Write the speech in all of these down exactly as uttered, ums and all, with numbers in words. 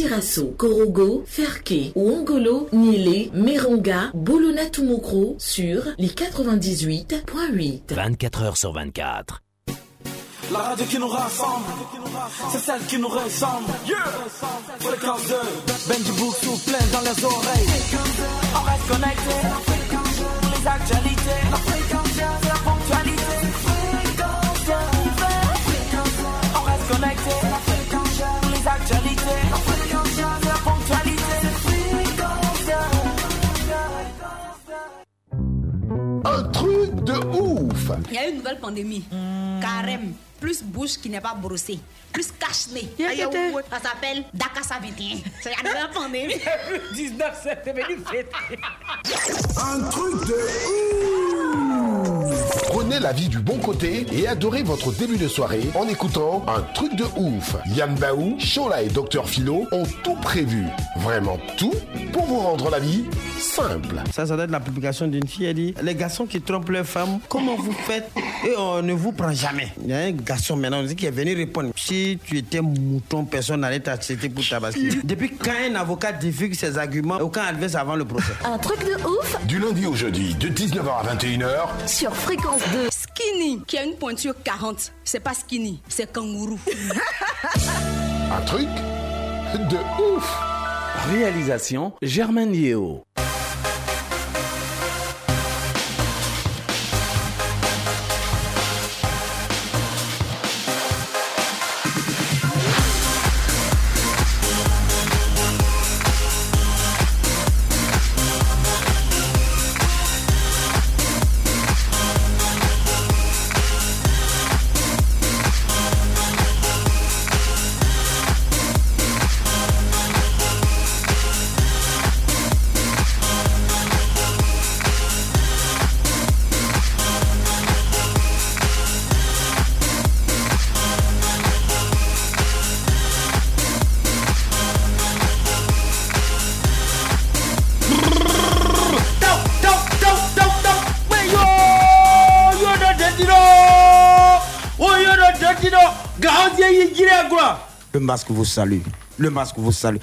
Sirasso, Korogo, Ferke, Ouangolo, Niélé, Meronga, Bolona Tumokro sur les quatre-vingt-dix-huit point huit. vingt-quatre heures sur vingt-quatre. La radio qui nous rassemble, c'est celle qui nous ressemble. Yeah. Fréquence deux, Benji Book souffle dans les oreilles. On reste connecté, pour les actualités. La fréquence deux, c'est la ponctualité. Fréquence deux, on reste connecté, pour les actualités. La fréquence deux, c'est la ponctualité. Fréquence deux. Un truc de ouf. Il y a une nouvelle pandémie. Mmh. Carême. Plus bouche qui n'est pas brossée. Plus cache-nez. Ça s'appelle Dakassa vingt et un. C'est la nouvelle pandémie. dix-neuf septembre, fête. Un truc de ouf. Prenez la vie du bon côté et adorez votre début de soirée en écoutant Un truc de ouf. Yann Baou, Chola et Docteur Philo ont tout prévu. Vraiment tout pour vous rendre la vie simple. Ça, ça doit être la publication d'une fille. Elle dit, les garçons qui trompent leurs femmes, comment vous faites et on ne vous prend jamais. Il y a un garçon maintenant on dit, qui est venu répondre. Si tu étais mouton, personne n'allait t'accepter pour tabasser. Depuis quand un avocat divulgue ses arguments, aucun adverse avant le procès. Un truc de ouf. Du lundi au jeudi, de dix-neuf heures à vingt et une heures. Sur Fréquence deux. Skinny, qui a une pointure quarante. C'est pas skinny, c'est kangourou. Un truc de ouf. Réalisation Germaine Yeo. Le masque vous salue. Le masque vous salue.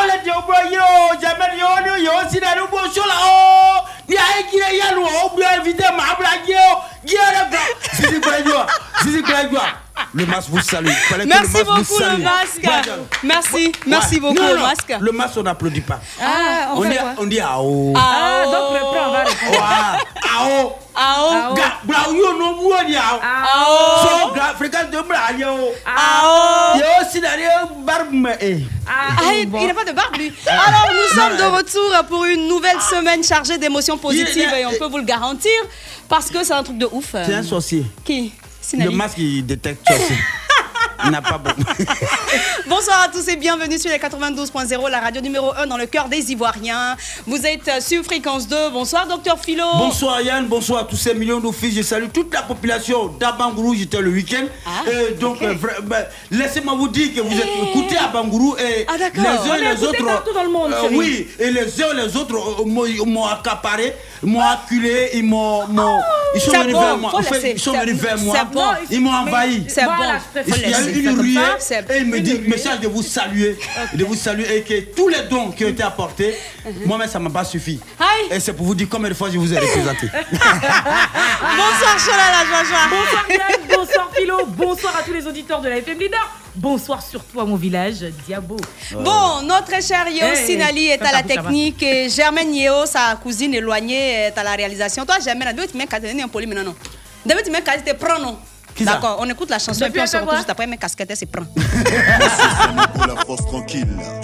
Le masque vous salue. Merci beaucoup le masque. Merci, merci beaucoup le masque. Le masque on n'applaudit pas. Ah, on, on fait dit, quoi? on dit ao. Ah, donc le prend, on va répondre. Ao. Ao. Bra yo no mu ni ao. Ao. So gra fréquence de bra yo. Ao. Yo si d'ailleurs barbe eh. Ah, il n'a pas de barbe lui. Alors nous sommes de retour pour une nouvelle semaine chargée d'émotions positives et on peut vous le garantir parce que c'est un truc de ouf. C'est un sorcier. Qui? Le masque il détecte sorcier. Il n'a pas bon. Bonsoir à tous et bienvenue sur les quatre-vingt-douze point zéro, la radio numéro un dans le cœur des Ivoiriens. Vous êtes sur Fréquence deux. Bonsoir Docteur Philo. Bonsoir Yann, bonsoir à tous ces millions d'offices. Je salue toute la population d'Abangourou. J'étais le week-end. Ah, et donc, okay. euh, bah, laissez-moi vous dire que vous êtes hey. écoutés à Bangourou et ah, les uns et les autres. Partout dans le monde, euh, oui, et les uns et les autres euh, m'ont accaparé, m'ont acculé, ils m'ont. Oh, ils sont venus bon, vers moi. En fait, ils sont venus vers moi. Bon. Ils m'ont envahi. C'est bon. Il y a eu une ruée et il me dit, message de vous saluer, okay. de vous saluer et que tous les dons qui ont été apportés, uh-huh. moi-même ça m'a pas suffi. Hi. Et c'est pour vous dire combien de fois je vous ai représenté. Bonsoir Chola la Joie. Bonsoir Yann, bonsoir Philo, bonsoir à tous les auditeurs de la F M Leader. Bonsoir surtout à mon village, Diabo. Ouais. Bon, notre cher Yeo hey, Sinali hey, est à la technique et Germaine Yeo, sa cousine éloignée, est à la réalisation. Toi, Germaine, tu m'as dit un poli maintenant, non? David, tu m'as dit te prends, non? D'accord, on écoute la chanson et puis on se retrouve juste après. Mes casquettes, c'est prend. Pour la force tranquille.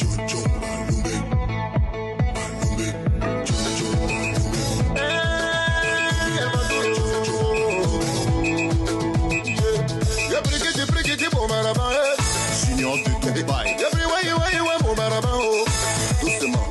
Junior de Dubaï. Doucement.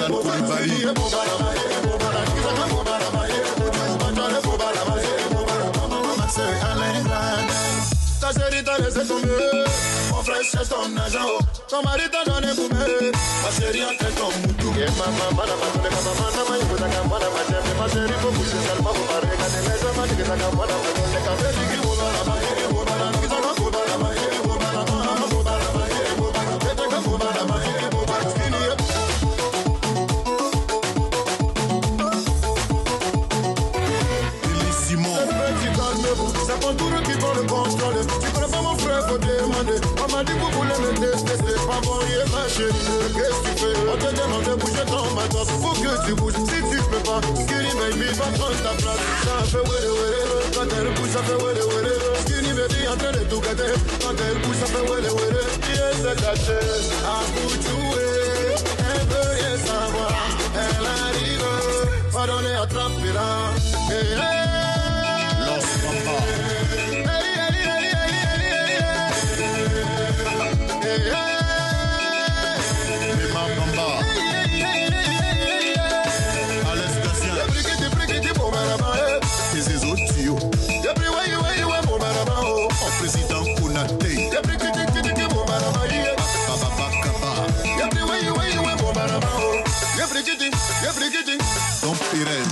Hassan Koulibaly. Ta chérie t'a laissé tomber. Mon frère cherche ton argent. Ton mari t'a donné pour me. Ma chérie a fait ton moutou. Ma chérie faut bouger seulement pour parler. Quand elle est jeune, elle est dans la main. Elle est café, elle est dans la main. C'est ton tour qui prend le contrôle. Tu connais pas mon frère, faut demander. On m'a dit que vous voulez me tester. C'est pas bon, il est ma chérie. Qu'est-ce que tu fais? On te demande de bouger ton matos. Faut que tu bouges. Si tu peux pas, Skinny baby va prendre ta place. Ça fait wele wele. Quand elle bouge, ça fait wele wele. Skinny baby en train de tout gâter. Quand elle bouge, ça fait wele wele. Yes, c'est gâté. À vous jouer. Elle veut rien savoir. Elle arrive. Pardonnez, attrapez-la. Hey, hey. Don Pires.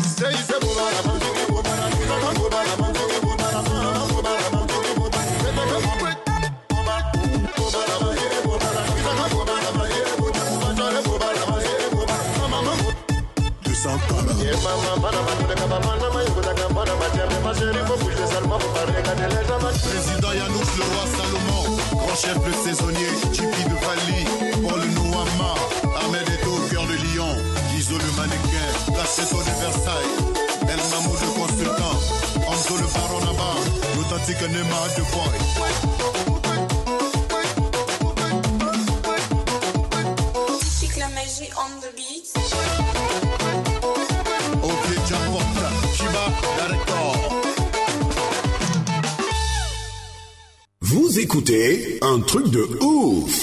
Président Yanouch le roi Salomon, grand chef le saisonnier, Chipi de Vali, Paul Nouama, Ahmed Eto, cœur de lion, Iso le mannequin, Cacheto de Versailles, El Mamou le consultant, Anzo le baron Naba, l'authentique Nema de Boy. Chic la magie on the beat. Ok, Japorta, Chiba, Director. Vous écoutez un truc de ouf.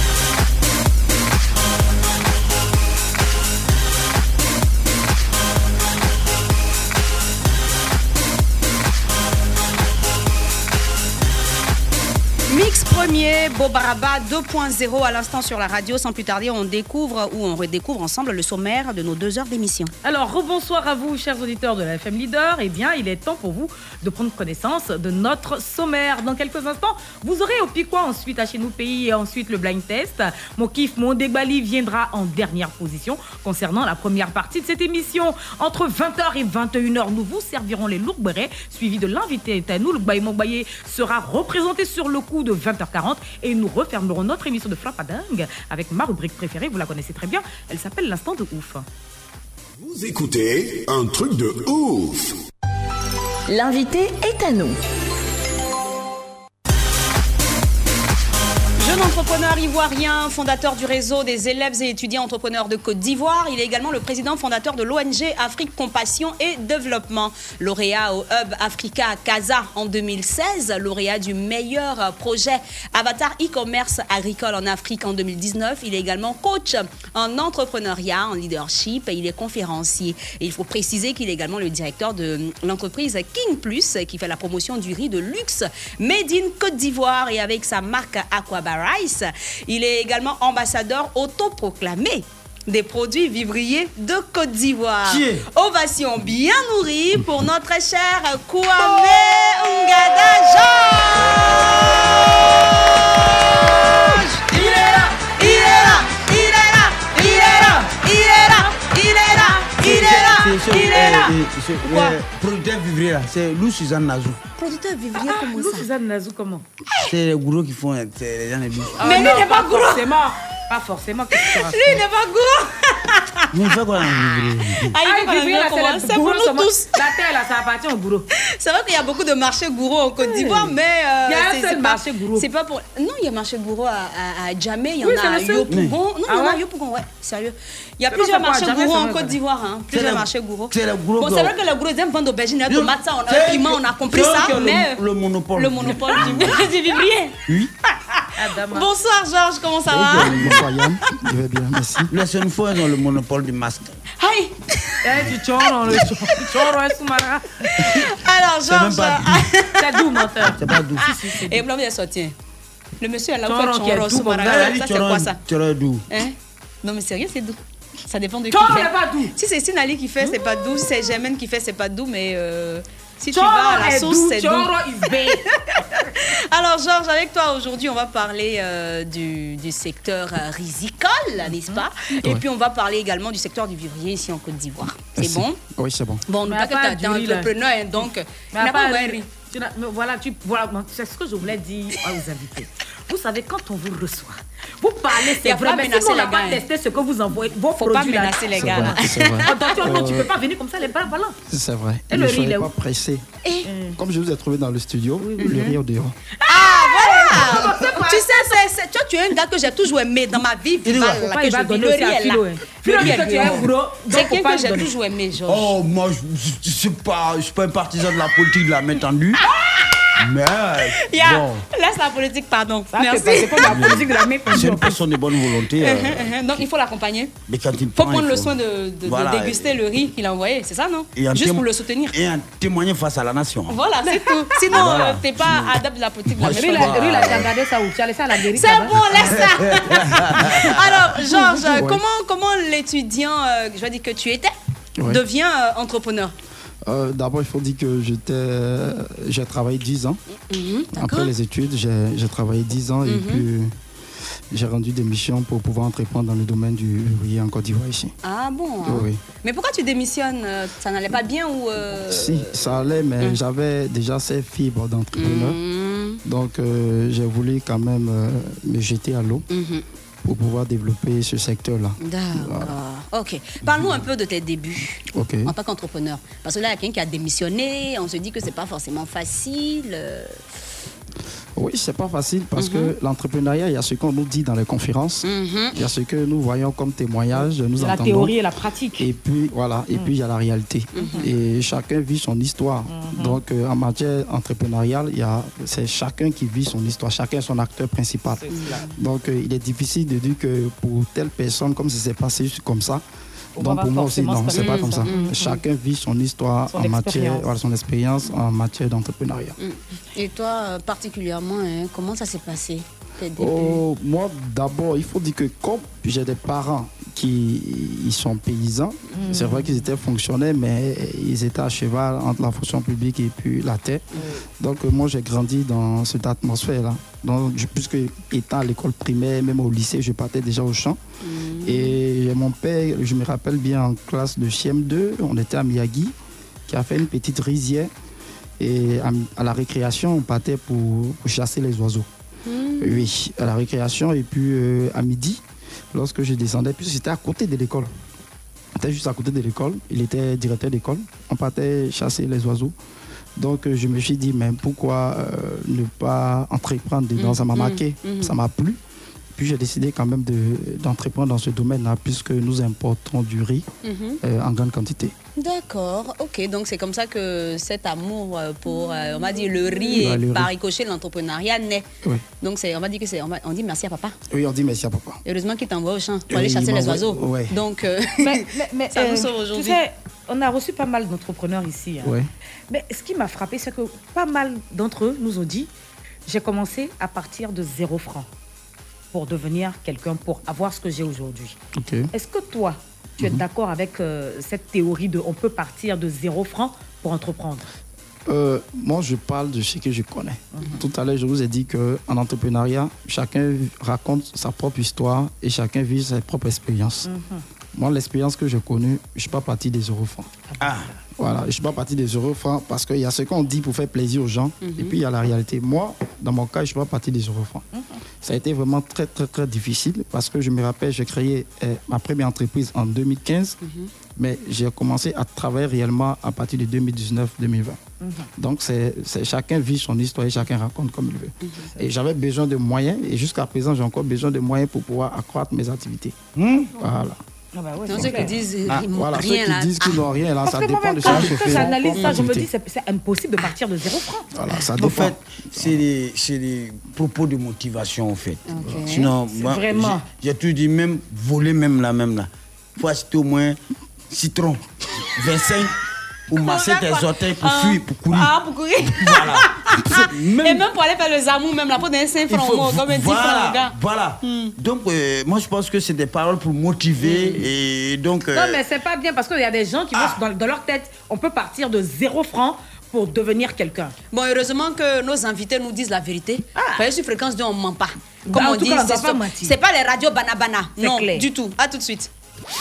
Mix premier, Bobaraba deux point zéro à l'instant sur la radio. Sans plus tarder, on découvre ou on redécouvre ensemble le sommaire de nos deux heures d'émission. Alors, rebonsoir à vous, chers auditeurs de la F M Leader. Eh bien, il est temps pour vous de prendre connaissance de notre sommaire. Dans quelques instants, vous aurez au Piquois, ensuite à Chez Nous Pays et ensuite le blind test. Mon kiff, mon dégbali viendra en dernière position concernant la première partie de cette émission. Entre vingt heures et vingt et une heures, nous vous servirons les lourds bérets, suivis de l'invité à nous. Le Baye Mogbaye sera représenté sur le coup de vingt heures quarante et nous refermerons notre émission de Flapadingue avec ma rubrique préférée, vous la connaissez très bien, elle s'appelle l'instant de ouf. Vous écoutez un truc de ouf. L'invité est à nous. Jeune entrepreneur ivoirien, fondateur du réseau des élèves et étudiants entrepreneurs de Côte d'Ivoire. Il est également le président fondateur de l'O N G Afrique Compassion et Développement. Lauréat au Hub Africa Casa en deux mille seize, lauréat du meilleur projet Avatar e-commerce agricole en Afrique en deux mille dix-neuf. Il est également coach en entrepreneuriat, en leadership et il est conférencier. Et il faut préciser qu'il est également le directeur de l'entreprise King Plus qui fait la promotion du riz de luxe Made in Côte d'Ivoire et avec sa marque Aquaba Rice. Il est également ambassadeur autoproclamé des produits vivriers de Côte d'Ivoire. Ovation bien nourrie pour notre cher Kwame Ngada Georges. Il est là, il est là, il est là, il est là, il est là, il est là, il est là, il est là. Quoi? Producteur vivrier là, c'est Lou Suzanne Nazou. Producteur vivrier ah, comment Lou ça? Suzanne Nazou comment? C'est les gourous qui font les gens les bus. Ah, mais lui n'est pas gourou. Forcément, pas forcément. Lui n'est pas gourou. Mais il fait quoi dans le vivrier? Ah, il fait vivrier, c'est pour nous tous. La terre là, ça appartient aux gourous. C'est vrai qu'il y a beaucoup de marchés gourous en Côte d'Ivoire, mais euh, il y a un c'est, seul c'est marché pas, gourou. C'est pas pour. Non, il y a marché gourou à, à, à Djamé, il y en oui, a à Yopougon. Non, il y ah en a à ouais? Yopougon, ouais, sérieux. Il y a c'est plusieurs pas marchés Djamé, gourous en vrai, Côte d'Ivoire, hein. Plusieurs marchés gourous. C'est le gourou. Bon, c'est vrai que les gourous aiment vendre aubergines, la tomate, ça, on a un piment, on a compris ça, mais le monopole. Le monopole du vivrier. Oui. Adama. Bonsoir Georges, comment ça va? Bonsoir Yann, je vais bien, merci. Laisse une fois, ils ont le monopole du masque. Aïe. Eh, du choro, le choro, est sous-marin. Alors C'est même Georges. pas C'est doux, menteur. C'est pas doux. Et blanc, il est sorti. Le monsieur, elle a Choro fait qui est choro doux, sous comme Mara. ça, Ça, elle dit c'est quoi ça? Choro doux. Hein? Non, mais sérieux, c'est doux. Ça dépend de qui Choro fait. n'est pas doux. Si c'est Sinali qui fait, c'est pas doux. Si c'est Germaine qui fait, c'est pas doux. Mais euh, si tu Choro vas à la est sauce, doux, c'est doux. choro is big. Alors Georges, avec toi aujourd'hui, on va parler euh, du, du secteur euh, risicole, n'est-ce pas? Et Ouais. puis on va parler également du secteur du vivrier ici en Côte d'Ivoire. C'est Merci. bon? Oui, c'est bon. Bon, Mais pas à que part t'as- du t'es riz, là. entrepreneur, hein, donc Mais tu à n'as part- pas ouvert riz. tu n'as- mais voilà, tu, voilà, c'est ce que je voulais dire aux invités. Vous savez, quand on vous reçoit, vous parlez, Y c'est a vrai, pas mais si menacer on n'a les pas gars, hein. testé ce que vous envoyez, vos Faut pas produits là. menacer les C'est gars. vrai, là. c'est vrai. Attention, non, tu Euh, peux pas venir comme ça, les bras ballants. C'est vrai. Et ne le riz, soyez il est pas où? pressé. Et Comme je vous ai trouvé dans le studio, le riz au dehors. Ah, tu sais, c'est, c'est- toi, tu es un gars que j'ai toujours aimé dans ma vie. Il Viva, va- là, Faut pas, que il je va vis. donner Le aussi riz à est là. Philo, hein. Le Philo riz dit est que tu es un là. gros, donc C'est faut quelqu'un pas que j'ai donner. toujours aimé, Georges. Oh, moi, je je sais pas, je suis pas un partisan de la politique de la main tendue. Mais Ya, bon, laisse la politique, pardon. Ça, Merci. C'est pas la politique de la main. c'est une personne de bonne volonté. euh, Donc il faut l'accompagner. mais quand il Il faut prend, prendre il le faut- soin de, de- de Voilà. déguster le riz qu'il a envoyé, c'est ça, non? Et en Juste témo- pour le soutenir. Et en témoigner face à la nation. Voilà, c'est tout. Sinon, Voilà. euh, t'es pas adepte de la politique de la Moi, je main suis tendue. Lui, là, tu as regardé ça où? Tu as laissé à la guérite. C'est bon, laisse ça. Alors, Georges, Ouais. comment, comment l'étudiant, euh, je vais dire que tu étais, Ouais. devient euh, entrepreneur? Euh, D'abord, il faut dire que j'étais, euh, j'ai travaillé dix ans. Mhm, Après d'accord. les études, j'ai j'ai travaillé dix ans et Mhm. puis j'ai rendu des missions pour pouvoir entreprendre dans le domaine du riz en Côte d'Ivoire ici. Ah bon? Oui, oui. Mais pourquoi tu démissionnes? euh, Ça n'allait pas bien ou... euh, Si, ça allait, mais Mhm. j'avais déjà ces fibres d'entrepreneur. Mhm, Donc, euh, j'ai voulu quand même euh, me jeter à l'eau mhm. pour pouvoir développer ce secteur-là. D'accord. Ok. Parle-nous un peu de tes débuts Ok. en tant qu'entrepreneur. Parce que là, il y a quelqu'un qui a démissionné. On se dit que c'est pas forcément facile. euh. Oui, c'est pas facile parce Mhm. que l'entrepreneuriat, il y a ce qu'on nous dit dans les conférences, Mhm. il y a ce que nous voyons comme témoignage, nous La entendons. théorie et la pratique. Et puis voilà, et puis il y a la réalité. Et chacun vit son histoire. Donc euh, en matière entrepreneuriale, il y a c'est chacun qui vit son histoire, chacun est son acteur principal. Donc euh, il est difficile de dire que pour telle personne, comme ça s'est passé comme ça. On va Donc pas pour moi aussi, forcément non, se c'est pas passer comme ça. ça. Mhm. Chacun vit son histoire Son en matière, expérience. voilà, son expérience en matière d'entrepreneuriat. Et toi, euh, particulièrement, hein, comment ça s'est passé, tes débuts? Oh, moi, d'abord, il faut dire que comme j'ai des parents qui ils sont paysans, c'est vrai qu'ils étaient fonctionnaires, mais ils étaient à cheval entre la fonction publique et puis la terre. Donc, euh, moi, j'ai grandi dans cette atmosphère-là. Donc, je- puisque étant à l'école primaire, même au lycée, je partais déjà au champ. Et mon père, je me rappelle bien, en classe de C M deux, on était à Miyagi, qui a fait une petite rizière. Et à, à la récréation, on partait pour, pour chasser les oiseaux. Oui, à la récréation. Et puis euh, à midi, lorsque je descendais, puis c'était à côté de l'école. C'était juste à côté de l'école. Il était directeur d'école. On partait chasser les oiseaux. Donc euh, je me suis dit, mais pourquoi euh, ne pas entreprendre dedans? Mhm, Ça m'a marqué, mhm. ça m'a plu. Puis j'ai décidé quand même de- d'entreprendre dans ce domaine-là, puisque nous importons du riz Mhm. euh, en grande quantité. D'accord, ok. Donc c'est comme ça que cet amour euh, pour, euh, on va dire, le riz Ouais, et le riz. par ricochet l'entrepreneuriat naît. Oui. Donc c'est, on va dire que c'est, on, va- on dit merci à papa. Oui, on dit merci à papa. Heureusement qu'il t'envoie au champ pour Oui, aller il chasser les m'envoie- oiseaux. ouais. Donc euh, Mais, mais, mais, ça nous euh, sauve tu aujourd'hui. sais, on a reçu pas mal d'entrepreneurs ici. hein. Ouais. Mais ce qui m'a frappé, c'est que pas mal d'entre eux nous ont dit, j'ai commencé à partir de zéro franc pour devenir quelqu'un, pour avoir ce que j'ai aujourd'hui. Ok. Est-ce que toi, tu es d'accord avec euh, cette théorie de on peut partir de zéro franc pour entreprendre? Euh, moi, je parle de ce que je connais. Tout à l'heure, je vous ai dit qu'en entrepreneuriat, chacun raconte sa propre histoire et chacun vit ses propres expériences. Moi, l'expérience que j'ai connue, je ne suis pas parti des zéro francs. Ah. Voilà, je ne suis pas parti des zéro francs parce qu'il y a ce qu'on dit pour faire plaisir aux gens et puis il y a la réalité. Moi, dans mon cas, je ne suis pas parti des zéro francs. Ça a été vraiment très, très, très difficile parce que je me rappelle, j'ai créé euh, ma première entreprise en deux mille quinze, mais j'ai commencé à travailler réellement à partir de deux mille dix-neuf deux mille vingt. Donc, c'est, c'est, chacun vit son histoire et chacun raconte comme il veut. Et j'avais besoin de moyens et jusqu'à présent, j'ai encore besoin de moyens pour pouvoir accroître mes activités. Voilà. Ah bah ouais, non, ceux qui disent ah, ils n'ont voilà, rien ceux là. qui disent qu'ils n'ont rien là, Parce ça que dépend moi-même, de quand, chaque quand chauffeur. j'analyse ça, je me dis c'est, c'est impossible de partir de zéro franc. Voilà, ça En dépend. fait, c'est des, c'est des propos de motivation en fait. Okay. Sinon, C'est moi, vraiment. j'ai, j'ai tout dit, même voler même là, même là. Il faut acheter au moins citron, vingt-cinq ou masser tes orteils pour fuir, pour courir. Ah, pour courir. Voilà. Même... Et même pour aller faire le zamou, même là, pour donner cinq francs au mot, comme un dix francs au gars. Voilà. Hmm. Donc, euh, moi, je pense que c'est des paroles pour motiver. Hmm. Et donc, euh... non, mais c'est pas bien parce qu'il y a des gens qui ah. vont dans, dans leur tête, on peut partir de zéro franc pour devenir quelqu'un. Bon, heureusement que nos invités nous disent la vérité. Ah. Parce que sur Fréquence deux, on ne ment pas. Comme bah, on dit, cas, on c'est, pas c'est pas les radios banabana. Non, clair. Du tout. À tout de suite.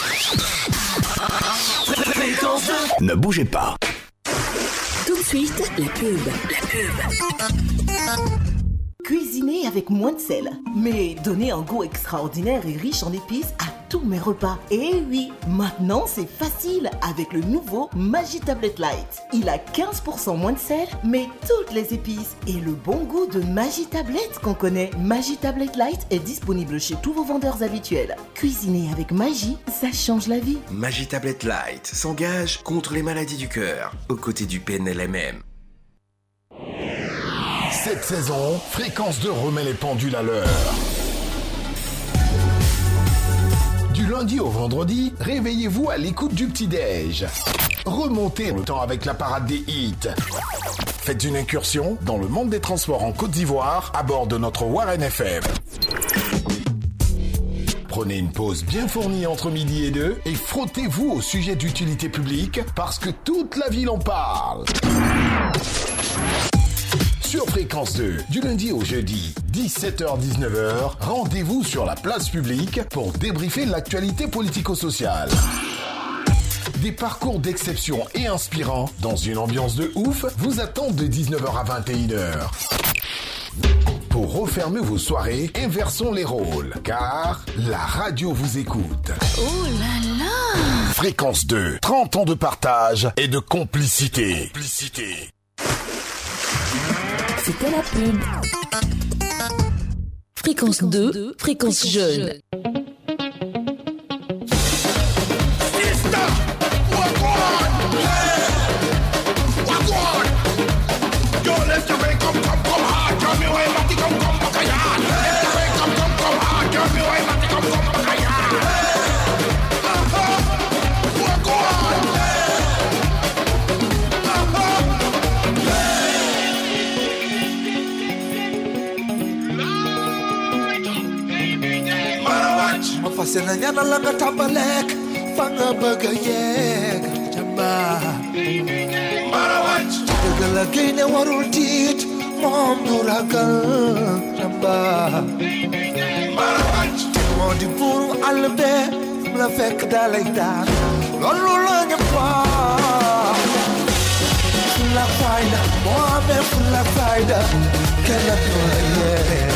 Ne bougez pas. Tout de suite, la pub. La pub. Cuisiner avec moins de sel, mais donner un goût extraordinaire et riche en épices à tous mes repas. Et oui, maintenant c'est facile avec le nouveau Maggi Tablet Light. Il a quinze pour cent moins de sel, mais toutes les épices et le bon goût de Maggi Tablet qu'on connaît. Maggi Tablet Light est disponible chez tous vos vendeurs habituels. Cuisiner avec Maggi, ça change la vie. Maggi Tablet Light s'engage contre les maladies du cœur, aux côtés du P N L M M. Cette saison, Fréquence deux remet les pendules à l'heure. Du lundi au vendredi, réveillez-vous à l'écoute du petit-déj. Remontez le temps avec la parade des hits. Faites une incursion dans le monde des transports en Côte d'Ivoire à bord de notre Warren F M. Prenez une pause bien fournie entre midi et deux et frottez-vous au sujet d'utilité publique parce que toute la ville en parle. Sur Fréquence deux, du lundi au jeudi, dix-sept heures dix-neuf heures, rendez-vous sur la place publique pour débriefer l'actualité politico-sociale. Des parcours d'exception et inspirants dans une ambiance de ouf vous attendent de dix-neuf heures à vingt et une heures. Pour refermer vos soirées, inversons les rôles, car la radio vous écoute. Oh là là! Fréquence deux, trente ans de partage et de complicité. Complicité. C'était la pub. Fréquence deux, fréquence jeune. Fasena nyana langa tabalek fanga baga yeg jamba marawach degala gine warul tit mom duragal jamba marawach modi buru albe la fek dalay da lolu la ñapa la faida mo be la faida kala doye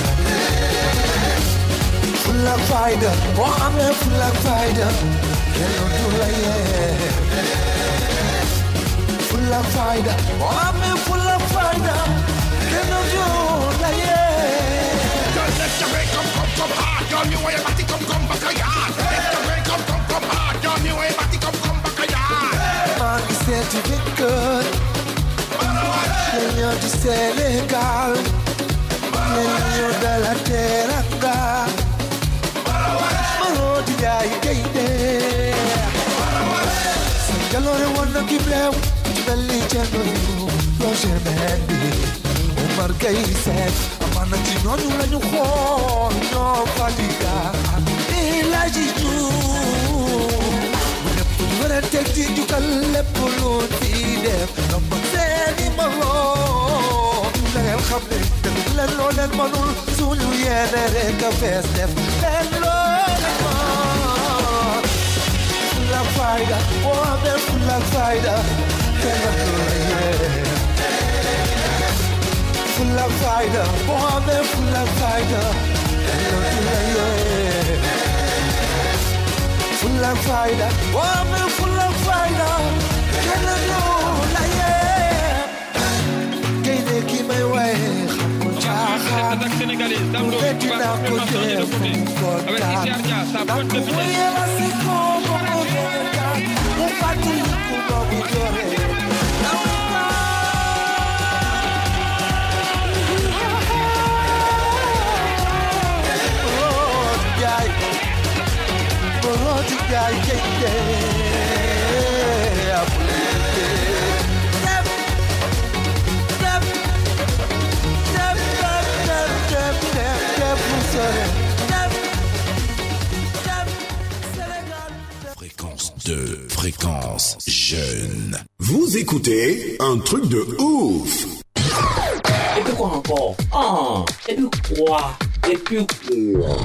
full of fighter, oh I'm a full of fighter, can't do like yeah. Full of fighter, oh I'm a full of fighter, can't do like yeah. Don't let the rain come, come, come hard, don't you worry about it, come, come back again. Let the rain come, come, come hard, don't you worry about it, come, come back again. Man, he said to be good, then you're to say legal, then you're the la terra. Jai Gaide Calore wanna give them Belly Channel Roger Mandy Omar Gay said Amana Tino Nula Nuho No Fadiga Elaji Ju When I take it you can let Polo feed them No Matseni Maro Let Hamlet Let Lord and Manul Sulu Yenere Festive Let Lord full of fighter, oh I'm a full of fighter, cannot do it. Full of fighter, oh I'm a full of fighter, cannot do it. Full of fighter, oh I'm a full of fighter, cannot do it. Gaine qui me way, Chaha, Bettina Koye, Fukota, Nakuye Masiko. Fréquence deux, fréquence jeune. Vous écoutez un truc de ouf. Et puis quoi encore? Ah, et puis quoi? Et puis quoi?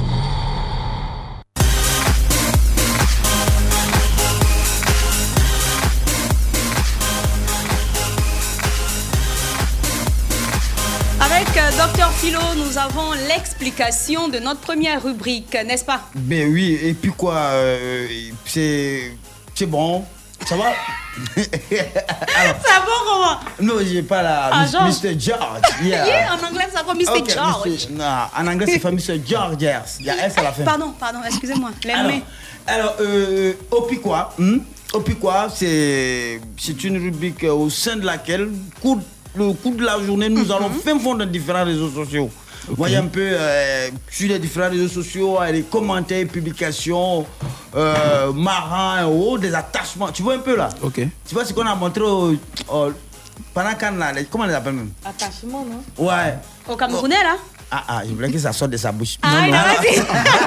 Avec euh, Docteur Philo, nous avons l'explication de notre première rubrique, n'est-ce pas? Ben oui, et puis quoi, euh, c'est, c'est bon, ça va? Alors, ça va comment? Non, j'ai pas la Ah, Miss- George. mister George. Yeah. Yeah, en anglais, ça va mister Ok, George. mister Non, en anglais, c'est pas mister George. Yes. Il y a S à la fin. Pardon, pardon, excusez-moi. Les Alors, mains. alors euh, au Piquois, hmm? Au Piquois, c'est, c'est une rubrique au sein de laquelle, coup, le coup de la journée, nous Mhm. allons fin fond dans différents réseaux sociaux. Voyez un peu euh, sur les différents réseaux sociaux, euh, les commentaires, publications, euh, marrants et autres, des attachements. Tu vois un peu là? Ok. Tu vois ce qu'on a montré au, au- pendant qu'on a, les- comment on les appelle même? Attachement, non? Ouais. Au Camerounais, là? Ah ah, je voulais que ça sorte de sa bouche. Ah, il a vas-y.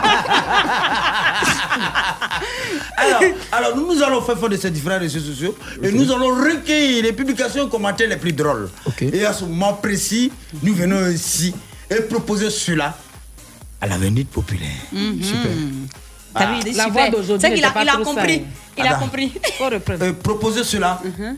alors, alors, nous, nous allons faire fond de ces différents réseaux sociaux et nous allons recueillir les publications et commentaires les plus drôles. Et à ce moment précis, nous venons ici et proposer cela à la Vendite populaire. Super. T'as vu, il est La super. voix d'aujourd'hui C'est qu'il a, n'était pas il a trop compris. saine. Il a Attends. compris. Euh, proposer cela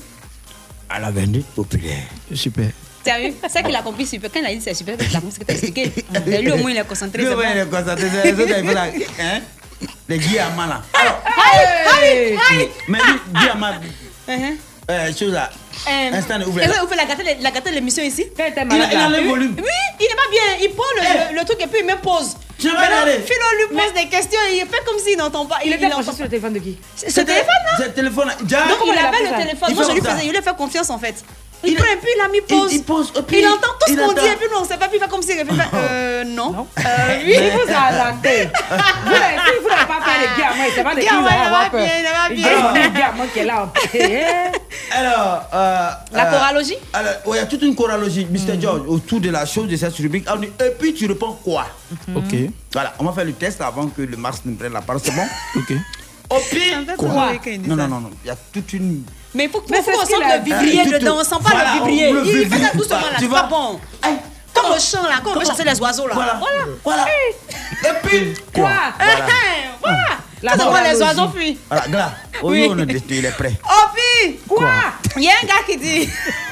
à la Vendite populaire. Super. T'as vu? C'est qu'il a compris super. Quand il a dit c'est super, il a compris ce que t'as expliqué. Et lui, au moins, il est concentré. Lui, c'est au moins, bon. il est concentré. C'est les autres, ils font la- hein? Les diamants là. Alors, Aïe, aïe, aïe. mais lui, diamant, Uh-huh. euh, chose là. Euh, Instant, ouvre Et la- ouais, vous faites la gâteau de- la gâteau de l'émission ici. Il a- il a le Oui, volume. Oui, il est pas bien. Il prend le, le, le truc et puis il me pose. Tu vas Maintenant, regarder. Philo lui pose des questions et il fait comme s'il n'entend pas. Il était entend branché sur le téléphone de qui? Ce ce téléphone là. Ce téléphone là. Déjà, Donc il il a avait fait le ça. téléphone. Il Moi fait je lui comme ça. faisais, je lui fais confiance en fait. Il, Il- prend et puis il a mis pause. il pose, et puis il entend tout ce il qu'on attend. dit et puis non, on sait pas. Puis il fait comme s'il fait. Euh, non. Euh, oui. Il vous a raté. Vous n'avez si vous n'avez pas fait les diamants, c'est pas de qui vous Diamant, allez il avoir va peur. bien, il va Il bien. y a un diamant qui est là en paix. Alors, euh, La euh, choralogie. alors, ouais, il y a toute une choralogie, mister George, autour de la chose de cette rubrique. On dit, et puis tu réponds quoi? Ok. Voilà, on va faire le test avant que le Mars ne prenne la parole. C'est bon? Ok. Au pire, quoi? Non, non, non, non. Il y a toute une. Mais il faut, faut, Mais faut c'est qu'on ce qu'il sente a le dit. vibrier Euh, tout- dedans. On sent pas voilà, le vibrier. on le Il fait ça vibrier. doucement là. Tu C'est vois? pas bon. Comme au chant là, quand on va chasser les oiseaux là. Voilà. Voilà. Voilà. Et puis, Quoi? Voilà. Voilà. La Quand on voit les choralogie. oiseaux fuient. voilà, gars. Au Oui. lieu, on est il est prêt. Oh, puis, Quoi? il y a un gars qui dit,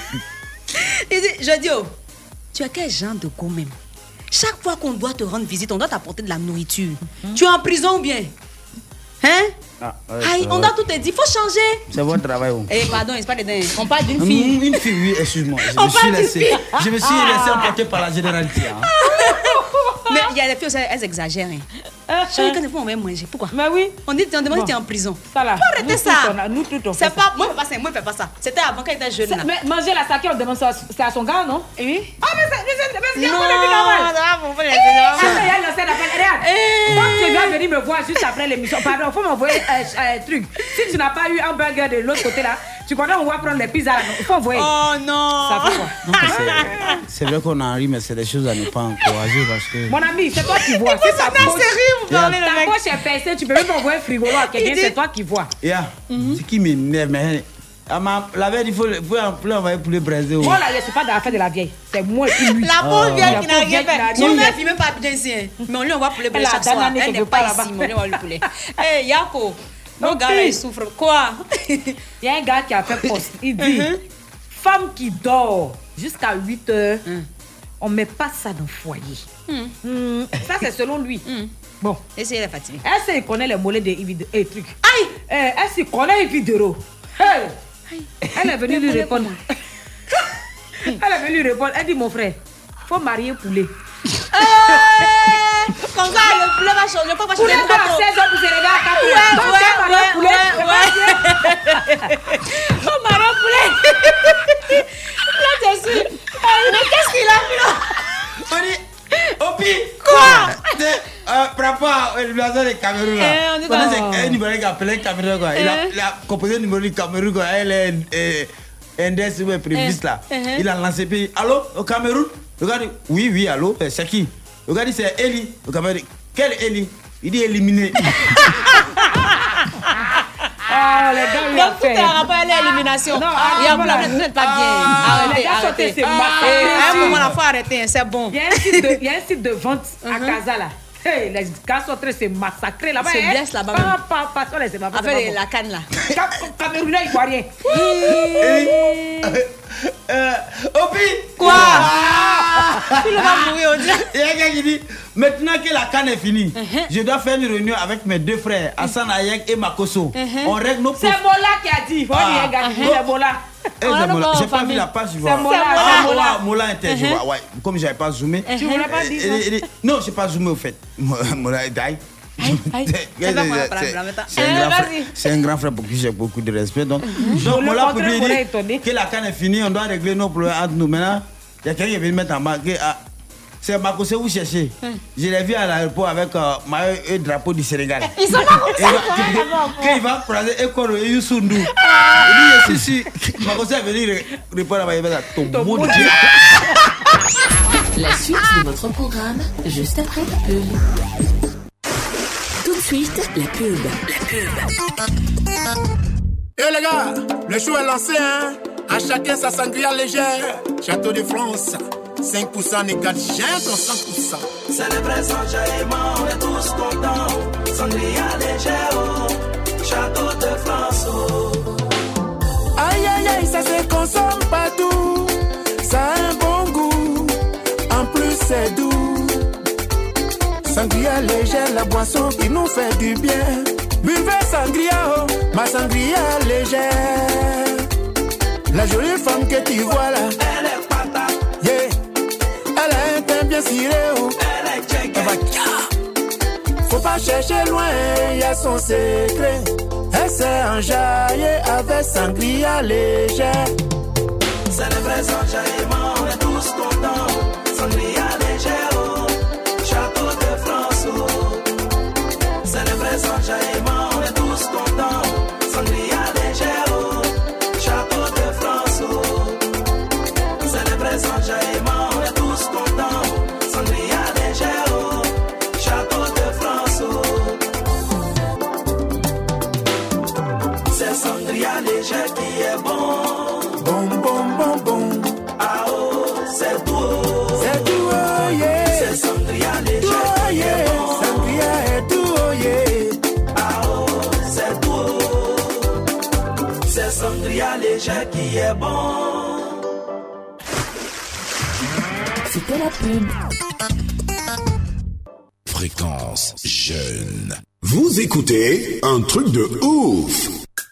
il dit, je dis, oh, tu as quel genre de go même? Chaque fois qu'on doit te rendre visite, on doit t'apporter de la nourriture. Tu es en prison ou bien? Hein? Ah, ouais, Aïe, ça on va. doit tout te dire, faut changer. C'est votre travail. oh. Eh, pardon, c'est pas des dingues. On parle d'une fille. Mmh, Une fille, oui, excuse-moi. Je On me suis parle d'une laissé. fille. Je me suis laissé emporter par la généralité. hein. Mais il y a des filles aussi, elles exagèrent. Hein. Chérie, quand des fois on va manger, pourquoi? Mais oui. On dit, on demande Bon. si tu es en prison. Ça là. Faut arrêter Nous ça. tous, on a- Nous tous, on fait C'est pas, moi, je fais pas ça. Moi, je fais pas ça. C'était avant quand il était jeune. ça. Là. Mais manger la saké, on demande ça, c'est à son gars, non? Oui. Ah, mais c'est mais c'est- mais c'est Non, pas depuis normal. non, faut pas les Eh, faire. ah, mais il y a le scène appel. Regarde. Eh. Quand tu viens venir me voir juste après l'émission, pardon, faut m'envoyer un truc. Si tu n'as pas eu un burger de l'autre côté là, tu connais, on va prendre les pizzas. Il faut envoyer. Oh non. Ça fait quoi? Non, mais c'est- C'est vrai qu'on en rit, mais c'est des choses à ne pas encourager parce que. Mon ami, c'est toi qui vois. Si ta C'est poche, sérieux, vous parlez le ta mec. poche est percée, tu peux même pas envoyer un frigo à quelqu'un, Il dit- c'est toi qui vois. Yeah. Ce qui m'énerve, mais. Ah, ma- la veille, il faut, faut, faut envoyer pour le Brésil. Moi là, je suis pas dans l'affaire de la vieille. C'est moi qui lui. La pauvre Ah. vieille La qui n'a pauvre rien vieille qui n'a fait. rien Mon fait. mec, il même pas bien ici. hein. Mais on lui envoie poulet Elle boulet a chaque soir. damné Elle quelque n'est part pas là-bas. ici, mais on lui envoie le poulet. Hé, Yako, nos Ok. gars là, ils souffrent. Quoi? Il y a un gars qui a fait post. Il dit femme qui dort jusqu'à huit heures, on met pas ça dans le foyer. Hmm, Ça, c'est selon lui. Bon. Et c'est la fatigue. Elle sait, il connaît les mollets des vidéos. Et trucs. Aïe! Eh, elle s'y connaît les vidéos. Hey! Elle est venue lui répondre. Elle est venue lui répondre. Elle dit, mon frère, faut marier poulet. Comme ça, le poulet va changer. Le poulet va Poulet changer. doit à seize heures pour se réveiller à quatre heures. Donc, Ouais, elle marie ouais, poulet. ouais, c'est ouais. pas bien. Oh, maman poulet. Là, t'es sûr. Mais qu'est-ce qu'il a fait là? On dit. Opi! Quoi? Euh, par rapport à l'élimination des Cameroun là. Eh, on est Pendant d'accord. c'est un numéro qui a appelé Cameroun quoi. Il a, Eh. il a composé le numéro du Cameroun quoi. Elle est euh, index ou préviste Eh. là. Eh. Il a lancé puis allô au Cameroun. Le gars dit oui oui allô euh, c'est qui? Le gars dit c'est Eli. Le Cameroun dit quel Eli? Il dit éliminé. Ah, les gars, lui, Donc, tout est fait. en rapport avec l'élimination. Non, Il y a un voilà. problème, vous n'êtes pas bien. Ah, Arrêtez, les gars arrêtez. sautés, c'est Ah, massacré. à un moment, il faut arrêter, hein, c'est bon. Il y a un site de, il y a un site de vente à Casa là. Hey, les gars sont très c'est massacré là-bas. C'est hein. blesse là-bas Pas, même. pas, pas, pas, c'est pas En fait, la canne là. Camerounais, il voit rien. Euh, Opi. Quoi? Ah. Il va mourir, on dirait. Il y a un gars qui dit maintenant que la canne est finie, je dois faire une réunion avec mes deux frères, Hassan Ayek et Makoso. On règle nos C'est Mola qui a dit. Faut Ah. dire, gars, c'est Mola. Eh, j'ai Mola. J'ai pas vu la page, je vois. C'est Mola, Ah, c'est Mola, Mola. Mola Inter, je vois. Ouais, comme j'avais pas zoomé. Tu voulais pas dire Eh, ça? eh, eh, Non, j'ai pas zoomé au fait. Mola Inter. C'est pas pour la parole, la méta. c'est un, Eh, grand vas-y. frère- c'est un grand frère pour qui j'ai beaucoup de respect. Donc, Je donc le Mola montrer, publie Mola dit étonné. que la canne est finie, on doit régler nos problèmes entre nous. Maintenant, il y a quelqu'un qui est venu mettre en bas. que, ah, c'est Marco, c'est où chercher. Je l'ai vu à l'aéroport avec euh, maillot et drapeau du Sénégal. Ils sont là comme Et ça. va- Quand il va croiser Ekoro et Youssundou, il dit je suis sûr. Marco, c'est venu ré- répondre à ma yémé, ton mot de Dieu. La suite de votre programme, juste après la pub. Tout de suite, la pub. La pub. Eh les gars, le show est lancé, hein. À chacun sa sangria légère. Château de France, cinq pour cent égale gin ton cent pour cent. Célébrer son jaillement, on est tous contents. Sangria légère, oh, château de France. Oh. Aïe aïe aïe, ça se consomme partout. Ça a un bon goût, en plus c'est doux. Sangria légère, la boisson qui nous fait du bien. Buvez sangria, oh, ma sangria légère. La jolie femme que tu vois là, Elle est patate, yeah. Elle a un teint bien ciré, oh. elle est checkée. Elle va faut pas chercher loin, y a son secret. Elle s'est enjaillée avec sangria légère. Célébrer son jaillement, on est tous contents. Sangria légère, oh, château de France. Oh. Célébrer son jaillement, on est tous contents. Sangria légère, oh, château de France. Oh. Célébrer son jaillement, on est tous contents. Sangria légère, oh, château de France. Oh. C'est sangria légère qui est bon. Bon, bon, bon, bon. Ah oh, c'est beau. C'est tout, oh yeah. C'est sangria léger Tout, oh qui yeah. est bon. Sangria est tout, oh yeah. Ah oh, c'est beau. C'est sangria léger qui est bon. C'était la pub. Fréquence jeune. Vous écoutez un truc de ouf.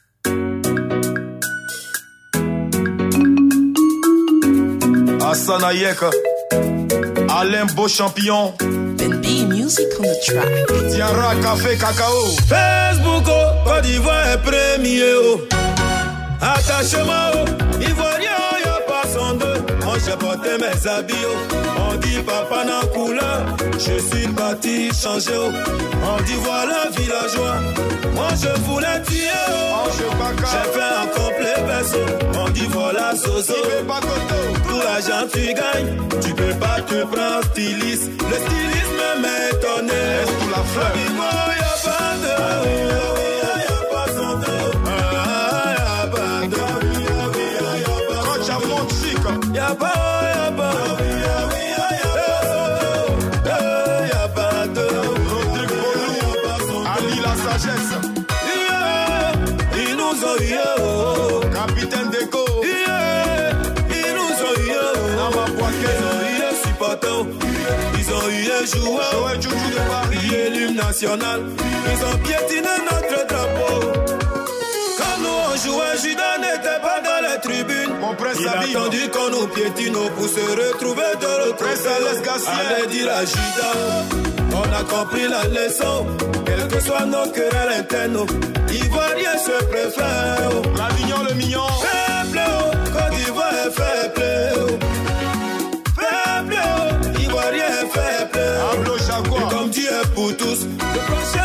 Hassan Ayek, Alain Beauchampion, B Music on the track. Tiara Café Cacao. Facebook, oh, Côte d'Ivoire est premier. Oh. Attachement, oh, Ivoirien, y'a pas son deux. Moi j'ai porté mes habits. Oh. On dit papa n'a couleur. Je suis parti changer. Oh. On dit voilà villageois. Moi je voulais tuer. Oh. J'ai fait un complet perso. On dit voilà Zozo. Tout l'argent tu gagnes. Tu peux pas te prendre styliste. Le stylisme m'étonne. Pour la fleur. Y'a pas de. Y'a pas, y'a pas, y'a pas de Ali la sagesse. Ils nous ont eu, oh. Capitaine Deco. Ils nous ont eu, oh. Ils ont eu les supporters. Ils ont eu les joueurs. L'élu national. Ils ont piétiné notre drapeau. Quand nous on jouait, Judas n'était pas dans les tribunes. Il a attendu qu'on nous piétine pour se retrouver de l'autre côté. Allez dire à Judas, on a compris la leçon. Quelles que soient nos querelles internes, Ivoirien se préfère. L'Avignon le mignon. Faible, Côte d'Ivoire est faible. Faible, Ivoirien est faible. Et comme Dieu est pour tous, le prochain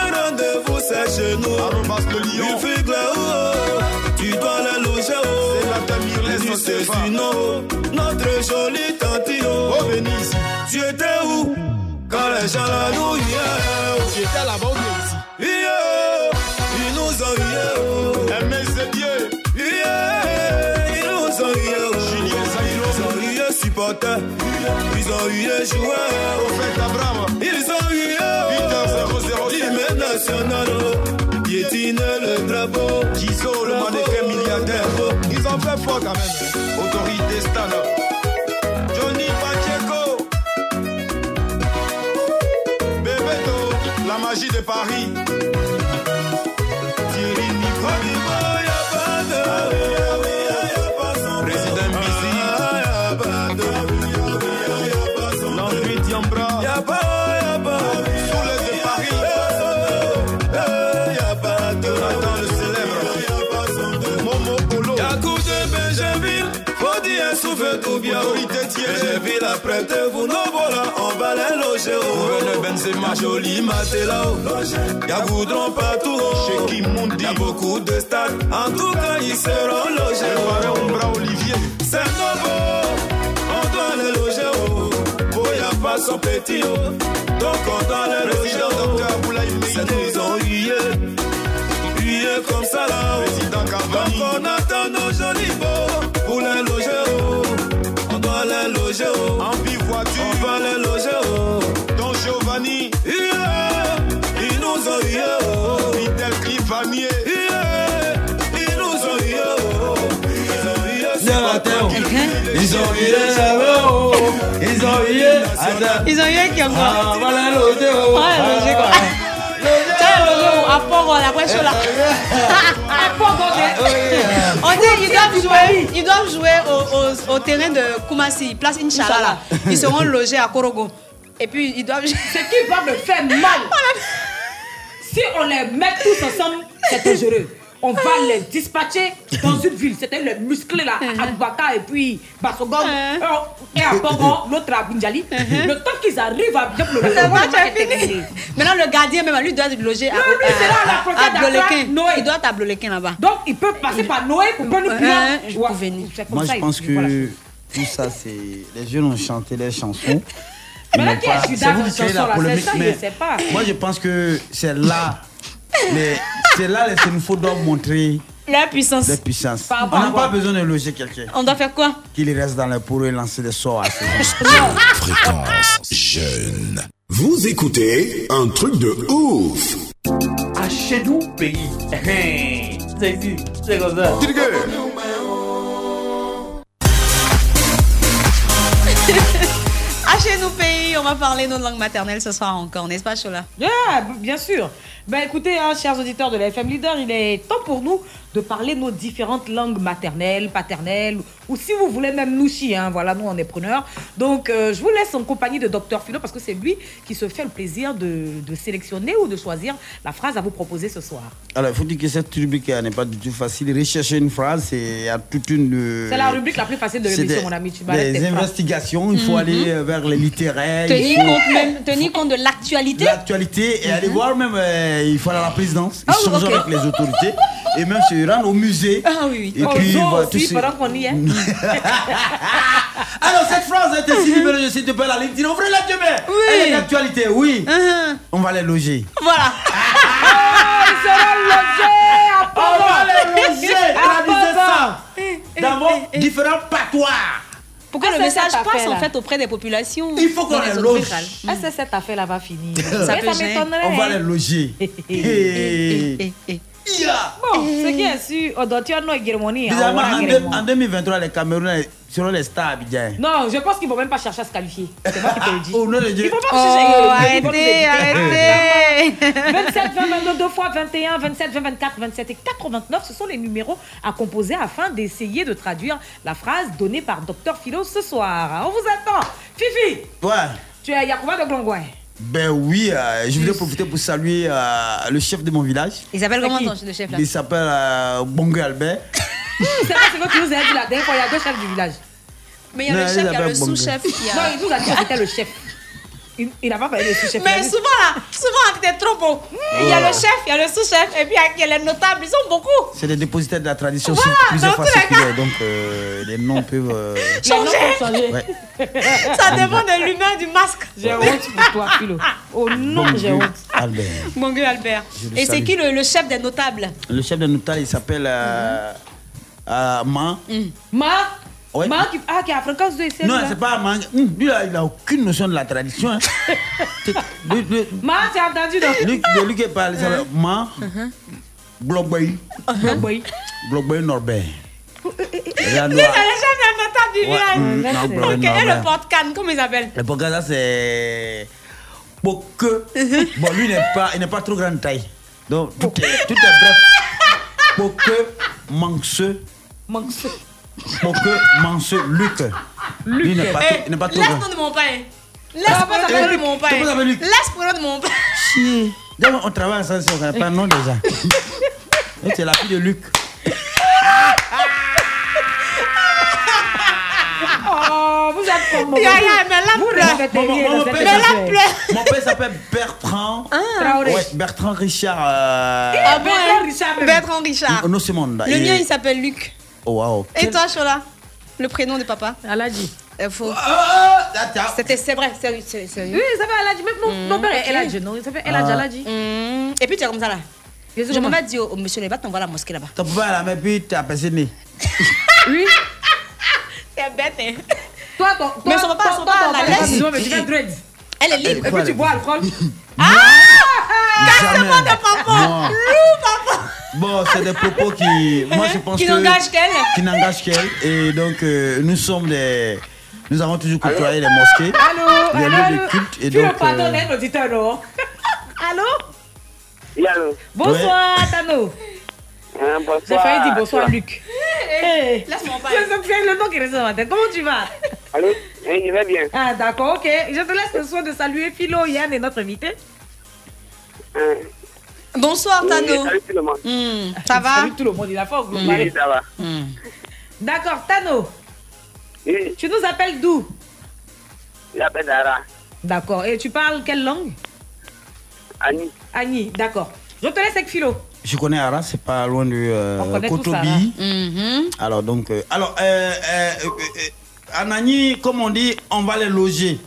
c'est sinon notre jolie tantio. Oh, Venise, tu étais où quand les gens la nouillaient? Tu étais là-bas ou bien ici? Yeah, ils nous ont eu. M S D. Yeah, ils nous ont eu. Julien Zairo, ils ont eu supporter. Ils ont eu joueur. Au fait, Abraham. Ils ont eu Peter zéro zéro l'hymne national. Piétine le drapeau. Gizo, le mannequin milliardaire. Ils ont fait fort quand même. Autorité Stan. Johnny Pacheco. Bebeto, la magie de Paris. Thierry Nico. Y'a pas de. Président Misi. Y'a pas de. L'envie Diambra. Y'a pas, y'a pas. Sous les de Paris. Y'a pas de. Nathan le célèbre. Momo Polo. Y'a coup de Benjamin. Faut dire souffle tout bien. J'ai vu la prête, vous non voilà. On va les loger. Le Benzema. Joli Matélo. Y'a goudron partout. Chez qui monde y'a beaucoup de stades. En tout cas, ils seront logés. On bras Olivier. C'est nouveau. On doit les loger. Oh, y'a pas son petit. Donc on doit les loger. C'est nous ont hué. Hué comme ça là. Donc on attend nos jolis beaux. Pour les loger. On doit les loger. En bivouature. On va les loger. Don Giovanni. Yeah. Ils nous ont eu. Fidel Clifanier. Yeah. Ils nous ont eu. Ils ont eu. Ils ont eu les cheveux. Ils ont eu. Ils ont eu qui encore. Ah, voilà loger. Ouais, loger quoi. Tiens, loger. À Port, la question là. À Port, on dit ils doivent jouer, ils doivent jouer au, au, au terrain de Koumassi, place Inch'Allah là. Ils seront logés à Korogo. Et puis ils doivent. Ce qui va me faire mal. Si on les met tous ensemble, c'est dangereux. On va les dispatcher dans une ville. C'était les musclés là, à Bouaka et puis Basogom. Et à Pogo, l'autre à Bindjali. Le temps qu'ils arrivent à bien le Maintenant, le gardien, même lui, doit être logé à Blolequin. Il doit être à Blolequin là-bas. Donc, il peut passer par Noé pour prendre une plan. Moi, je pense que tout ça, c'est. Les jeunes ont chanté les chansons. Mais là, qui est c'est vous qui créez la polémique. Mais moi, je pense que c'est là. Mais c'est là que nous faut doivent montrer la puissance. La puissance. On n'a pas besoin de loger quelqu'un. On doit faire quoi? Qu'il reste dans le pour et lancer des sorts à ses Fréquence jeune. Vous écoutez un truc de ouf. À chez nous, pays. C'est ici, c'est comme ça. À chez nous pays, on va parler notre langue maternelle ce soir encore, n'est-ce pas Chola? Yeah, bien sûr. Ben écoutez, hein, chers auditeurs de la F M Leader, il est temps pour nous de parler nos différentes langues maternelles, paternelles, ou si vous voulez même nous chier, hein, voilà, nous on est preneurs. Donc euh, je vous laisse en compagnie de Docteur Philo parce que c'est lui qui se fait le plaisir de, de sélectionner ou de choisir la phrase à vous proposer ce soir. Alors il faut dire que cette rubrique n'est pas du tout facile. Rechercher une phrase, il y a toute une... Euh, c'est la rubrique la plus facile de l'émission, mon ami. Tu des investigations, il faut mm-hmm. aller vers les littéraires. Tenir, faut... compte, même, tenir compte de l'actualité. L'actualité et mm-hmm. aller voir même, euh, il faut aller à la présidence, oh, échanger okay. avec les autorités et même se rendre au musée. Ah oui, oui. Et oh, puis, voilà, aussi, pendant qu'on y est. Alors cette phrase a été signée, je s'il te plaît, la ligne. Ouvrez la demain. Oui. Elle est d'actualité, oui. Uh-huh. On va les loger. Voilà. Oh, ils seront logés à Port. On va les loger. Traduisez ça dans vos différents patois. Pour que le message passe en fait auprès des populations. Il faut qu'on les loge. Est-ce que cette affaire-là va finir? Ça peut m'étonnerait. On va les loger. Yeah. Bon, ce qui est sûr, en deux mille vingt-trois, les Camerounais seront les stars à Abidjan. Non, je pense qu'ils ne vont même pas chercher à se qualifier. C'est moi qui te le dis. Oh, non, Dieu. Ils vont pas oh, chercher. Arrêtez, arrêtez. vingt-sept, vingt, vingt-deux, deux fois vingt et un, vingt-sept, vingt, vingt-quatre, vingt-sept et quatre-vingt-neuf, ce sont les numéros à composer afin d'essayer de traduire la phrase donnée par Docteur Philo ce soir. On vous attend. Fifi. Ouais. Tu es Yacouba de Glongouin. Ben oui, euh, je voudrais profiter pour saluer euh, le chef de mon village. Il s'appelle comment ton chef là? Il s'appelle euh, Bongo Albert. C'est vrai, c'est ce que tu nous as dit la dernière fois, il y a deux chefs du village. Mais il y a non, le chef, il y a le sous-chef. A... Non, il nous a dit que c'était le chef. Il il n'a pas parlé de sous-chef. Mais souvent là, souvent t'es trop beau. Il y a le chef, il y a le sous-chef, et puis il y a les notables, ils sont beaucoup. C'est des dépositaires de la tradition Voilà, sur plusieurs dans fois tous les circulaires. Donc euh, les noms peuvent. Euh... Changer. Ouais. Ça dépend de l'humeur du masque. J'ai honte pour toi, Philo. Oh non, Bon j'ai Dieu, honte. Albert. Mon Dieu, Albert. Je le Et c'est salue. qui le, le chef des notables? Le chef de notaire, il s'appelle euh, euh, Man. Ma Ouais. Ma qui, ah, qui a fréquence de ici. Non, c'est pas Man. Hum, lui, là, il n'a aucune notion de la tradition. Hein. lui, lui, Ma, tu as entendu donc? lui, de lui qui parle, il s'appelle Man. Globay. Globay. Globay Norbert. Lui, c'est le chef des notables du Ouais, village. mm, non, Ok, Globay et Norbert. le porte-canne, comment il s'appelle? Le programme, ça, c'est. Poke. Bon, lui, il n'est pas, il n'est pas trop grande taille. Donc, tout est, tout est bref. Poke, Manxeux. Manxeux. Poke, Manxeux, Luc. Lui, il n'est pas, Eh, il n'est pas trop laisse grand. nom de mon père. Laisse Ah, pour bah, nom de Luc. mon père. Comment ça s'appelle Luc? Laisse pour nom de mon père. Chier. Donc, on travaille ensemble si on ne connaît pas le nom déjà. Et c'est la fille de Luc. Oh, vous êtes comme Ya, ya, mais là, Vous pleure. répétez Mon- rien mon dans père cette Mais là, affaire. pleure. Mon père s'appelle Bertrand. Traoré. Ouais, Bertrand Richard. Euh... Ah bon, Bertrand hein? Richard même. Bertrand Richard. Non, c'est mon nom. Le mien, il s'appelle Luc. Oh, wow. Et toi, Chola? Le prénom de papa? Aladji. Il faut. Ah, attends. C'était, c'est vrai, c'est c'est- c'est- Oui, il s'appelle Aladji. Même non, mon père est Eladji. Non, il s'appelle Eladji Aladji. Mm. Et puis tu es comme ça là. Je m'en vais dire au monsieur, il va t'envoyer à la mosquée là-bas. Ton papa, là, mais puis tu as passé né. Oui. C'est bête, hein. Toi, ton. Mais toi, son papa, toi, son toi, papa, ton la papa, laisse. disons, mais tu fais dread. Elle est libre. Et puis tu bois alcool. Casse-moi de papa. Non. Loup, papa. Bon, c'est des propos qui. Moi, je pense Qui que. n'engagent qu'elle. Qui n'engagent qu'elle. Et donc, euh, nous sommes des. Nous avons toujours côtoyé les mosquées. Allô, les allô, lieux allô. de culte. Et Philo, donc. pardon, euh, un auditeur, non? Allô? Oui, allô. Bonsoir, Tano. Hein, bonsoir. J'ai failli dire bonsoir, Luc. Hey, laisse-moi parler. C'est c'est le nom qui reste dans ma tête. Comment tu vas? Allô? Hein, je vais bien. Ah, d'accord, ok. Je te laisse le soin de saluer Philo, Yann et notre invité. Hein. Bonsoir, Oui, Tano. salut tout le monde. Hmm, ça va? Salut tout le monde, il a fait au global. Oui, ça va. Hmm. D'accord, Tano. Oui, Tu nous appelles d'où? je m'appelle Dara. D'accord. Et tu parles quelle langue? Annie. Annie, d'accord. Je te laisse avec Philo. Je connais Arras, c'est pas loin de euh, On connaît tous Kotobi. Mhm. Alors, donc. euh, alors, euh, euh, euh, euh, Anani, comme on dit, on va les loger.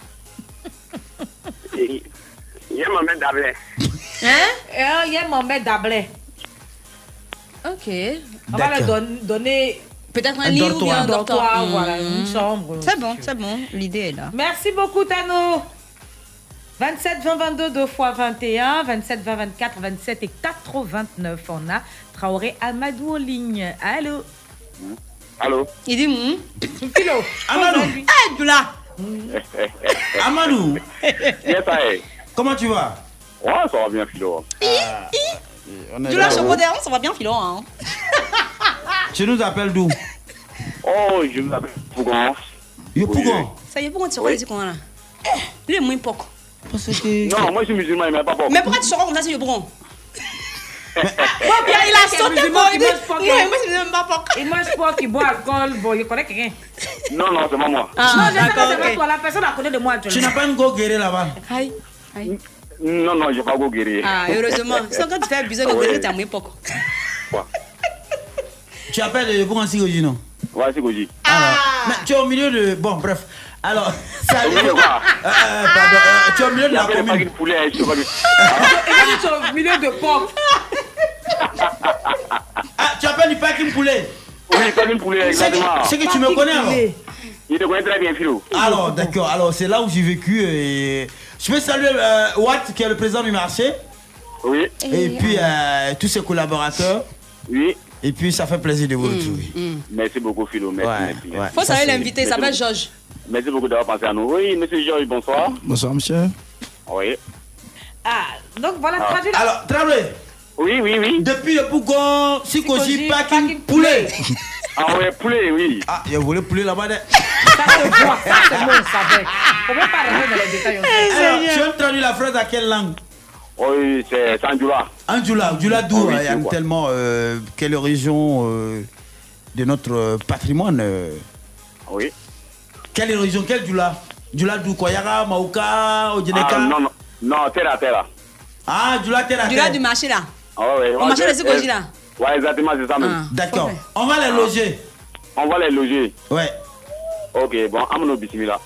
Il y a ma main d'Ablé. Hein? Il y a Mohamed Dablé. Ok. On va D'accord. leur don- donner Peut-être un, Un lit ou dortoir. bien un un dortoir, dortoir. voilà, Hmm. une chambre. C'est bon, c'est bon. L'idée est là. Merci beaucoup, Tano. vingt-sept vingt vingt-deux, deux fois vingt et un, vingt-sept vingt vingt-quatre, vingt-sept et quatre-vingt-neuf. On a Traoré Amadou en ligne. Allô? Allô? Il dit hmm. Philo. Amadou. Eh, Dula. Amadou, Bien, ça est. comment tu vas? Ouais, ça va bien, Philo. On est Dula, là. Chocodéon, ça va bien, Philo. Hein. Tu nous appelles d'où? Oh, je m'appelle Pougon. Yo Pougon. Ça y est, pourquoi tu chocolat, comment là? Lui est moins poc. Parce que. Non, moi je suis musulman, il m'a pas beaucoup. Mais pourquoi tu chocolat comme ça, c'est le bon? Bon, bien, il a Quel sauté musulman pour qui il dit. mange poc, Ouais, hein? moi, c'est même pas poc. Il mange pas, il boit alcool. Bon, il connaît quelqu'un. Non, non, c'est pas moi. Ah, non, je sais d'accord, pas, c'est pas ok. toi. La personne à côté de moi, Tu actuellement. n'as pas une go guérie là-bas? Aïe. Aïe. Non, non, j'ai pas go guérir. Ah, heureusement. Sinon, quand tu fais abuser de Ouais. guérir, t'as moins poc. Tu appelles le Pougon Sigoji, non? Ouais, c'est Goji. Alors, mais tu es au milieu de. Bon, bref. Alors, ça Au milieu de quoi? Euh, euh, pardon, euh, tu es au milieu de Il y la avait pas commune. de poulet, je sais pas du. Et là, ils sont au milieu de porc. Ah, tu appelles du parking poulet. Oui, pas d'une poulet, C'est que, exactement. c'est que tu me connais alors. Il te connaît très bien, Philo. Alors, d'accord. Alors, c'est là où j'ai vécu. Et... Je peux saluer euh, Watt, qui est le président du marché. Oui. Et puis, euh, tous ses collaborateurs. Oui. Et puis, ça fait plaisir de vous retrouver. Merci beaucoup, Philo. Merci, Ouais, merci. ouais. Faut Ça, saluer c'est- l'invité, il s'appelle Georges. Merci beaucoup d'avoir pensé à nous. Oui, monsieur Georges, bonsoir. Bonsoir, monsieur. Oui. Ah, donc voilà, Ah. traduit. Alors, Traoré. Oui, oui, oui. Depuis le Pougon, Sikoji, Sikoji, parking parking poulet. Ah ouais, poulet, oui. Ah, il y a volé poulet là-bas. Ça se voit, ça c'est bon, ça fait. Faut même pas rentrer dans les détails. Alors, tu as traduit la phrase à quelle langue? Oui, c'est Sandjula. Anjula, Anjula d'où? Oui, Il y a c'est quoi? tellement. Euh, quelle origine euh, de notre euh, patrimoine euh, Oui. Quelle origine? Quelle Djula? Djula du Koyara, Maouka, Odjeneka. Ah, non, non, non, terre à terre. Ah, Djula terre à terre. Djula du marché là. Ah ouais, Au marché de Zikoji là. Ouais, exactement, c'est ça même. Ah, d'accord. okay. On va les loger. On va les loger. Ouais. Ok, bon, Amno Bismillah.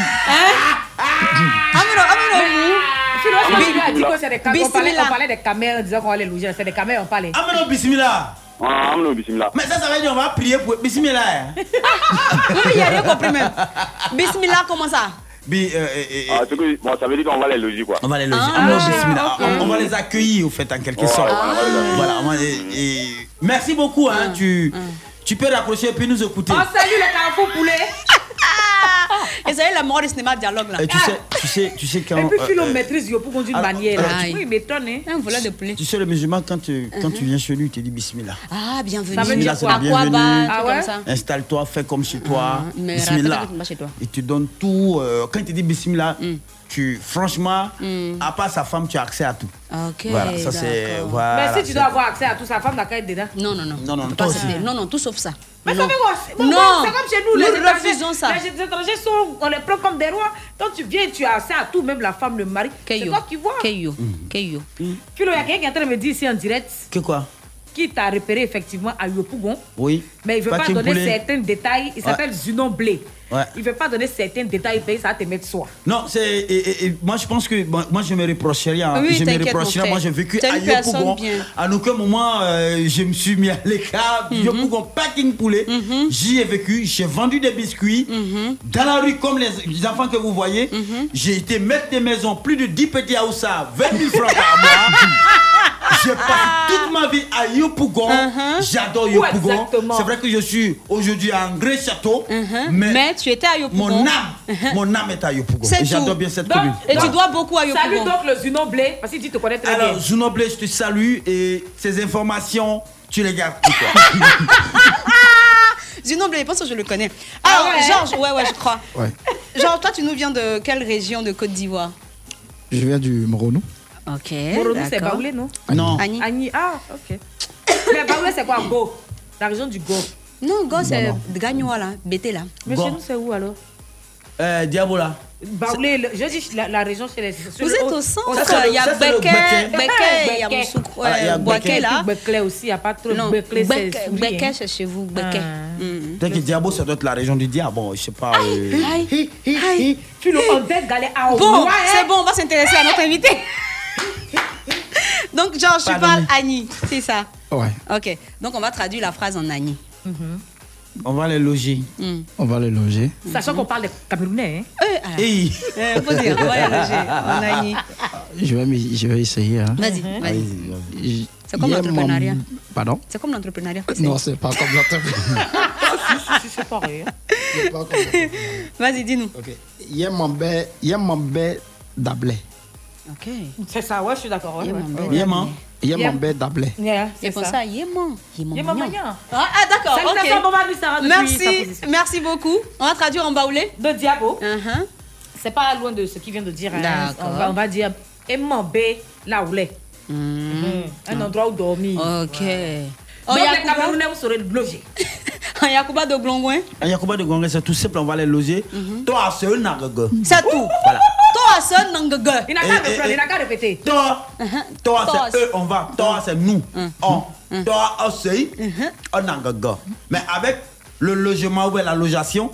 Amno, Amno. Philo, tu as dit que c'est des caméras. On parlait, on parlait des caméras, disant qu'on va les loger. C'est des caméras, on parlait. Amno Bismillah. Ah, Amno Bismillah. Mais ça, ça veut dire on va prier pour Bismillah. Oui, il n'y a rien compris même. Bismillah, comment ça? Bi, euh, euh, ah, que, bon, ça veut dire qu'on va les loger quoi. On va les loger. Ah, Amno ah, Bismillah. okay. on, on va les accueillir au fait en quelque oh, sorte. Ah. Voilà. On va les, et, merci beaucoup. Hein, ah, tu, ah. tu peux raccrocher et puis nous écouter. Oh, salut le Carrefour Poulet. Et ça y est, la mort du cinéma dialogue là. Et tu sais, tu sais, tu sais quand. Et puis Philo euh, maîtrise yo pour conduire une manière. Oui, il m'étonne. Un volant de poulet. Tu sais, le musulman, quand, tu, quand uh-huh. tu viens chez lui, il te dit Bismillah. Ah, bienvenue. Ça veut dire quoi? Bienvenue. Ah ouais? Installe-toi, fais comme chez toi. Ah, Bismillah. Il te donne tout. Euh, quand il te dit Bismillah, mm. tu, franchement, mm. à part sa femme, tu as accès à tout. Ok. Voilà, ça c'est. Voilà, mais si tu dois avoir accès à tout, sa femme n'a qu'à être dedans. Non, non, non. Non, non, pas non, non, tout sauf ça. Mais ça fait quoi? Non, c'est comme chez nous, nous les refusons ça. Les étrangers sont, on les prend comme des rois. Quand tu viens, tu as accès à tout, même la femme, le mari. C'est toi qui vois. Keyo. Keyo. Philo, il y a quelqu'un qui est en train de me dire ici en direct. Que quoi? Qui t'a repéré effectivement à Yopougon. Oui. Mais il ne veut pas, pas donner poulet. certains détails. Il s'appelle ouais. Zunon Blé. Ouais. Il ne veut pas donner certains détails, ça va te mettre soi. Non, c'est. Et, et, et, moi, je pense que. Bon, moi, je me reproche rien. Oui, je me reproche rien. Moi, j'ai vécu à Yopougon. À aucun moment, euh, je me suis mis à l'écart. Mm-hmm. Yopougon, packing poulet. Mm-hmm. J'y ai vécu. J'ai vendu des biscuits. Mm-hmm. Dans la rue, comme les, les enfants que vous voyez. Mm-hmm. J'ai été maître des maisons. Plus de dix petits Aoussa. vingt mille francs par mois. J'ai passé toute ma vie à Yopougon. Uh-huh. J'adore Yopougon. C'est vrai que je suis aujourd'hui à un grand château. Uh-huh. mais, mais tu étais à Yopougon. Mon âme, uh-huh. mon âme est à Yopougon. J'adore bien cette donc, commune. Et donc, tu dois beaucoup à Yopougon. Salut donc le Zuno Blé, parce que tu te connais très Alors, bien. Zuno Blé, je te salue et ces informations, tu les gardes pour toi. Zuno Blé, je pense que je le connais. Alors, ah ouais. Georges, ouais, ouais, je crois. Ouais. Georges, toi, tu nous viens de quelle région de Côte d'Ivoire? Je viens du Moronou. Ok. Moronou, c'est Baoulé, non? Non. Agni. Agni, ah, ok. Mais Baoulé, c'est quoi? Go. La région du Go. Non, Go, c'est Gagnoa, là. Bété, là. Mais Go. Chez nous, c'est où alors? Euh, Diabola. Baoulé, je dis la, la région chez les. Vous êtes au centre. Il y a Beké, Beké, il y a Moussoukou, Boaké là. Beké aussi, il n'y a pas trop de Beké. Beké, c'est chez vous, Beké. Peut-être que Diabo, ça doit être la région du diable. Bon, je sais pas. Aïe, aïe. Philo, on va aller à Bon, c'est bon, on va s'intéresser à notre invité. Donc, Georges, tu parles Agni, c'est ça? Ouais. Ok, donc on va traduire la phrase en Agni. On va les loger. Mm. On va les loger. Sachant qu'on parle de Camerounais. Hein? Euh, hey. euh, faut dire, on va les loger. On a mis. Je vais, je vais essayer. Hein. Vas-y, vas-y. C'est comme l'entrepreneuriat. Mon... Pardon? C'est comme l'entrepreneuriat. Non, c'est pas comme l'entrepreneuriat. si, c'est pareil. Hein. Vas-y, dis-nous. Ok. Yemambé, Yemambé Dablé. Ok. C'est ça, ouais, je suis d'accord. Ouais, Yéman. Yemambé Dablé. C'est pour ça, Yéman. Yéman. Ah, d'accord. Ok. Merci, merci beaucoup. On va traduire en baoulé. De Diabo. Uh-huh. C'est pas loin de ce qu'il vient de dire. Hein. On, va, on va dire Yemambé Laoulé. Mm. Mm. Un endroit où dormir. Ok. Ouais. Oh, donc les Camerounais, vous serez logés. En Yacouba de Glongouin. En Yacouba de Glongouin, c'est tout simple, on va les loger. Toi, c'est un nagaga. C'est tout. Voilà. Toi, c'est un nagaga. Il n'a qu'à répéter, il n'a qu'à répéter. Toi, toi, c'est eux, on va. Toi, c'est nous. On. Toi, c'est un nagaga. Mais avec le logement ou la location.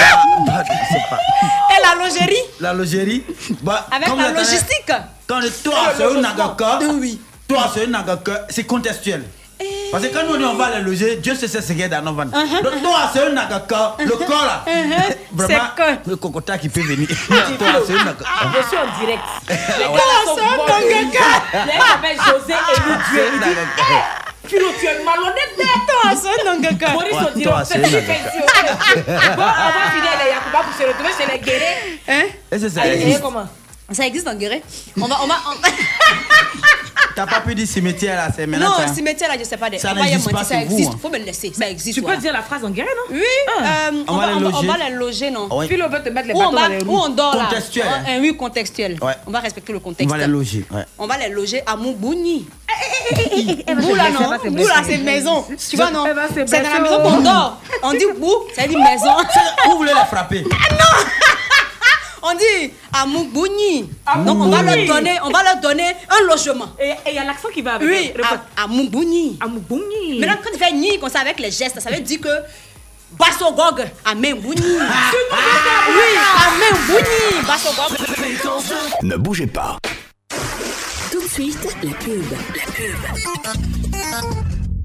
Et la logerie. La logerie. Bah, avec la logistique. Quand toi, c'est un nagaga. Oui. Toi, c'est un nagaga. C'est contextuel. Parce que quand nous on va les loger, Dieu sait ce qu'il y a dans nos vannes. Donc toi, c'est un nagaka, le corps là. Vraiment, le cocota qui peut venir. Toi, c'est un nagaka. Je suis en direct. Les gars sont bons. Les gars s'appellent José et Dieu. Philo, tu es malhonnête. Toi, c'est un nagaka. Maurice, on dirait on fait une Bon, on va finir les Yacouba pour se retrouver chez les guérés. Hein? Et c'est ça existe. Comment? Ça existe en guéré? On va, on va. T'as pas pu dire cimetière là, c'est maintenant. Non, cimetière là, je sais pas. Ça n'existe pas, ça existe. Hein. Faut me le laisser. Ça existe. Tu voilà. peux dire la phrase en guéré, non? Oui. Ah. Euh, on, on, va, va on, on va les loger, non? Oui. Philo veut te mettre les où bâtons on va, dans les roues. Où on dort là? Contextuel. Un, oui, contextuel. Ouais. On va respecter le contexte. On va les loger. Ouais. On va les loger à Moubouni. Bou là, non? Bou là, c'est maison. Tu vois, non? C'est dans la maison qu'on dort. On dit bou, ça dit maison. Vous voulez les frapper? Non! On dit Amoubouni. Donc on va leur donner, on va leur donner un logement. Et il y a l'accent qui va avec. Oui, Amoubouni. Amoubouni. Maintenant quand tu fais ni comme ça avec les gestes, ça veut dire que Basso Gog, Amoubouni. Oui, Amoubouni, Basso Gog. Ne bougez pas. Tout de suite, la pub. La pub.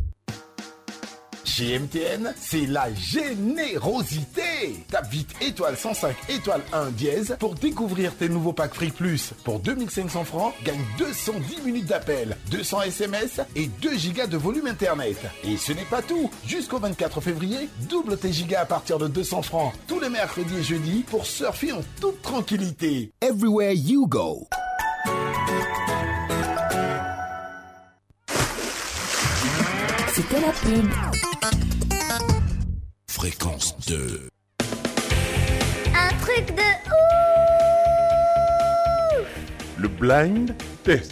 Chez M T N, c'est la générosité. Tape vite étoile cent cinq étoile un dièse pour découvrir tes nouveaux packs Free Plus. Pour deux mille cinq cents francs, gagne deux cent dix minutes d'appel, deux cents S M S et deux gigas de volume internet. Et ce n'est pas tout. Jusqu'au vingt-quatre février, double tes gigas à partir de deux cents francs tous les mercredis et jeudis pour surfer en toute tranquillité. Everywhere you go. C'était la pub. Fréquence deux. Un truc de ouf. Le blind test.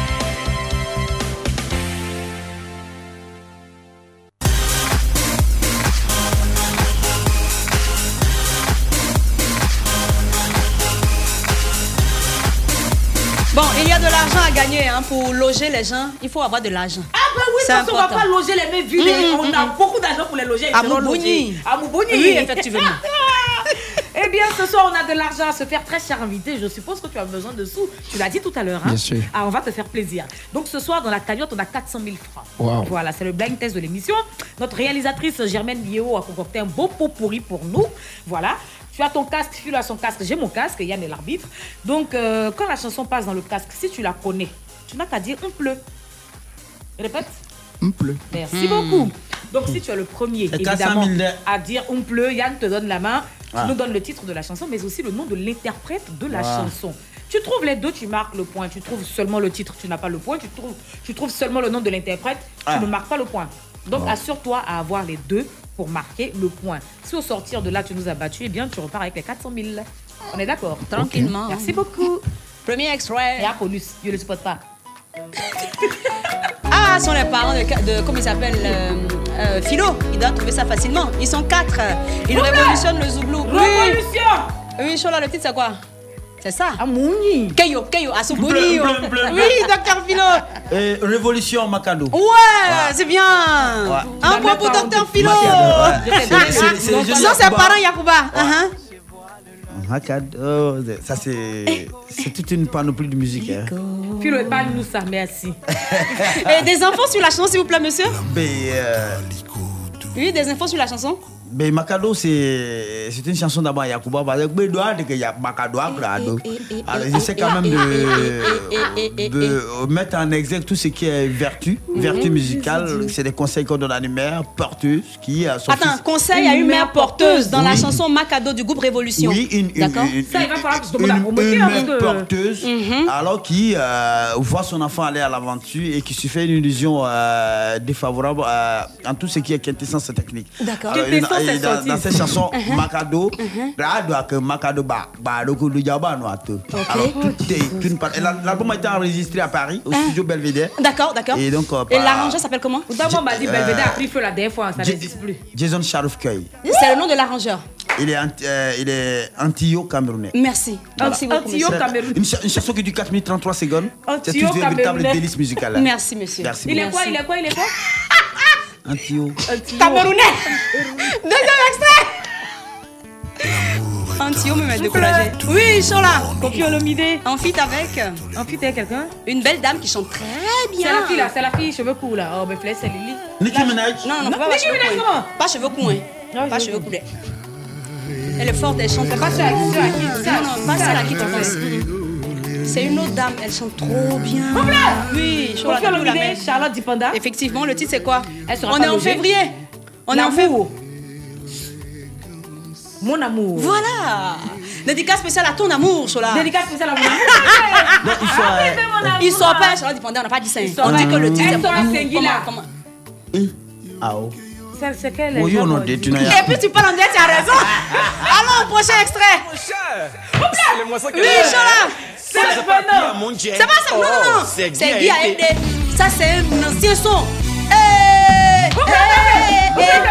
Bon, il y a de l'argent à gagner hein, pour loger les gens. Il faut avoir de l'argent. Ah ben oui, parce qu'on ne va pas loger les mêmes villes. Mmh, on mmh. a beaucoup d'argent pour les loger. À Moubouni. À Moubouni. Oui, effectivement. Eh bien, ce soir, on a de l'argent à se faire, très cher invité. Je suppose que tu as besoin de sous. Tu l'as dit tout à l'heure. Hein? Bien sûr. Ah, on va te faire plaisir. Donc, ce soir, dans la cagnotte, on a quatre cent mille francs. Wow. Voilà, c'est le blind test de l'émission. Notre réalisatrice Germaine Liéo a concocté un beau pot pourri pour nous. Voilà. Tu as ton casque, Philo a son casque, j'ai mon casque, Yann est l'arbitre. Donc, euh, quand la chanson passe dans le casque, si tu la connais, tu n'as qu'à dire « on pleut ». Répète. On pleut. Merci mmh. beaucoup. Donc, si tu es le premier, c'est évidemment, à dire « on pleut », Yann te donne la main, tu ah. nous donnes le titre de la chanson, mais aussi le nom de l'interprète de la ah. chanson. Tu trouves les deux, tu marques le point. Tu trouves seulement le titre, tu n'as pas le point. Tu trouves, tu trouves seulement le nom de l'interprète, ah. tu ne marques pas le point. Donc, ah. assure-toi à avoir les deux pour marquer le point. Si au sortir de là, tu nous as battus, eh bien, tu repars avec les quatre cent mille. On est d'accord? Tranquillement. Okay. Merci beaucoup. Premier extrait. Et à bonus, je ne le supporte pas. Ah, ce sont les parents de, de comment il s'appelle euh, euh, Philo. Il doit trouver ça facilement. Ils sont quatre. Ils Oula. révolutionnent le zouglou. Révolution. Oui, oui, Chola, le titre, c'est quoi? C'est ça. Amouni. Keyo, Keyo, Asubouni. Oui, docteur Philo. Et Révolution Macado. Ouais, ouais. C'est bien. Ouais. Un point pour docteur Philo. Sans ses parents, Yacouba. Macado, ça c'est c'est toute une panoplie de musique. Hein. Philo, épargne-nous ça, merci. Et des infos sur la chanson, s'il vous plaît, monsieur? Ben, euh... Oui, des infos sur la chanson. Ben, Macado, c'est une chanson d'abord Yacouba. Parce que Macado, alors j'essaie quand même de, de mettre en exergue tout ce qui est vertu, vertu musicale. C'est des conseils qu'on donne à une mère porteuse qui a son Attends, fils. conseil à une mère porteuse dans oui. la chanson Macado du groupe Révolution. Oui, une, une, D'accord. Une, ça, il va falloir que je une, une, une mère que... porteuse, mm-hmm. alors qui euh, voit son enfant aller à l'aventure et qui se fait une illusion euh, défavorable euh, en tout ce qui est quintessence technique. D'accord. Et dans, dans cette chanson, uh-huh. Macado, uh-huh. Macado, bah, bah, le coup de Jabba, nous, okay. Alors, tout est une part. L'album a été enregistré à Paris, au uh-huh. studio Belvedere. D'accord, d'accord. Et donc, euh, et l'arrangeur s'appelle comment? D'abord, on m'a dit Belvedere a pris feu la dernière fois, ça n'existe plus. Jason Sharoufkei. C'est le nom de l'arrangeur. Il est, anti, euh, il est antio-camerounais. Merci. Voilà. Merci beaucoup. Antio-camerounais. Une, une chanson qui dure quatre minutes trente-trois secondes. C'est une véritable délice musicale. Merci, monsieur. Merci il est quoi? Il est quoi? Il est quoi? Antio. Camerounais. Deuxième extrait. Antio me met découragé. Oui, Chola. Kofi Olomide. En feat avec. En feat avec quelqu'un? Une belle dame qui chante très bien. C'est la fille là, c'est la fille cheveux courts là. Oh, mais flèche, c'est Lily. Nicki Minaj. Non, non, non, pas cheveux courts. Pas cheveux courts. Pas cheveux courts. Elle est forte, elle chante. C'est pas celle à qui. Non, non, pas celle à qui tu penses. C'est une autre dame, elle chante trop bien. Oui, Chola. Kofi Olomide, Charlotte Dipanda. Effectivement, le titre c'est quoi? On est en février. On est en février. Mon amour. Voilà. Dédicace spéciale à ton amour, Chola. Dédicace spéciale à mon amour. Ils sont pas, Chola Dipanda, on n'a pas dit ça. On dit que le titre c'est comment? Ah oh. C'est quelle? Oui, on a dit. Et puis tu parles en direct, tu as raison. Allons, prochain extrait. Oui, Chola. C'est pas non. C'est pas ça. Non, non, non. C'est Guy A M D. Ça, c'est un ancien son.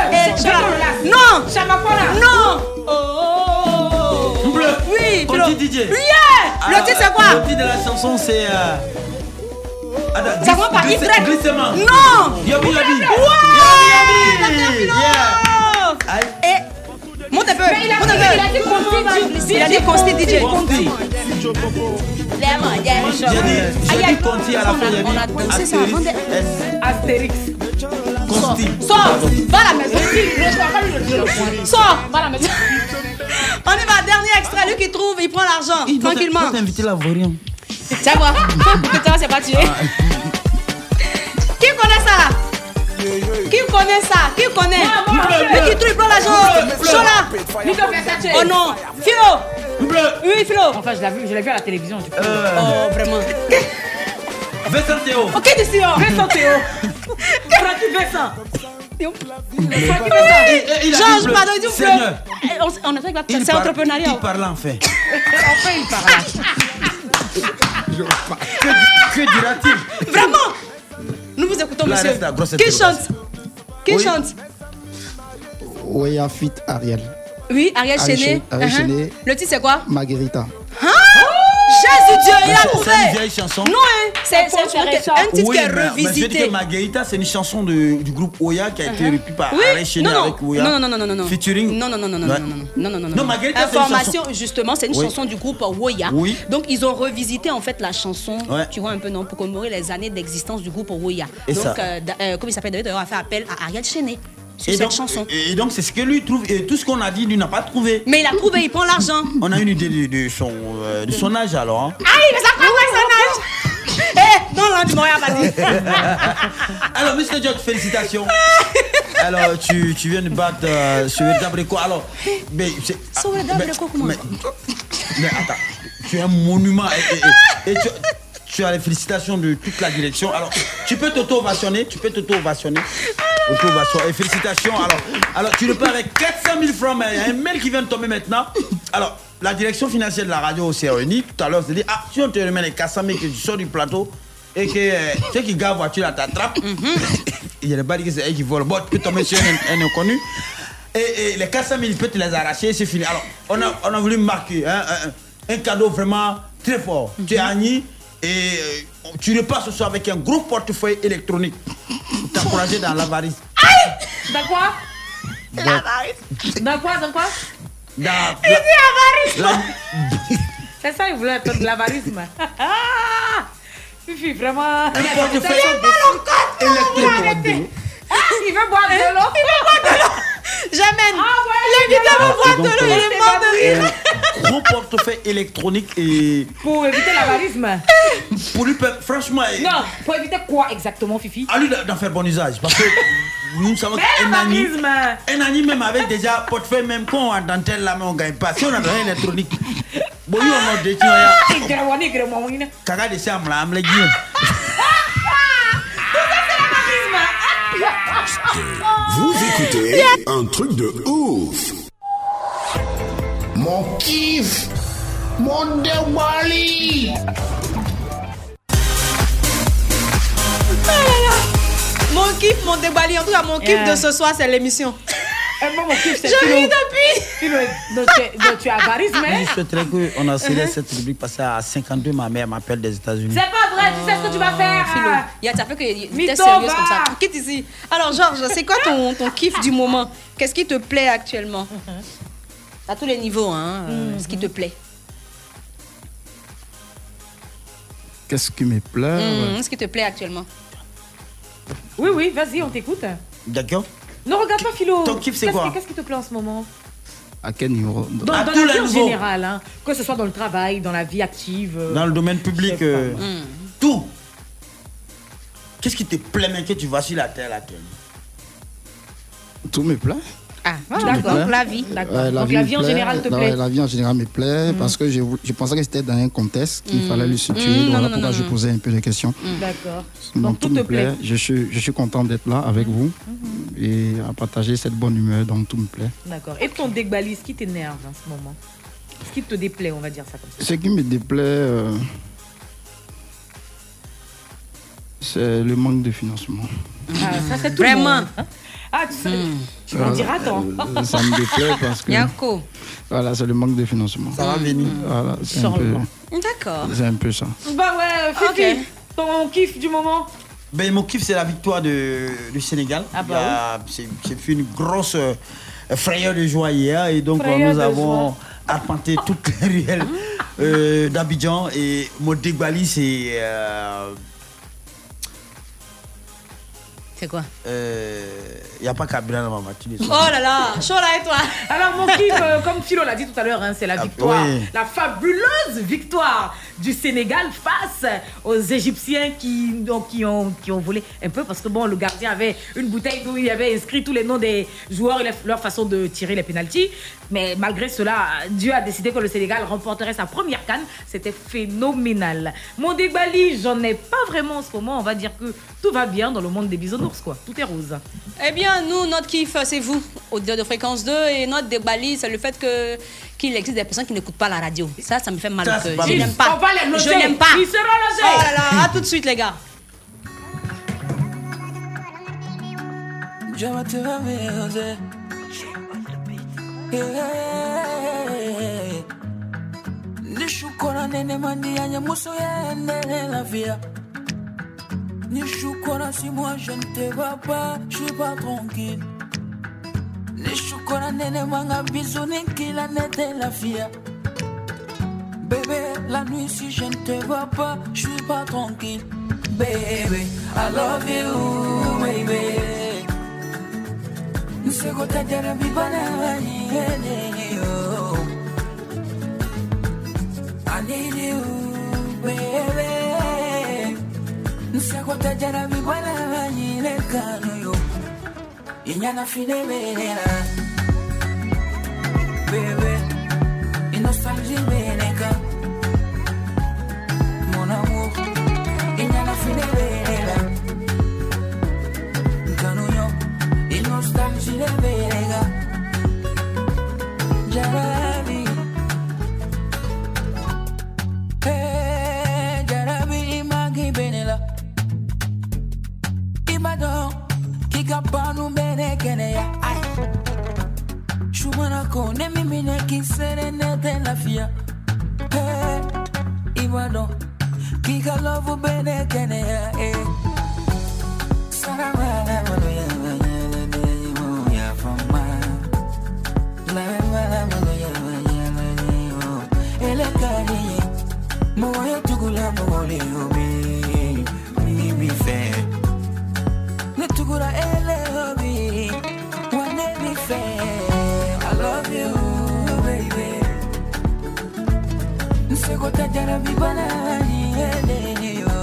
Non. Chamakola. Non. Oh. Oui. On dit D J. Yeah. Le Alors, titre c'est quoi? Le titre de la chanson c'est. Euh... Attends, Ça commence par Y. Glissement. Non. Yobi Yobi. Ouais. Yobi Yobi. Yeah. Et monte un peu. Mais il a monte un dit- peu. il a dit Conti. Il a dit Conti D J. Conti. J'ai dit, j'ai dit Conti à la fin. On a dansé ça avant de. Astérix. Conti. Sors. Va à la maison. Sors. Va à la maison. On y va. Dernier extrait. Lui qui trouve, il prend l'argent. Tranquillement. Il faut t'inviter la Vorion. Tiens quoi. Putain, c'est pas tué. Qui connaît ça là? Qui connaît ça? Qui connaît? Le qui trouve, il prend l'argent. Chola. Nico Versace. Oh non. Philo. Oui, Philo. Enfin, je l'ai vu, je l'ai vu à la télévision. Du coup. Oh, vraiment. Vincent Théo. Ok, d'ici. Vincent Théo. Francky Vincent. Francky Vincent. Georges, pardon, il dit Seigneur. On on a fait que c'est entrepreneuriat. Il parle enfin. Enfin, il parle. Que, que dira-t-il? Vraiment. Nous vous écoutons, La monsieur. reste, la grosse Qui interrogation. chante? Qui Oui. chante? Oya Fit Ariel. Oui, Ariel Ariel Chéné. Ché- Ariel Uh-huh. Chéné. Le titre c'est quoi? Marguerita. Hein? Jésus Dieu, il a C'est trouvé. une vieille chanson. Non, hein, c'est c'est un truc- un titre Oui, qui est mais- mais je veux dire revisité. que Margarita, c'est une chanson de- du groupe Oya qui a été Uh-huh. repris par Oui. Ariel Chéné Non, non. avec Oya. Non, non, non, non, non, non. Featuring. Non, non, non, non, non, Ouais. non, non, non, non, non, non. Non, Margarita, c'est une Information, chanson. justement, c'est une Oui. chanson du groupe Woya. Oui. Donc, ils ont revisité en fait la chanson, Ouais. tu vois un peu, non, pour commémorer les années d'existence du groupe Woya. Et Donc, ça. euh, da- euh, comme il s'appelle David, d'ailleurs, a fait appel à Ariel Chéné sur Et cette donc, chanson. et donc, c'est ce que lui trouve. Et tout ce qu'on a dit, lui n'a pas trouvé. Mais il a trouvé, il prend l'argent. On a une idée de, de son, euh, de son âge alors. Hein. Ah, il fait ça quoi, son âge? Eh, non, non, du Montréal, vas-y. Alors, monsieur George, félicitations. Alors, tu, tu viens de battre euh, sur le Dabreko. Alors, mais c'est. Sur le Dabreko, comment? Mais, mais attends, tu es un monument et, et- et- et tu, tu as les félicitations de toute la direction. Alors, tu peux t'auto-ovationner, tu peux t'auto-ovationner. Auto-ovation. Et félicitations. Alors, alors, tu repars avec quatre cent mille francs, mais il y a un mail qui vient de tomber maintenant. Alors, la direction financière de la radio s'est réunie tout à l'heure, s'est dit, ah, si on te remet les quatre cent mille que tu sors du plateau et que euh, ceux qui gardent la voiture là t'attrapent, il y a des balles qui c'est eux qui volent. Bon, tu peux tomber sur un, un inconnu. Et, et les quatre cent mille, il peut te les arracher, c'est fini. Alors, on a, on a voulu marquer hein, un, un cadeau vraiment très fort. Tu es Annie et euh, tu repars ce soir avec un gros portefeuille électronique pour t'encourager dans l'avarice. Dans quoi? L'avarice. Dans quoi? Dans quoi? Dans Il dit avarice. C'est ça, il voulait un peu de l'avarisme. Fifi, vraiment. Un portefeuille électronique. Il veut boire de l'eau. Il veut boire de l'eau. J'amène. Ah ouais. L'invité veut boire de l'eau. Il est mort de rire. Un gros portefeuille électronique et. Pour éviter l'avarisme. Pour lui, per- franchement. Non, pour éviter quoi exactement, Fifi? À lui d'en faire bon usage. Parce que nous savons qu'un ami, un ami même avec déjà portefeuille, même quand on a dentelle là, mais on ne gagne pas. Si on a rien électronique. Bon, il y a un détenu. Caca de ça, on me l'a dit. Vous écoutez un truc de ouf. Mon kiff, mon déwali. Mon kiff, mon débali. En tout cas, mon kiff Yeah. de ce soir, c'est l'émission. Eh, moi, mon kiff, c'est Je Philo. ris depuis. Philo, donc tu- donc tu as avarisme, hein? Je souhaiterais qu'on a scellé cette rubrique parce qu'à cinquante-deux, ma mère m'appelle des États-Unis. C'est pas vrai, tu sais ce que tu vas faire. Philo, il y a, ça fait que tu es Mytho, sérieuse va. comme ça. Quitte ici. Alors, Georges, c'est quoi ton, ton kiff du moment? Qu'est-ce qui te plaît actuellement? À tous les niveaux, hein, euh, ce qui te plaît. Qu'est-ce qui me plaît? Mmh, ce qui te plaît actuellement. Oui, oui, vas-y, on t'écoute. D'accord. Ne regarde pas Philo. Ton kiff, c'est Qu'est-ce quoi? qui- Qu'est-ce qui te plaît en ce moment? À quel niveau? Dans, À dans tous la les vie en niveaux. général, hein, que ce soit dans le travail, dans la vie active. euh, Dans le domaine public, je sais euh, pas. tout. Qu'est-ce qui te plaît, mais que tu vois sur la terre là actuellement? Tout me plaît. Ah, Tout d'accord. me plaît. Donc, la vie. D'accord. Ouais, Donc vie la me vie en plaît. général te Ouais, plaît. La vie en général me plaît Mm. parce que je, vou- je pensais que c'était dans un contexte qu'il Mm. fallait le situer. Mm, non, voilà non, pourquoi non, je non. posais un peu de questions. D'accord. Donc, Donc tout tout me te plaît. plaît. Je suis, je suis content d'être là avec vous et à partager cette bonne humeur. Donc tout me plaît. D'accord. Et ton dégbalis, ce qui t'énerve en ce moment? Ce qui te déplaît, on va dire ça comme ça. Ce qui me déplaît, euh, c'est le manque de financement. Ah, ça, c'est tout le Vraiment. monde, hein. Ah, tu sais, tu Voilà. m'en diras tant. Euh, Ça me déplaît parce que. Yako. Voilà, c'est le manque de financement. Ça va venir. Voilà, c'est un, peu, D'accord. c'est un peu ça. Bah ouais, Fifi, Ok. ton kiff du moment. Ben, mon kiff, c'est la victoire de, du Sénégal. Ah bah Il y a- c'est, c'est fait une grosse euh, frayeur de joie hier. Et donc, Frayeur nous de avons joie. arpenté toutes les ruelles euh, d'Abidjan. Et mon dégbali, c'est. euh, C'est quoi? Il n'y a pas Kabila dans ma matinée. Oh là là, chaud là et toi. Alors mon kiff, euh, comme Philo l'a dit tout à l'heure, hein, c'est la victoire, oui. la fabuleuse victoire du Sénégal face aux Égyptiens qui, donc, qui, ont, qui ont volé un peu parce que bon, le gardien avait une bouteille où il y avait inscrit tous les noms des joueurs et leur façon de tirer les pénaltys. Mais malgré cela, Dieu a décidé que le Sénégal remporterait sa première CAN. C'était phénoménal. Mon Dégbali, j'en ai pas vraiment en ce moment. On va dire que tout va bien dans le monde des bisounours, quoi. Tout est rose. Eh bien, nous, notre kiff, c'est vous, auditeur de Fréquence deux, et notre débalis, c'est le fait que qu'il existe des personnes qui n'écoutent pas la radio. Ça, ça me fait mal Ça, au c'est cœur. pas Je bien. n'aime pas. On va les loger. Je n'aime pas. Ils seront logés. Oh là là, à tout de suite, les gars. Nishukora nene mandi ya nyamuso ya nene la via. Nishukora si moi je ne te vois pas, je suis pas tranquille. Nishukora nene manga bisounin qui la nette la fia. Bébé, la nuit si je ne te vois pas, je suis pas tranquille. Baby, I love you, baby. Nseko tajara bibana yene yo. I need you, baby. Nseko tajara bibana yene kano yo. Inyana fine benera, baby. Nostalgie beneka, mon amour. Inyana fine benera, kano yo. Nostalgie beneka, jarabi. Hey, jarabi imagi benela. Imado, kikapanu bene keneya. Ay. Shumana kone mimine kisere nete la fia. Hey, imado, kikalovu bene keneya. Hey. Saramana maloya maloya ya fama. La mala maloya maloya ele kani. Moyo tugula mole obi. Mi mi fe. Ne tugula ele obi. Wane mi fe. I love you, baby. Nseko tajara bibana yene yo.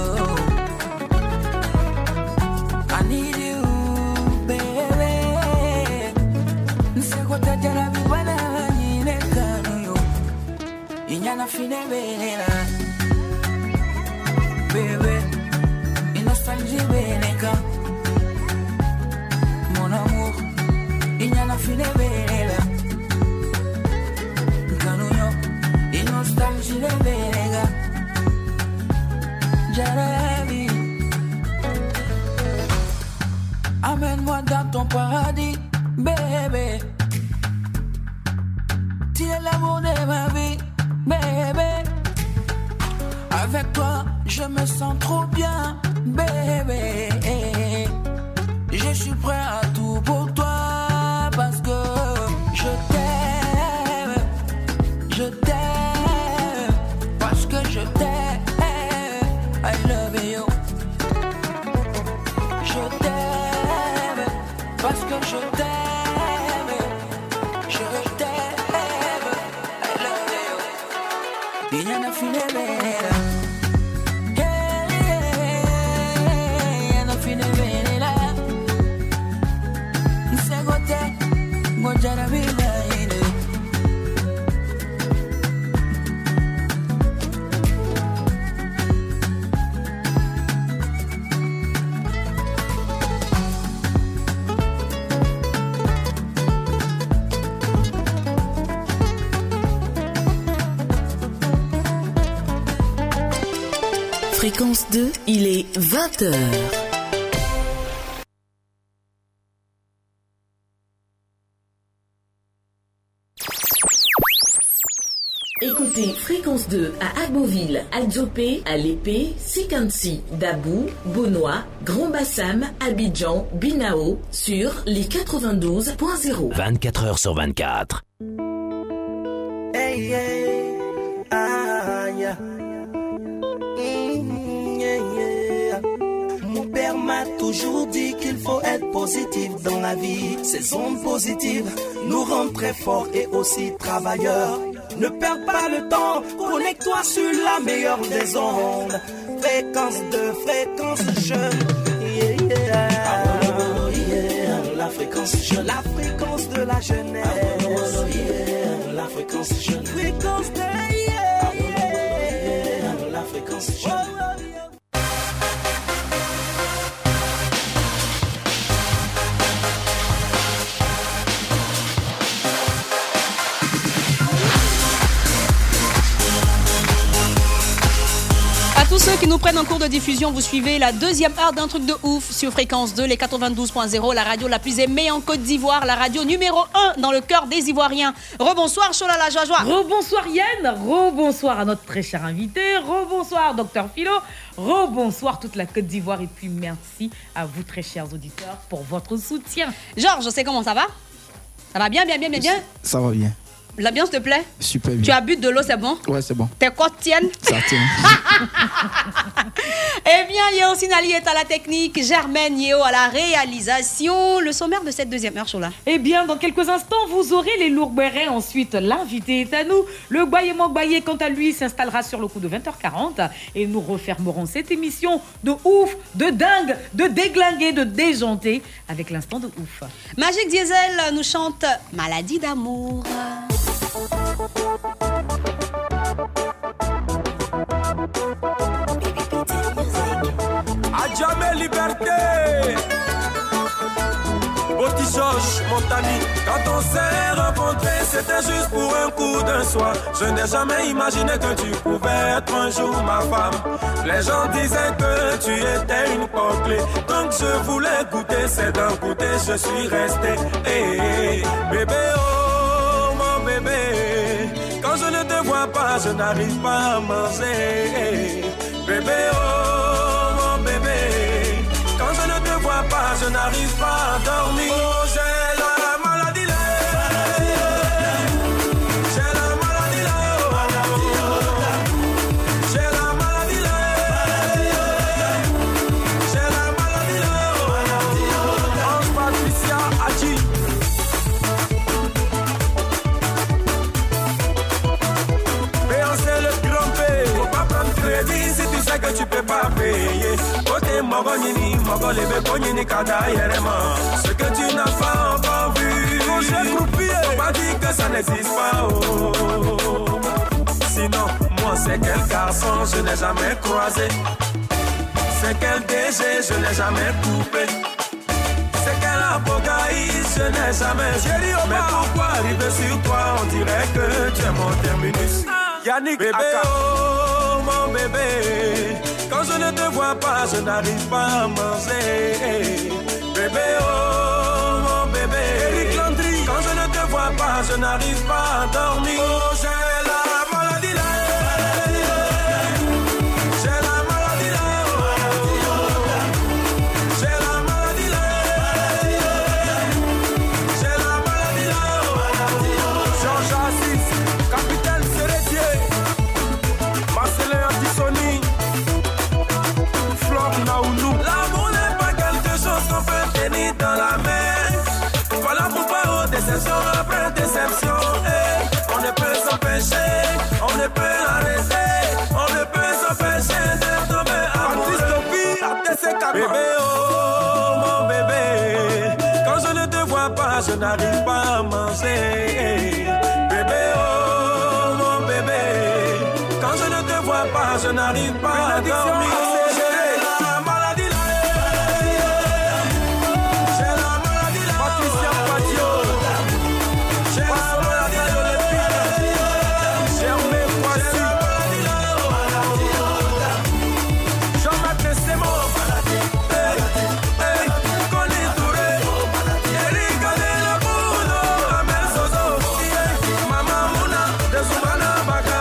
I need you, baby. Nseko tajara bibana yene kano yo. Inyana fine benera, baby. Nostalgie beneka, mon amour. Inyana fine benera. Nostalgie de Benega, Jarabi. Amène-moi dans ton paradis, bébé. Tu es l'amour de ma vie, bébé. Avec toi, je me sens trop bien, bébé. Je suis prêt à tout pour toi parce que je t'aime, je t'aime. Je t'aime, I love you. Je t'aime, parce que je t'aime. Je t'aime, I love you. Il y en a fini benera. Hey, il y en a fini benera. C'est gote, gojara bina. Fréquence deux, il est vingt heures. Écoutez Fréquence deux à Agboville, Adzopé, Alépé, Sikansi, Dabou, Bonois, Grand Bassam, Abidjan, Binao sur les quatre-vingt-douze point zéro. vingt-quatre heures sur vingt-quatre. Hey, hey, ah, yeah. Mm, yeah, yeah. Mon père m'a toujours dit qu'il faut être positif dans la vie. Ces ondes positives nous rendent très forts et aussi travailleurs. Ne perds pas le temps, connecte-toi sur la meilleure des ondes. Fréquence de fréquence jeune. Yeah, yeah. Oh, yeah. La fréquence jeune. La fréquence de la jeunesse. Oh, yeah. La fréquence jeune. Fréquence de yeah, yeah. La fréquence jeune. Oh, yeah. Tous ceux qui nous prennent en cours de diffusion, vous suivez la deuxième heure d'un truc de ouf sur Fréquence deux, les quatre-vingt-douze point zéro, la radio la plus aimée en Côte d'Ivoire, la radio numéro un dans le cœur des Ivoiriens. Rebonsoir Chola la joie joie. Rebonsoir Yann, rebonsoir à notre très cher invité, rebonsoir Docteur Philo, rebonsoir toute la Côte d'Ivoire et puis merci à vous très chers auditeurs pour votre soutien. Georges, je sais comment ça va? Ça va bien, bien, bien, bien, bien? Ça va bien. L'ambiance te plaît? Super bien. Tu as bu de l'eau, c'est bon? Ouais, c'est bon. Tes côtes tiennent? Ça tient. Eh bien, Yeo Sinali est à la technique, Germaine Yeo à la réalisation. Le sommaire de cette deuxième heure, Chola. Eh bien, dans quelques instants, vous aurez les lourds bérets. Ensuite, l'invité est à nous. Le Gbaye Mogbaye, quant à lui, s'installera sur le coup de vingt heures quarante. Et nous refermerons cette émission de ouf, de dingue, de déglingué, de déjanté avec l'instant de ouf. Magic Diesel nous chante Maladie d'amour. À jamais liberté. Botichoche, mon ami, quand on s'est rencontrés, c'était juste pour un coup d'un soir. Je n'ai jamais imaginé que tu pouvais être un jour ma femme. Les gens disaient que tu étais une porte-clé, donc je voulais goûter, c'est d'un goûter, je suis resté. Hey, hey, bébé, oh mon bébé, quand je ne te vois pas, je n'arrive pas à manger. Hey, bébé, oh mon bébé, quand je ne te vois pas, je n'arrive pas à dormir. Oh, j'ai la maladie là. J'ai la maladie là. J'ai la maladie là. J'ai la maladie là. Ange Patricia Adji. Béyoncé le grand P. Faut pas prendre crédit si tu sais que tu peux pas payer. Côté Mogonini, Mogolebe, Bonini, Kada, Yerema. Ce que tu n'as pas encore vu. Quand j'ai coupé, faut pas dire que ça n'existe pas. Oh, oh, oh. Sinon, moi c'est quel garçon, je n'ai jamais croisé. C'est quel D G, je n'ai jamais coupé. C'est quel abogaïs, je n'ai jamais chéri. Mais pourquoi arriver sur toi, on dirait que tu es mon terminus. Yannick, bébé, Aka. Oh mon bébé, quand je ne te vois pas, je n'arrive pas à manger. Bébé, oh mon bébé, Eric Landry, quand je ne te vois pas, je n'arrive pas à dormir. Oh, j'ai la maladie là. J'ai la maladie là. J'ai la maladie là. J'ai la maladie là. Georges Assis, capitaine Seretier, Marcelin Antisoni, Flore Naoulou. L'amour n'est pas quelque chose qu'on peut tenir dans la main. Voilà pourquoi, oh, déception après déception, hey, on ne peut s'empêcher, on ne peut l'arrêter, on ne peut s'empêcher de tomber amoureux. Bébé, oh mon bébé, quand je ne te vois pas, je n'arrive pas à manger. Bébé, oh mon bébé, quand je ne te vois pas, je n'arrive pas à dormir. Baka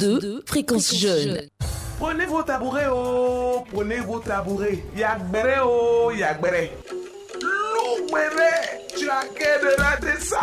deux, Fréquence Jeune. Prenez vos tabourets, oh, prenez vos tabourets. Yagbere, oh, yagbere. Lougbere, tu as qu'à de rater ça.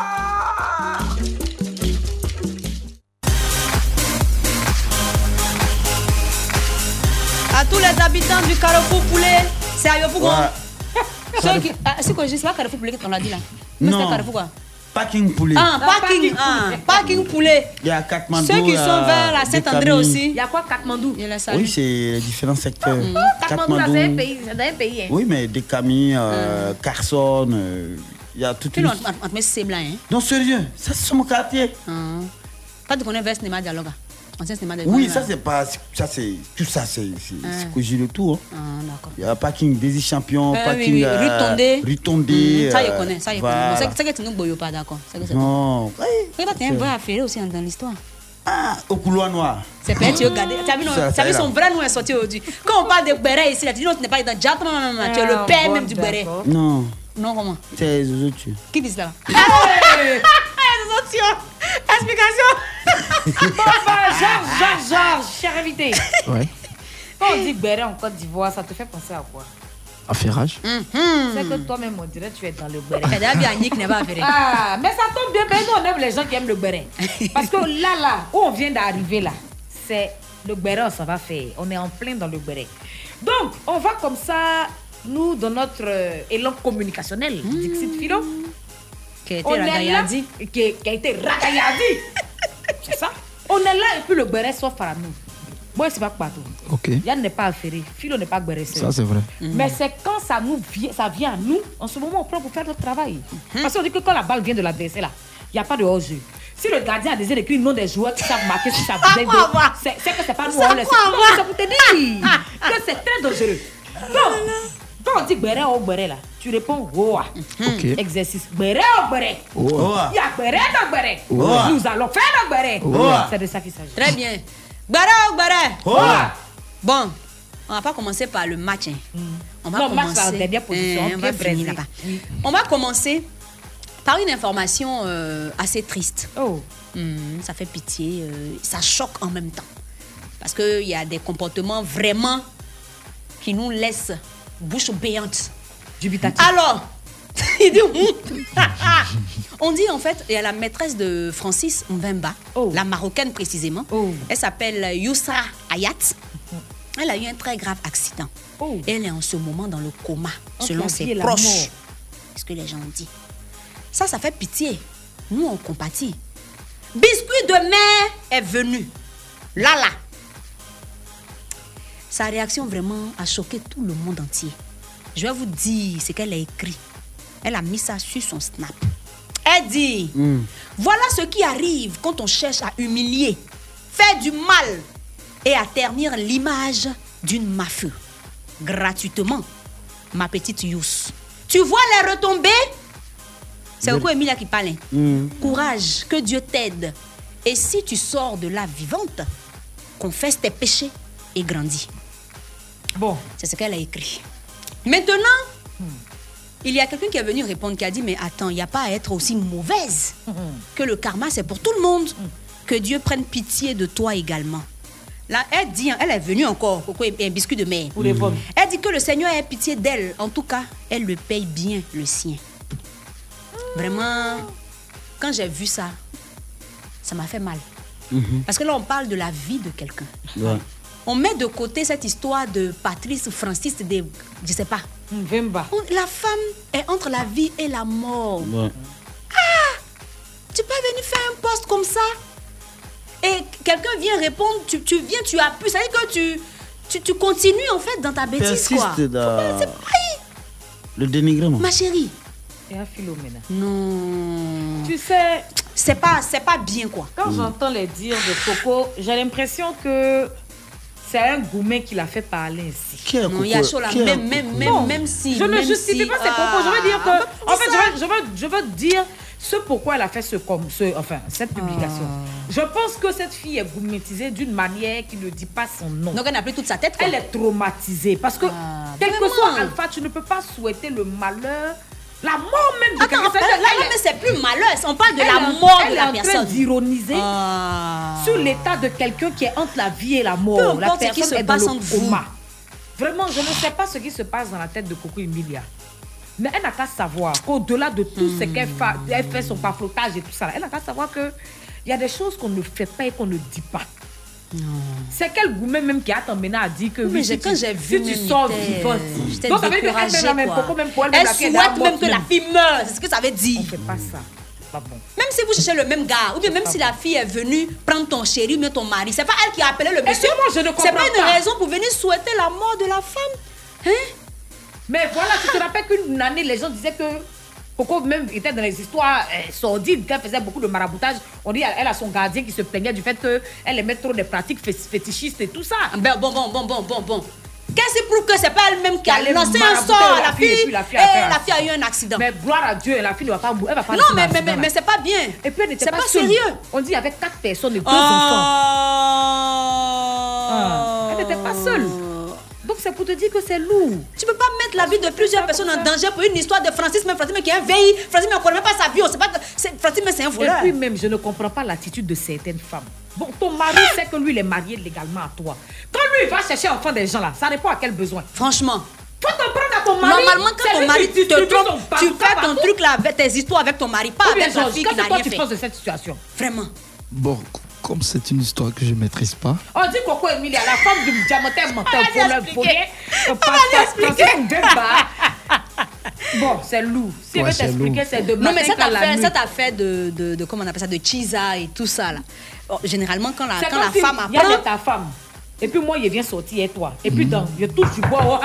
À tous les habitants du Carrefour Poulet, c'est à Yopougon. Ceux qui. Ah, c'est quoi, je sais pas Carrefour Poulet qu'on l'a dit là. Non. C'est Carrefour quoi? Parking poulet. Ah, parking, ah, parking poulet. Il y a Katmandou. Ceux qui sont vers la Saint-André aussi. Il y a quoi Katmandou? Oui, c'est les différents secteurs. Mmh. Katmandou, c'est un pays. C'est un pays. Hein. Oui, mais des Camille, euh, mmh. Carson, euh, il y a tout. Tu vois, on te met c'est blanc, hein? Non, sérieux, ça c'est mon quartier. Ah. Quand tu connais vers cinéma dialogue. Ancien cinéma de oui, ça c'est pas. Ça c'est. Tout ça c'est. C'est que j'ai le tour. Ah, d'accord. Il y a parking Désir Champion, euh, parking. Oui, oui. Rue Tondé. Rue Tondé. Mmh, ça, je connais. Ça, je voilà. connais. C'est que tu ne boyes pas, d'accord. Non. Oui, tu as un vrai affaire aussi dans l'histoire. Ah, au couloir noir. C'est peut-être tu regardes. Tu as vu, ça, ça vu son vrai nom est sorti aujourd'hui. Quand on parle de béret ici, là, tu dis non, tu n'es pas dans Jack, non, non, non, tu es le père même du béret. Non. Non, comment? C'est Zozo tu. Qui dit cela? Explication. Bon, bah, Georges, Georges, Georges, cher invité. Ouais. Quand on dit béret en Côte d'Ivoire, ça te fait penser à quoi? Affairage. Mm-hmm. C'est que toi-même, on dirait que tu es dans le béret. Ah, mais ça tombe bien, mais nous, on aime les gens qui aiment le béret. Parce que là, là, où on vient d'arriver, là, c'est le béret, ça va faire. On est en plein dans le béret. Donc, on va comme ça, nous, dans notre euh, élan communicationnel, mmh. Dixit Philo, qui a été ragaillardi. Qui, qui a été ragaillardi. C'est ça. On est là et puis le béret s'offre à nous. Moi, c'est pas partout. Ok. Yann n'est pas affairé. Philo n'est pas béret. Ça, c'est vrai. Mm. Mais c'est quand ça, nous vient, ça vient à nous, en ce moment, on prend pour faire notre travail. Mm. Parce qu'on dit que quand la balle vient de l'adversaire, là, il n'y a pas de hors-jeu. Si le gardien a désiré d'écrire le nom des joueurs qui savent marquer sur sa bouteille, c'est que c'est pas nous. C'est pour te dire que c'est très dangereux. Donc, quand on dit béret ou béret là, tu réponds Oa. Okay. Exercice. Béret ou béret. Oa. Il y a béret dans béret. Oa. Nous allons faire notre béret. Oa. C'est de ça qu'il s'agit. Très bien. Béret ou béret. Oa. Bon, on va pas commencer par le match. Hein. Mm. On va non, commencer. Match par la dernière position. Euh, on va finir là-bas. Oui. On va commencer par une information euh, assez triste. Oh. Mm, ça fait pitié. Euh, ça choque en même temps. Parce qu'il y a des comportements vraiment qui nous laissent bouche béante. Dubitatif. Alors, il dit on dit en fait, il y a la maîtresse de Francis Mbemba, oh. la marocaine précisément. Oh. Elle s'appelle Yousra Ayat. Mm-hmm. Elle a eu un très grave accident. Oh. Elle est en ce moment dans le coma, okay, selon ses proches. Ce que les gens ont dit. Ça, ça fait pitié. Nous, on compatit. Biscuit de mer est venu. Là, là. Sa réaction vraiment a choqué tout le monde entier. Je vais vous dire ce qu'elle a écrit. Elle a mis ça sur son snap. Elle dit, mm. voilà ce qui arrive quand on cherche à humilier, faire du mal et à ternir l'image d'une mafie. Gratuitement, ma petite Youss. Tu vois les retombées? C'est beaucoup Emilia qui parle. Mm. Courage, que Dieu t'aide. Et si tu sors de là vivante, confesse tes péchés et grandis. Bon, c'est ce qu'elle a écrit. Maintenant, hmm. il y a quelqu'un qui est venu répondre, qui a dit, mais attends, il n'y a pas à être aussi mauvaise, hmm. que le karma, c'est pour tout le monde. Hmm. Que Dieu prenne pitié de toi également. Là, elle dit, elle est venue encore, coco et un biscuit de mer. Pour les pommes. Elle dit que le Seigneur ait pitié d'elle. En tout cas, elle le paye bien, le sien. Hmm. Vraiment, quand j'ai vu ça, ça m'a fait mal. Hmm. Parce que là, on parle de la vie de quelqu'un. Ouais. On met de côté cette histoire de Patrice Francis, de, je sais pas. Mbemba. La femme est entre la vie et la mort. Ouais. Ah! Tu peux venir faire un post comme ça et quelqu'un vient répondre, tu, tu viens, tu appuies. Ça veut dire que tu, tu, tu continues en fait dans ta bêtise. Persiste quoi. dans c'est pas... le dénigrement. Ma chérie. Et un Philomena. Non. Tu sais, c'est pas, c'est pas bien quoi. Quand mmh. j'entends les dires de Coco, j'ai l'impression que c'est un gourmet qui l'a fait parler ainsi. Qui est non, il y a chaud là, même, même, même, bon, même si. Je ne si, justifie pas ses propos. Je veux dire que, ah, en fait, je veux, je veux, je veux dire ce pourquoi elle a fait ce, comme, ce, enfin, cette publication. Ah. Je pense que cette fille est gourmetisée d'une manière qui ne dit pas son nom. Donc elle n'a plus toute sa tête. Quoi. Elle est traumatisée parce que, ah, quel vraiment? que soit Alpha, tu ne peux pas souhaiter le malheur La mort même de Attends, quelqu'un. là, là, mais c'est plus malheur. On parle de la mort de la personne. Elle est en train d'ironiser ah. sur l'état de quelqu'un qui est entre la vie et la mort. La personne ce qui se est passe dans le entre vous. coma. Vraiment, je ne sais pas ce qui se passe dans la tête de Coco Emilia. Mais elle n'a qu'à savoir qu'au-delà de tout hmm. ce qu'elle fait, elle fait son paflotage et tout ça, elle n'a qu'à savoir qu'il y a des choses qu'on ne fait pas et qu'on ne dit pas. C'est quel gourmet même qui a t'emmené à dire que oui, oui si quand tu, j'ai vu si tu sors vivante. Donc ça veut dire qu'elle même Coco même pour elle, elle souhaite même que la fille meure, c'est ce que ça veut dire. On fait pas ça. Pas bon. Même si vous cherchez le même gars, ou bien même si la fille est venue prendre ton chéri, mais ton mari, c'est pas elle qui a appelé le monsieur. Moi, je ne comprends c'est pas une pas. raison pour venir souhaiter la mort de la femme. Hein? Mais voilà, tu te rappelles qu'une année, les gens disaient que Coco même était dans les histoires euh, sordides, qu'elle faisait beaucoup de maraboutage. On dit elle a son gardien qui se plaignait du fait qu'elle aimait trop des pratiques fétichistes et tout ça. Ben bon, bon, bon, bon, bon, bon. Qu'est-ce qui prouve que c'est pas elle-même qui a Elle lancé un sort à la fille, et puis la fille, et la fille a eu un accident. Mais gloire à Dieu, la fille ne va pas mourir. Elle va pas non, mais, mais, mais, mais c'est pas bien. Et puis elle n'était c'est pas, pas seule. sérieux. On dit avec quatre personnes et deux oh. enfants. Ah. Elle n'était pas seule. Donc c'est pour te dire que c'est lourd. Tu peux pas mettre la vie de plusieurs personnes en danger pour une histoire de Francis, même Francis mais qui est un V I. Francis mais on connaît même pas sa vie, on sait pas que Francis mais c'est un voleur. Et puis même je ne comprends pas l'attitude de certaines femmes. Bon, ton mari sait que lui il est marié légalement à toi. Quand lui il va chercher l'enfant des gens là, ça répond à quel besoin? Franchement. Faut t'en prendre à ton mari. Normalement quand ton mari te trompe, tu fais ton truc là avec tes histoires avec ton mari, pas avec la fille qui n'a rien fait. Qu'est-ce que tu penses de cette situation? Vraiment. Bon. Comme c'est une histoire que je ne maîtrise pas. On dit Coco Emilia, la femme du diamantin menteur pour le expliquer. On va l'expliquer. Bon, c'est lourd. Si elle veut t'expliquer, c'est de matin. Non, mais cette quand la affaire, nuit. cette affaire de, de, de, comment on appelle ça, de chisa et tout ça là. Bon, généralement, quand la, quand la si femme il y a apprend. ta femme. Et puis moi, il vient sortir et toi. Et puis donc, je touche du bois.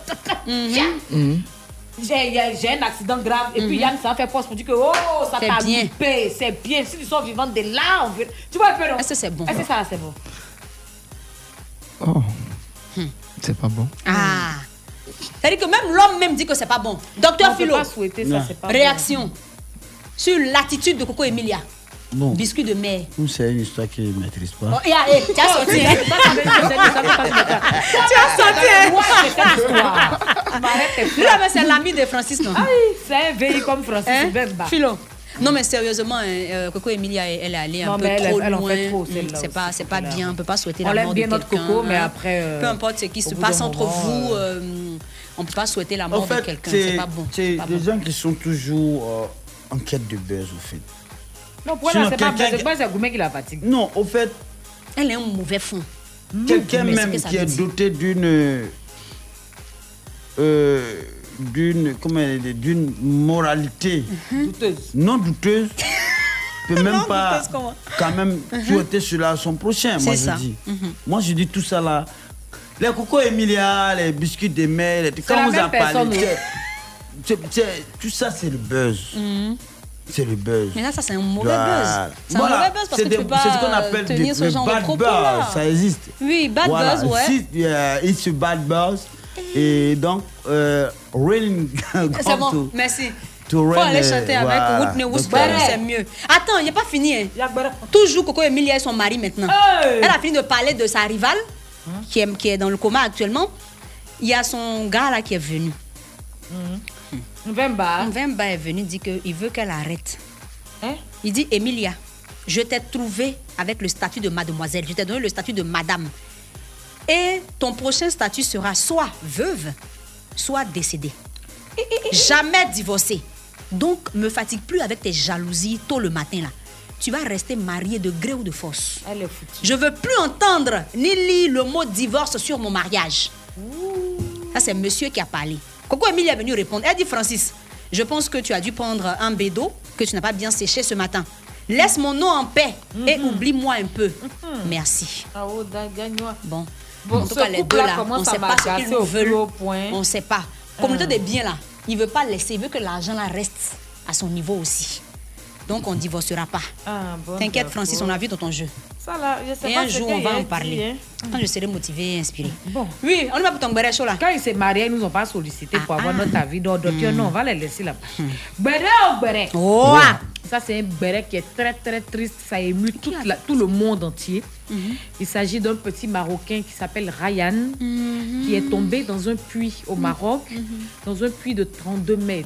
J'ai un accident grave. Et puis Yann, ça fait force pour dire que oh, ça t'a loupé. C'est bien. Si tu sors vivante de là, on veut. Tu vois un peu, non? Est-ce que c'est bon? Est-ce que ça, c'est bon? Oh. Hmm. C'est pas bon. Ah. C'est-à-dire que même l'homme même dit que c'est pas bon. Docteur Philo, pas souhaiter ça, c'est pas réaction bon. sur l'attitude de Coco Emilia. Bon. Biscuit de mer. C'est une histoire que je ne maîtrise pas. Oh, et, et, tu as sorti, hein? Tu as sorti, hein? Mais c'est l'ami de Francis, non? Ah oui, c'est un V I comme Francis hein? Bemba. Philo. Non, mais sérieusement, euh, Coco Emilia, elle est allée non, un peu elle, trop elle, loin. Elle en fait trop, c'est pas, c'est pas bien. On ne peut pas souhaiter on la mort de quelqu'un. On aime bien notre Coco, mais après... Euh, peu importe ce qui se passe entre moment, vous, euh, on ne peut pas souhaiter la mort en fait, de quelqu'un. C'est pas bon. C'est des bon. gens qui sont toujours euh, en quête de buzz, au fait. Non, pour elle, c'est pas buzz. C'est pas un gourmet qui la fatigue. Non, au fait... Elle est un mauvais fond. Quelqu'un même qui est doté d'une... Euh, d'une comment d'une moralité mm-hmm. douteuse. Non douteuse peut même non, pas quand même mm-hmm. souhaiter cela à son prochain. Moi je ça. dis mm-hmm. moi je dis tout ça là, les Coco Emilia, les biscuits de mer, les... quand vous en parlez, tout ça c'est le buzz. Mm-hmm. C'est le buzz. Mais là, ça, c'est un mauvais voilà. buzz. C'est voilà. un mauvais buzz parce que des, tu peux pas c'est ce qu'on appelle tenir des, ce genre bad de propos buzz, là. Ça existe. Oui, bad voilà. buzz, ouais. Si, uh, it's a bad buzz. Et donc, euh, Rain... C'est bon, to, merci. To Faut aller chanter euh, avec voilà. Whitney Houston, c'est mieux. Attends, il n'est pas fini. Hein. Toujours Coco Emilia et son mari maintenant. Hey. Elle a fini de parler de sa rivale, hein? qui, est, qui est dans le coma actuellement. Il y a son gars là qui est venu. Mmh. Mvemba. Mvemba est venu dire qu'il veut qu'elle arrête. Hein? Il dit, Emilia, je t'ai trouvé avec le statut de mademoiselle. Je t'ai donné le statut de madame. Et ton prochain statut sera soit veuve, soit décédée. Jamais divorcée. Donc, me fatigue plus avec tes jalousies tôt le matin là. Tu vas rester mariée de gré ou de force. Elle est foutue. Je veux plus entendre ni lire le mot divorce sur mon mariage. Ouh. Ça, c'est monsieur qui a parlé. Coco Emilie est venue répondre. Elle dit, Francis, je pense que tu as dû prendre un bédo que tu n'as pas bien séché ce matin. Laisse mon nom en paix mm-hmm. et oublie-moi un peu. Mm-hmm. Merci. Bon. Bon, en tout cas, les deux là, on ne sait pas ce qu'ils veulent. On ne sait pas. Communauté des biens là, il ne veut pas laisser, il veut que l'argent là reste à son niveau aussi. Donc on ne divorcera pas. Ah, bon, t'inquiète Francis, on a vu dans ton jeu. Ça là, je sais et pas un jour on va en parler. Dit, hein. Quand je serai motivée et inspirée. Bon. Oui, on est pas pour ton béret chaud là. Quand ils s'est mariés, ils nous ont pas sollicité ah, pour avoir ah. notre avis. Donc mm. non, on va les laisser là. Mm. Béret ou béret? Oh. Ouais. Ça c'est un béret qui est très très triste. Ça émue tout, la, tout le monde entier. Mm-hmm. Il s'agit d'un petit Marocain qui s'appelle Ryan, mm-hmm. qui est tombé dans un puits au Maroc, mm-hmm. dans un puits de trente-deux mètres.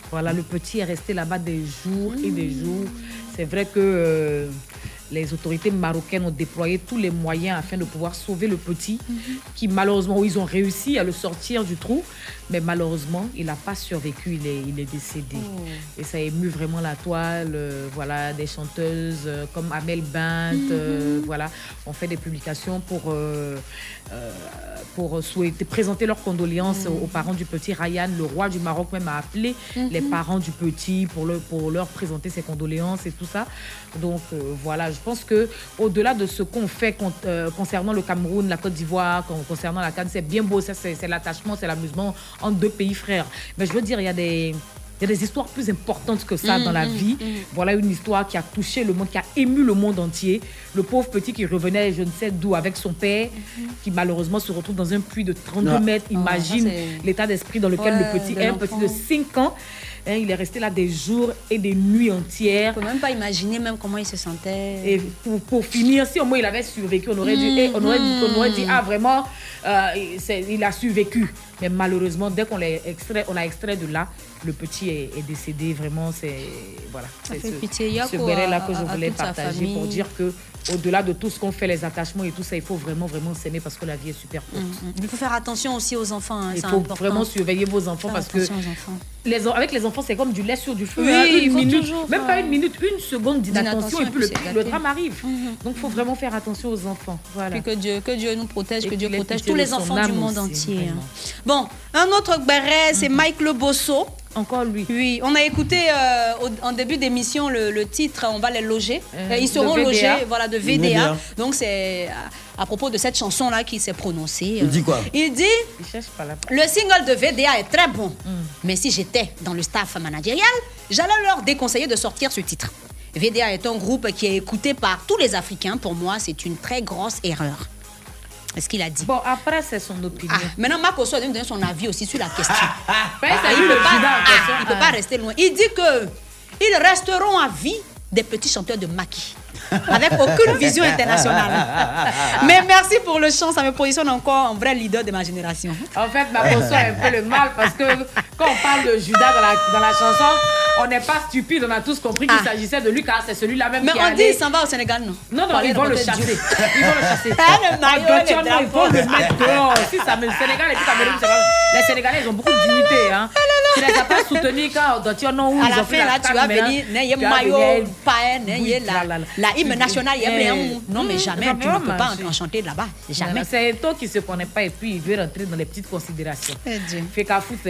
Voilà, le petit est resté là-bas des jours et des jours. C'est vrai que euh, les autorités marocaines ont déployé tous les moyens afin de pouvoir sauver le petit, mm-hmm. qui malheureusement, ils ont réussi à le sortir du trou, mais malheureusement, il n'a pas survécu, il est, il est décédé. Oh. Et ça a ému vraiment la toile, euh, voilà, des chanteuses euh, comme Amel Bint, mm-hmm. euh, voilà, ont fait des publications pour, euh, euh, pour souhaiter, présenter leurs condoléances mm-hmm. aux parents du petit. Ryan, le roi du Maroc même, a appelé mm-hmm. les parents du petit pour, le, pour leur présenter ses condoléances et tout ça. Donc euh, voilà, je pense qu'au-delà de ce qu'on fait con, euh, concernant le Cameroun, la Côte d'Ivoire, con, concernant la CAN, c'est bien beau, ça, c'est, c'est l'attachement, c'est l'amusement entre deux pays frères. Mais je veux dire, il y a des... Il y a des histoires plus importantes que ça mmh, dans la mmh, vie. Mmh. Voilà une histoire qui a touché le monde, qui a ému le monde entier. Le pauvre petit qui revenait, je ne sais d'où, avec son père, mmh. qui malheureusement se retrouve dans un puits de trente-deux mètres. Imagine oh, l'état d'esprit dans lequel ouais, le petit est, un petit de cinq ans. Hein, il est resté là des jours et des nuits entières. On ne peut même pas imaginer même comment il se sentait. Et pour, pour finir, si au moins il avait survécu, on aurait, mmh, dit, on aurait, mmh. on aurait dit, ah vraiment, euh, c'est, il a survécu. Mais malheureusement, dès qu'on l'a extrait, on l'a extrait de là, le petit est, est décédé. Vraiment, c'est voilà, c'est ce, ce béret-là que je voulais partager pour dire que au-delà de tout ce qu'on fait, les attachements et tout ça, il faut vraiment, vraiment s'aimer parce que la vie est super courte. Mm-hmm. Il faut faire attention aussi aux enfants. Hein, il faut important. Vraiment surveiller vos enfants faire parce que les, avec les enfants, c'est comme du lait sur du feu. Oui, hein, une il faut minute, toujours, même ouais. pas une minute, une seconde d'inattention et puis le, puis le drame arrive. Mm-hmm. Donc, il faut vraiment faire attention aux enfants. Voilà. Puis que Dieu, que Dieu nous protège, et que Dieu protège tous les enfants du monde aussi, entier. Hein. Bon, un autre béret, c'est mm-hmm. Mike Le Bosso. Encore lui. Oui, on a écouté euh, au, en début d'émission le, le titre, on va les loger. Euh, Ils seront logés, voilà, de V D A. V D A. Donc c'est à, à propos de cette chanson-là qui s'est prononcée. Il dit quoi? Il dit, Il cherche pas la... le single de V D A est très bon, mm. mais si j'étais dans le staff managérial, j'allais leur déconseiller de sortir ce titre. V D A est un groupe qui est écouté par tous les Africains. Pour moi, c'est une très grosse erreur. Est-ce qu'il a dit? Bon, après, c'est son opinion. Ah, maintenant, Marc Osso a donné son avis aussi sur la question. Ah, ah, il ne peut, pas, ah, il peut pas rester loin. Il dit que ils resteront à vie des petits chanteurs de maquis, avec aucune vision internationale. Mais merci pour le chant, ça me positionne encore en vrai leader de ma génération. En fait, Marc Osso a un peu le mal parce que quand on parle de Judas dans la, dans la chanson, on n'est pas stupide, on a tous compris qu'il ah. s'agissait de lui car c'est celui-là même mais qui on allait... dit il s'en va au Sénégal, non? Non, non, ils vont le chasser. Ils vont le chasser. Ah, le maillot, en non, ils vont le mettre dehors. Si ça me... Sénégal et puis Cameroun, c'est pas... Les Sénégalais, ils ont beaucoup de dignité. Hein. Tu les as pas soutenus quand dans non où à la fin, là, tu vas venir, il y a maillot, païen, il y a la hymne nationale, il y a non, mais jamais, tu ne peux pas en chanter là-bas. Jamais. C'est un ton qui ne se connaît pas et puis il veut rentrer dans les petites considérations. Fait qu'à foutre.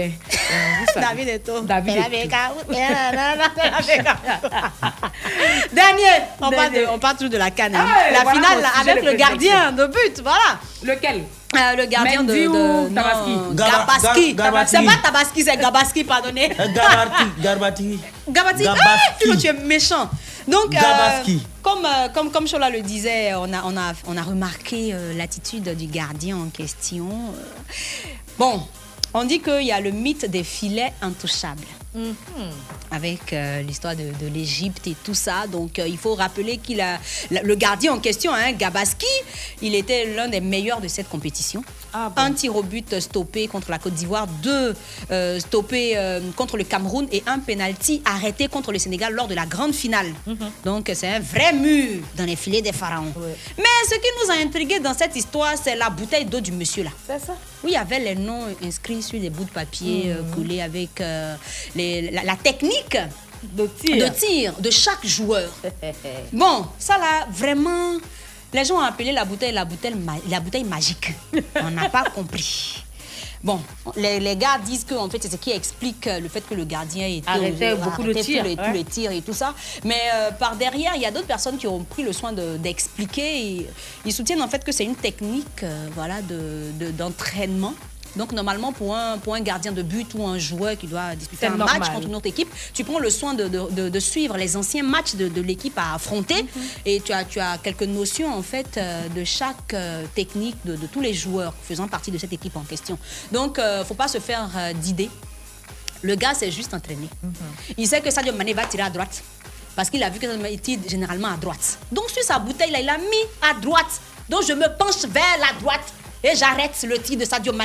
David et toi. David et Dernier, on parle, de, on parle toujours de la CAN. Hein. Ah, la voilà finale là, avec le gardien de but, voilà. Lequel? Euh, le gardien Mendy de, de ou Tabaski? Gabaski. Gabaski. C'est pas Tabaski, c'est Gabaski, pardonnez. Garbati. Garbati. Garbati. Ah, tu, tu es méchant. Donc, euh, comme, euh, comme, comme Chola le disait, on a, on a, on a remarqué euh, l'attitude du gardien en question. Bon, on dit qu'il y a le mythe des filets intouchables. Mm-hmm. Avec euh, l'histoire de, de l'Égypte et tout ça. Donc, euh, il faut rappeler qu'il a le gardien en question, hein, Gabaski, il était l'un des meilleurs de cette compétition. Ah bon. Un tir au but stoppé contre la Côte d'Ivoire, deux euh, stoppés euh, contre le Cameroun et un penalty arrêté contre le Sénégal lors de la grande finale. Mm-hmm. Donc, c'est un vrai mur dans les filets des pharaons. Ouais. Mais ce qui nous a intrigué dans cette histoire, c'est la bouteille d'eau du monsieur là. C'est ça. Oui, il y avait les noms inscrits sur des bouts de papier mm-hmm. euh, collés avec euh, les, la, la technique de tir. de tir de chaque joueur. Bon, ça là, vraiment, les gens ont appelé la bouteille la bouteille, la bouteille magique. On n'a pas compris. Bon, les, les gars disent que en fait, c'est ce qui explique le fait que le gardien était arrêtait euh, beaucoup de tirs, tous les, ouais. tous les tirs et tout ça. Mais euh, par derrière, il y a d'autres personnes qui ont pris le soin de, d'expliquer. Ils soutiennent en fait que c'est une technique, euh, voilà, de, de, d'entraînement. Donc, normalement, pour un, pour un gardien de but ou un joueur qui doit disputer un normal. match contre une autre équipe, tu prends le soin de, de, de, de suivre les anciens matchs de, de l'équipe à affronter. Mm-hmm. Et tu as, tu as quelques notions, en fait, euh, de chaque euh, technique de, de tous les joueurs faisant partie de cette équipe en question. Donc, il euh, ne faut pas se faire euh, d'idées. Le gars s'est juste entraîné. Mm-hmm. Il sait que Sadio Mané va tirer à droite. Parce qu'il a vu que Sadio Mané tire généralement à droite. Donc, sur sa bouteille, là, il a mis à droite. Donc, je me penche vers la droite et j'arrête le tir de Sadio Mané.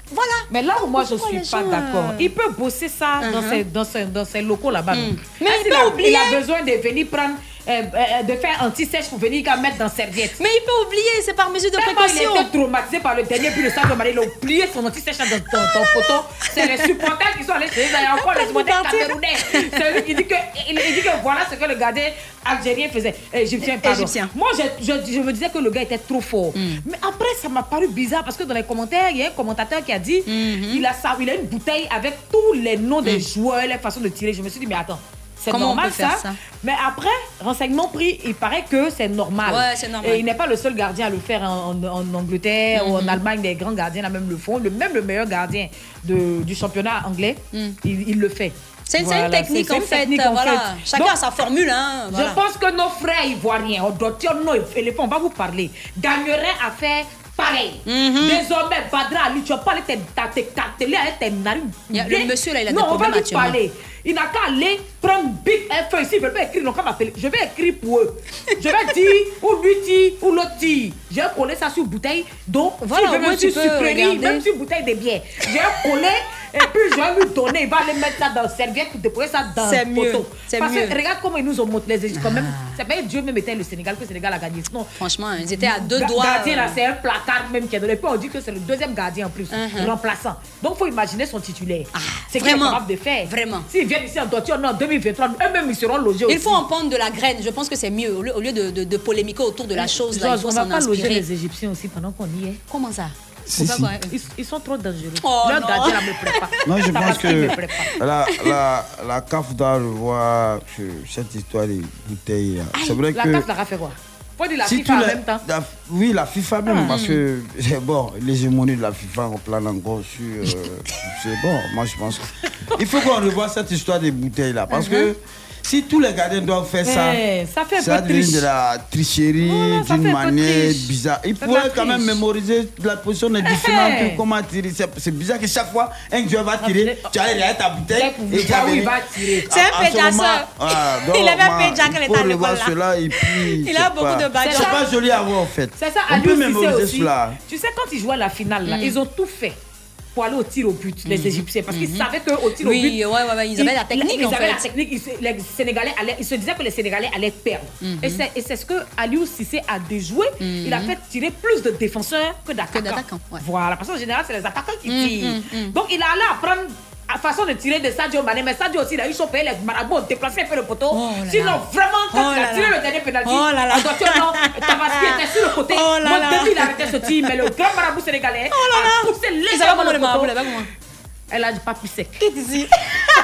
Voilà. Mais là où moi je Pourquoi suis les pas gens, d'accord, euh, il peut bosser ça dans, Uh-huh. ses, dans, ses, dans ses locaux là-bas. Mm. non? Mais Est-ce il qu'il peut a, oublier- Il a besoin de venir prendre, euh, euh, de faire anti-sèche pour venir qu'à mettre dans serviette. Mais il peut oublier, c'est par mesure de Tellement précaution. il était traumatisé par le dernier but de Sadio Mané, il a oublié son anti-sèche dans ton, ton photo. C'est les supporters qui sont allés chez eux. Il y a encore les supporters camerounais. C'est lui qui dit que, il, il dit que voilà ce que le gardien algérien faisait. Euh, Égyptien, pardon. Égyptien. Moi, je, je, je me disais que le gars était trop fort. Mais après, ça m'a paru bizarre parce que dans les commentaires, il y a un commentateur qui a dit il, a ça, il a une bouteille avec tous les noms des joueurs, les façons de tirer. Je me suis dit, mais attends. C'est Comment on normal peut faire ça. ça Mais après, renseignement pris, il paraît que c'est normal. Ouais, c'est normal. Et il n'est pas le seul gardien à le faire en, en- en Angleterre ou en Allemagne. Les grands gardiens là même le font. Le, même le meilleur gardien de, du championnat anglais, il, il le fait. C'est une- c'est Voilà, une technique, c'est- c'est en une fait, technique, en voilà. fait. Chacun Donc, a sa formule, hein, voilà. Je pense que nos frères ivoiriens, Odotiono et Éléphant, on va vous parler, gagneraient à faire pareil. Désormais, Badra Ali, tu vas pas aller te carteler avec tes narines. Il y a- le monsieur, là, il a des Non, on va problèmes lui actuellement. parler. Il n'a qu'à aller prendre Big F ici. Ils veulent pas écrire, ils n'ont qu'à m'appeler. Je vais écrire pour eux. Je vais dire, ou lui dire, ou l'autre dire. Je vais coller ça sur bouteille. Donc, Voilà, s'il au veut moins, même tu sur peux sucrerie, regarder. même sur bouteille de bière. Je vais coller. Et puis je vais lui donner, il va aller mettre ça dans le serviette pour déposer ça dans C'est le mieux, poteau. c'est Parce mieux. que regarde comment ils nous ont montré les Égyptiens quand même. C'est pas Dieu même était le Sénégal que le Sénégal a gagné. Sinon, franchement, ils étaient à deux ga- doigts. Gardien là, euh, c'est un placard même qui est donné. Puis on dit que c'est le deuxième gardien en plus, Uh-huh. remplaçant. Donc il faut imaginer son titulaire. c'est qu'il est vraiment. capable de faire. Vraiment. S'ils viennent ici en toiture, non, deux mille vingt-trois, eux-mêmes ils seront logés aussi. Il faut en prendre de la graine. Je pense que c'est mieux. Au lieu, au lieu de, de, de polémiquer autour de la chose, là, il Georges, faut on va s'en pas loger inspirer. les Égyptiens aussi pendant qu'on y est. Comment ça? Si, Faut si. pas voir- Ils, ils sont trop dangereux. Oh, Leur non. gardien là me plaît pas. Non, je Ça pense va, il que me plaît pas. la, la, la C A F doit revoir ce- cette histoire des bouteilles. là. C'est vrai La que. C A F l'a fait quoi? Faut dire la si FIFA tous en les- même temps. la- oui, la FIFA même, Ah. parce que c'est bon, l'hégémonie de la FIFA, on plane encore sur. euh, c'est bon, moi je pense. que- Il faut qu'on revoie cette histoire des bouteilles là, parce que si tous les gardiens doivent faire ça, Eh, ça fait un ça peu devient triche. de la tricherie Voilà, ça d'une fait un peu manière triche. bizarre. Il C'est de la pourrait quand même triche. mémoriser la position des différents Eh. trucs, comment tirer. C'est c'est bizarre que chaque fois un joueur va tirer, tu allais derrière ta bouteille Pour et tu voir vas où il venir. va tirer. C'est un À- à ce pédasseur. moment, voilà, donc, Il avait un moi, pédia quand il il était faut à l'école, revoir là. cela et puis. Il c'est a beaucoup pas- de bagages. C'est pas joli à voir en fait. C'est ça, On peut Aliou Cissé mémoriser aussi. cela. Tu sais, quand ils jouaient à la finale, là, Mm. ils ont tout fait pour aller au tir au but, les Égyptiens. Parce qu'ils Mhm. savaient qu'au tir Oui, au but. ouais, ouais, ouais, ils avaient la technique, Ils en avaient fait. la technique. Ils se, les Sénégalais allaient, ils se disaient que les Sénégalais allaient perdre. Mhm. Et c'est et c'est ce que Aliou Cissé a déjoué. Mhm. Il a fait tirer plus de défenseurs que d'attaquants. d'attaquants, ouais. Voilà, parce qu'en général, c'est les attaquants qui Mhm, tirent. mhm. Donc, il a allé apprendre la façon de tirer de Sadio Mané. Mais Sadio aussi, là, ils sont payés, les marabouts ont déplacé un peu le poteau. Oh là Sinon, là. vraiment, quand Oh il là a tiré là. le dernier pénalty, Oh là là. on doit dire non, Tabaski était sur le côté. Oh là Mon là. début, il arrêtait ce tir, mais le grand marabout sénégalais Oh là là. a poussé Ils avaient légèrement comment le le marabout, poteau. là-bas, comment? Elle a pas plus sec. Qu'est-ce que c'est?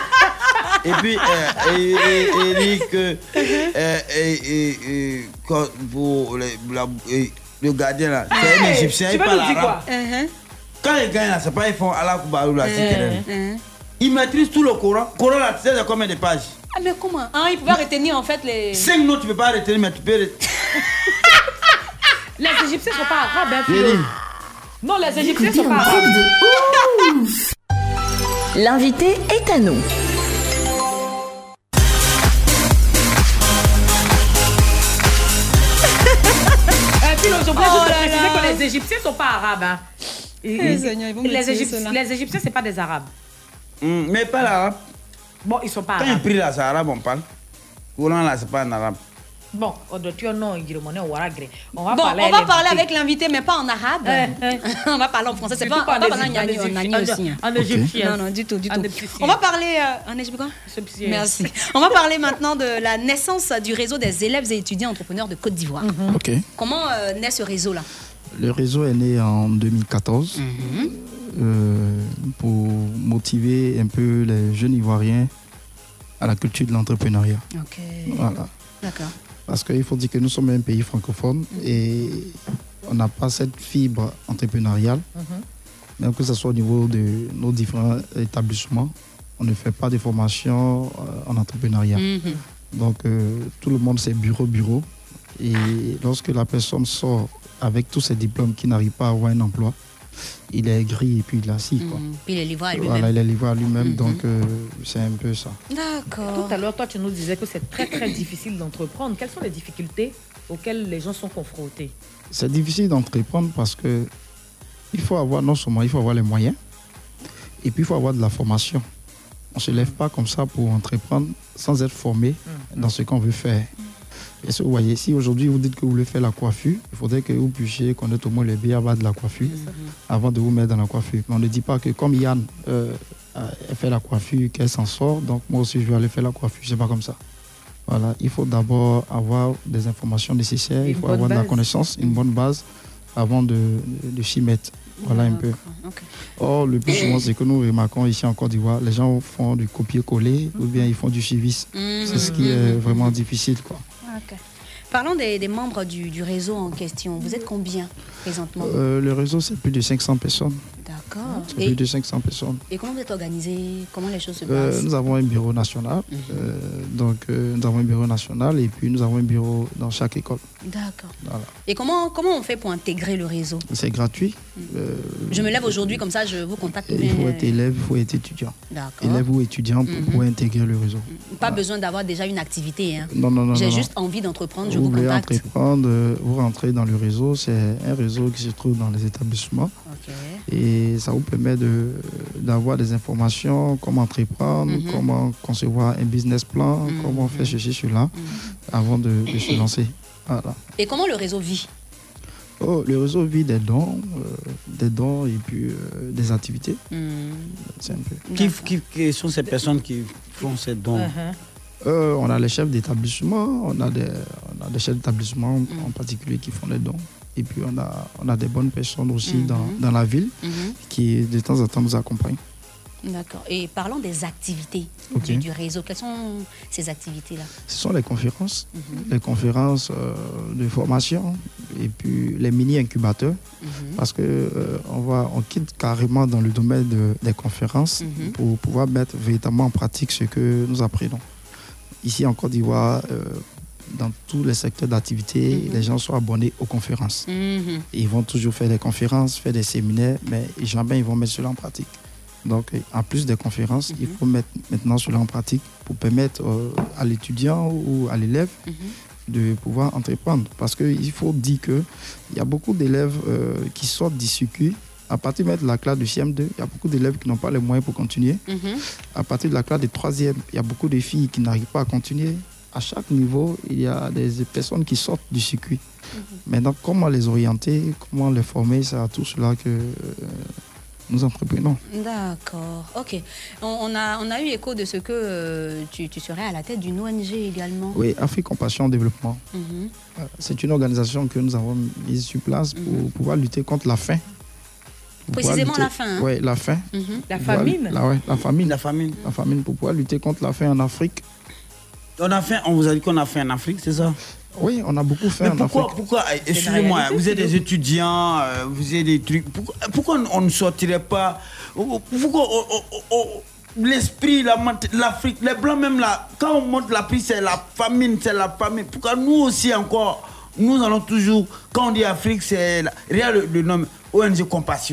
Et puis, euh, et, et, et dit que euh, et, et, et, quand pour les- la- et le gardien là, c'est un Hey, Égyptien, tu il vas parle nous dire arabe. quoi? Uh-huh. Quand ils gagnent là, c'est pas ils font Allah Koubarou là, c'est Uh-huh. clair. Uh-huh. Ils maîtrisent tout le Coran. Coran là, tu sais de combien de pages? Ah, mais comment? Ah, ils pouvaient retenir en fait les. Cinq notes, tu peux pas retenir, mais tu peux. re- Les Égyptiens sont pas arabes, hein, J'ai Philo. dit. Non, les Égyptiens Écoutez sont un pas truc arabes. de ouf. L'invité est à nous. Euh, Philo, je voulais Oh juste te là préciser là. que les Égyptiens sont pas arabes. Hein. Et- Eh, et- Seigneur, ils vont me les, tuer, Égyptiens, ceux-là. les Égyptiens, c'est pas des arabes. Hum, mais pas l'arabe. Bon, ils sont pas Quand ils arabes. prient là, c'est arabe, on parle. Coran là, c'est pas en arabe. Bon, on doit tuer non, il on est au Waragré. On va Bon, parler, on va à parler l'invité. avec l'invité, mais pas en arabe. Eh, On va parler en français. C'est Du pas, tout on va pas pas en parler en égyptien, Nani- en en Nani égyptien. aussi. hein. En égyptien. Non, non, du tout, du En tout. égyptien. On va parler euh, en égyptien quoi? Égyptien. Merci. On va parler maintenant de la naissance du réseau des élèves et étudiants entrepreneurs de Côte d'Ivoire. Ok. Comment euh, naît ce réseau-là? Le réseau est né en deux mille quatorze euh, pour motiver un peu les jeunes Ivoiriens à la culture de l'entrepreneuriat. Ok. Voilà. D'accord. Parce qu'il faut dire que nous sommes un pays francophone et on n'a pas cette fibre entrepreneuriale. Même que ce soit au niveau de nos différents établissements, on ne fait pas de formation euh, en entrepreneuriat. Mhm. Donc euh, tout le monde c'est bureau, bureau. Et lorsque la personne sort avec tous ses diplômes qui n'arrivent pas à avoir un emploi, il est gris et puis il est assis. Quoi. Mhm. Puis il est livré à lui-même. Voilà, il est livré à lui-même, Mhm. donc euh, c'est un peu ça. D'accord. Tout à l'heure, toi, tu nous disais que c'est très, très difficile d'entreprendre. Quelles sont les difficultés auxquelles les gens sont confrontés? C'est difficile d'entreprendre parce que il faut avoir, non seulement il faut avoir les moyens, Et puis, il faut avoir de la formation. On ne se lève pas comme ça pour entreprendre sans être formé dans ce qu'on veut faire. Et si vous voyez, si aujourd'hui vous dites que vous voulez faire la coiffure, il faudrait que vous puissiez connaître au moins les B A B A de la coiffure avant de vous mettre dans la coiffure. Mais on ne dit pas que comme Yann euh, elle fait la coiffure, qu'elle s'en sort, donc moi aussi je vais aller faire la coiffure. C'est pas comme ça. Voilà, il faut d'abord avoir des informations nécessaires, il faut avoir de la connaissance, une bonne base avant de, de, de s'y mettre. Voilà un peu. Okay. Or, le plus souvent, c'est que nous remarquons ici en Côte d'Ivoire, les gens font du copier-coller ou bien ils font du suivi. Mm-hmm. C'est ce qui est vraiment difficile, quoi. Okay. Parlons des, des membres du, du réseau en question. Vous êtes combien présentement? euh, Le réseau, c'est plus de cinq cents personnes. D'accord. C'est plus de cinq cents personnes. Et comment vous êtes organisé? Comment les choses se passent? euh, Nous avons un bureau national. Mm-hmm. euh, donc, euh, nous avons un bureau national et puis nous avons un bureau dans chaque école. D'accord. Voilà. Et comment, comment on fait pour intégrer le réseau? C'est gratuit. Mm. Euh, je me lève aujourd'hui, comme ça, je vous contacte. Il faut être élève, il faut être étudiant. D'accord. Élève ou étudiant pour mm-hmm. pouvoir intégrer le réseau. Pas voilà. besoin d'avoir déjà une activité. Hein. Non, non, non. J'ai non, juste non. envie d'entreprendre, je vous, vous voulez contacte. Entreprendre, vous rentrez dans le réseau. C'est un réseau qui se trouve dans les établissements. Okay. Et ça vous permet de, d'avoir des informations, comment entreprendre, mm-hmm. comment concevoir un business plan, mm-hmm. comment faire ceci, cela, mm-hmm. avant de, de se lancer. Voilà. Et comment le réseau vit? Oh, le réseau vit des dons, euh, des dons et puis euh, des activités. Mm. C'est un peu. Qui, qui, qui sont ces personnes qui font ces dons? Uh-huh. euh, On a les chefs d'établissement, on a des, on a des chefs d'établissement mm. en particulier qui font des dons. Et puis on a, on a des bonnes personnes aussi mm-hmm. dans, dans la ville mm-hmm. qui de temps en temps nous accompagnent. D'accord. Et parlons des activités okay. du, du réseau. Quelles sont ces activités-là? Ce sont les conférences, mm-hmm. les conférences euh, de formation et puis les mini-incubateurs. Mm-hmm. Parce qu'on euh, on quitte carrément dans le domaine de, des conférences mm-hmm. pour pouvoir mettre véritablement en pratique ce que nous apprenons. Ici en Côte d'Ivoire, euh, dans tous les secteurs d'activité, mm-hmm. les gens sont abonnés aux conférences. Mm-hmm. Ils vont toujours faire des conférences, faire des séminaires, mais jamais ils vont mettre cela en pratique. Donc, en plus des conférences, mm-hmm. il faut mettre maintenant cela en pratique pour permettre euh, à l'étudiant ou à l'élève mm-hmm. de pouvoir entreprendre. Parce qu'il faut dire qu'il y a beaucoup d'élèves euh, qui sortent du circuit. À partir de la classe de C M deux, il y a beaucoup d'élèves qui n'ont pas les moyens pour continuer. Mm-hmm. À partir de la classe de troisième, il y a beaucoup de filles qui n'arrivent pas à continuer. À chaque niveau, il y a des personnes qui sortent du circuit. Mm-hmm. Maintenant, comment les orienter, comment les former, c'est à tout cela que... Euh, nous entreprenons. D'accord, ok. On, on, a, on a eu écho de ce que euh, tu, tu serais à la tête d'une O N G également. Oui, Afrique Compassion Développement. Mm-hmm. C'est une organisation que nous avons mise sur place pour mm-hmm. pouvoir lutter contre la faim. Précisément lutter, la faim. Hein? Oui, la faim. Mm-hmm. La famine. La, ouais, la famine. La famine. La famine, pour pouvoir lutter contre la faim en Afrique. On a faim, on vous a dit qu'on a faim en Afrique, c'est ça? Oui, on a beaucoup fait. Mais pourquoi, pourquoi excusez-moi, vous êtes des étudiants, euh, vous êtes des trucs. Pourquoi, pourquoi on ne sortirait pas? Pourquoi oh, oh, oh, l'esprit, la, l'Afrique, les Blancs même là, quand on monte l'Afrique, c'est la famine, c'est la famine. Pourquoi nous aussi encore, nous allons toujours, quand on dit Afrique, c'est rien le, le nom O N G Compassion.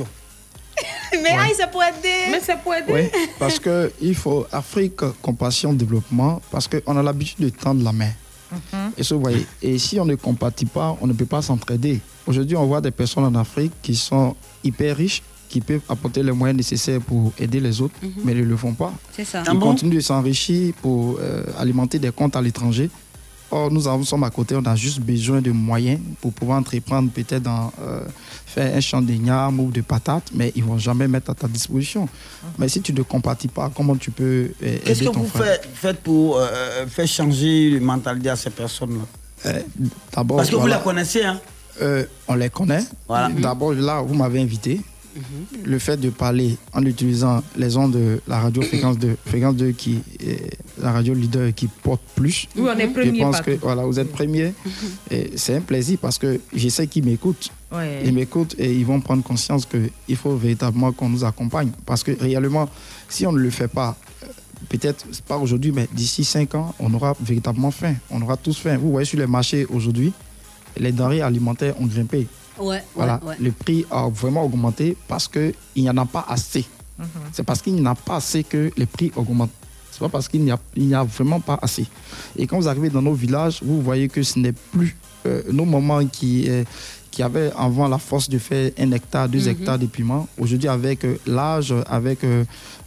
Mais ouais. aïe, c'est pour aider. Mais c'est pour aider. Oui, parce qu'il faut Afrique Compassion Développement, parce qu'on a l'habitude de tendre la main. Mm-hmm. Et, vous voyez, et si on ne compatit pas, on ne peut pas s'entraider. Aujourd'hui, on voit des personnes en Afrique qui sont hyper riches, qui peuvent apporter les moyens nécessaires pour aider les autres, mm-hmm. mais ils ne le font pas. C'est ça. Ils ah continuent bon? de s'enrichir pour euh, alimenter des comptes à l'étranger. Or, nous avons, sommes à côté, on a juste besoin de moyens pour pouvoir entreprendre, peut-être dans euh, faire un champ d'igname ou de patates, mais ils ne vont jamais mettre à ta disposition. Mm-hmm. Mais si tu ne compatis pas, comment tu peux euh, aider Qu'est-ce que ton vous frère? faites, faites pour euh, faire changer la mentalité à ces personnes-là? euh, D'abord, Parce que voilà, vous les connaissez, hein? euh, On les connaît. Voilà. D'abord, là, vous m'avez invité. Mm-hmm. Le fait de parler en utilisant les ondes de la radio fréquence deux, fréquence deux qui est la radio leader qui porte plus. Oui, on est premier. Je pense que voilà, vous êtes premier. Mm-hmm. Et c'est un plaisir parce que je sais qu'ils m'écoutent. Ouais. Ils m'écoutent et ils vont prendre conscience qu'il faut véritablement qu'on nous accompagne. Parce que réellement, si on ne le fait pas, peut-être pas aujourd'hui, mais d'ici cinq ans, on aura véritablement faim. On aura tous faim. Vous voyez sur les marchés aujourd'hui, les denrées alimentaires ont grimpé. Ouais, voilà, ouais, ouais. Le prix a vraiment augmenté parce qu'il n'y en a pas assez. Mm-hmm. C'est parce qu'il n'y en a pas assez que les prix augmentent. C'est pas parce qu'il n'y a, il n'y a vraiment pas assez. Et quand vous arrivez dans nos villages, vous voyez que ce n'est plus euh, nos mamans qui, euh, qui avait avant la force de faire un hectare, deux Mhm. hectares de piments, aujourd'hui avec euh, l'âge, avec, euh,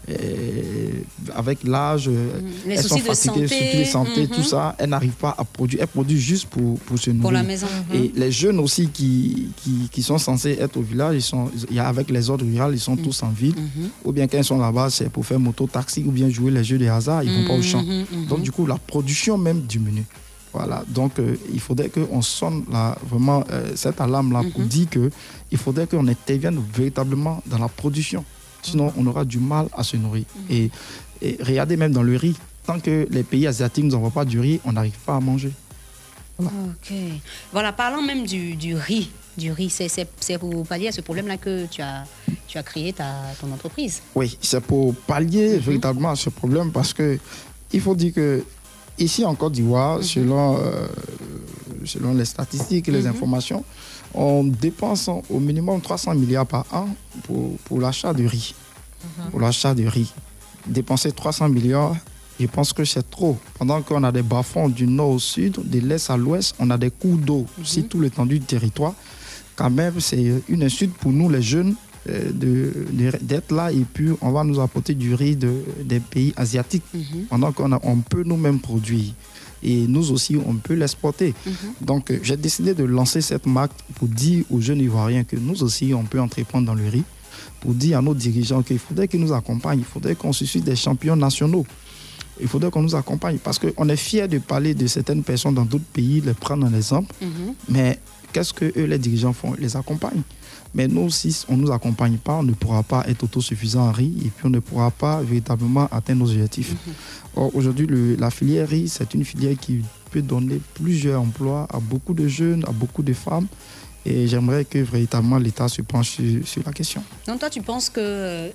euh, avec l'âge, euh, Les elles sont soucis de fatiguées, santé. soucis de santé, Mhm. tout ça, elles n'arrivent pas à produire, elles produisent juste pour, pour se nourrir. Pour la maison. Et les jeunes aussi qui, qui, qui sont censés être au village, ils sont, il y a avec les ordres ruraux, ils sont tous en ville, ou bien quand ils sont là-bas, c'est pour faire moto-taxi, ou bien jouer les jeux de hasard, ils ne vont pas au champ. Mhm, mhm. Donc du coup, la production même diminue. Voilà, donc euh, il faudrait qu'on sonne là, vraiment euh, cette alarme-là pour dire qu'il faudrait qu'on intervienne véritablement dans la production. Sinon, on aura du mal à se nourrir. Et, et regardez même dans le riz, tant que les pays asiatiques ne nous envoient pas du riz, on n'arrive pas à manger. Voilà. Ok. Voilà, parlant même du, du riz. Du riz, c'est, c'est, c'est pour pallier à ce problème-là que tu as, tu as créé ta, ton entreprise. Oui, c'est pour pallier véritablement à ce problème parce que il faut dire que ici en Côte d'Ivoire, selon, euh, selon les statistiques et les Mhm. informations, on dépense au minimum trois cents milliards par an pour, pour l'achat de riz. Pour l'achat de riz. Dépenser trois cents milliards, je pense que c'est trop. Pendant qu'on a des bas-fonds du nord au sud, de l'est à l'ouest, on a des cours d'eau sur tout l'étendue du territoire. Quand même, c'est une insulte pour nous, les jeunes, euh, de, de- d'être là et puis on va nous apporter du riz de, des pays asiatiques pendant qu'on a- on peut nous-mêmes produire. Et nous aussi, on peut l'exporter. Donc, euh, j'ai décidé de lancer cette marque pour dire aux jeunes Ivoiriens que nous aussi, on peut entreprendre dans le riz, pour dire à nos dirigeants qu'il faudrait qu'ils nous accompagnent, il faudrait qu'on suscite des champions nationaux. Il faudrait qu'on nous accompagne parce qu'on est fiers de parler de certaines personnes dans d'autres pays, les prendre en exemple. Mais qu'est-ce que eux, les dirigeants font? Ils les accompagnent. Mais nous, si on ne nous accompagne pas, on ne pourra pas être autosuffisant en riz et puis on ne pourra pas véritablement atteindre nos objectifs. Or, aujourd'hui, le- la filière riz, c'est une filière qui peut donner plusieurs emplois à beaucoup de jeunes, à beaucoup de femmes. Et j'aimerais que véritablement l'État se penche sur, sur la question. Donc toi, tu penses que,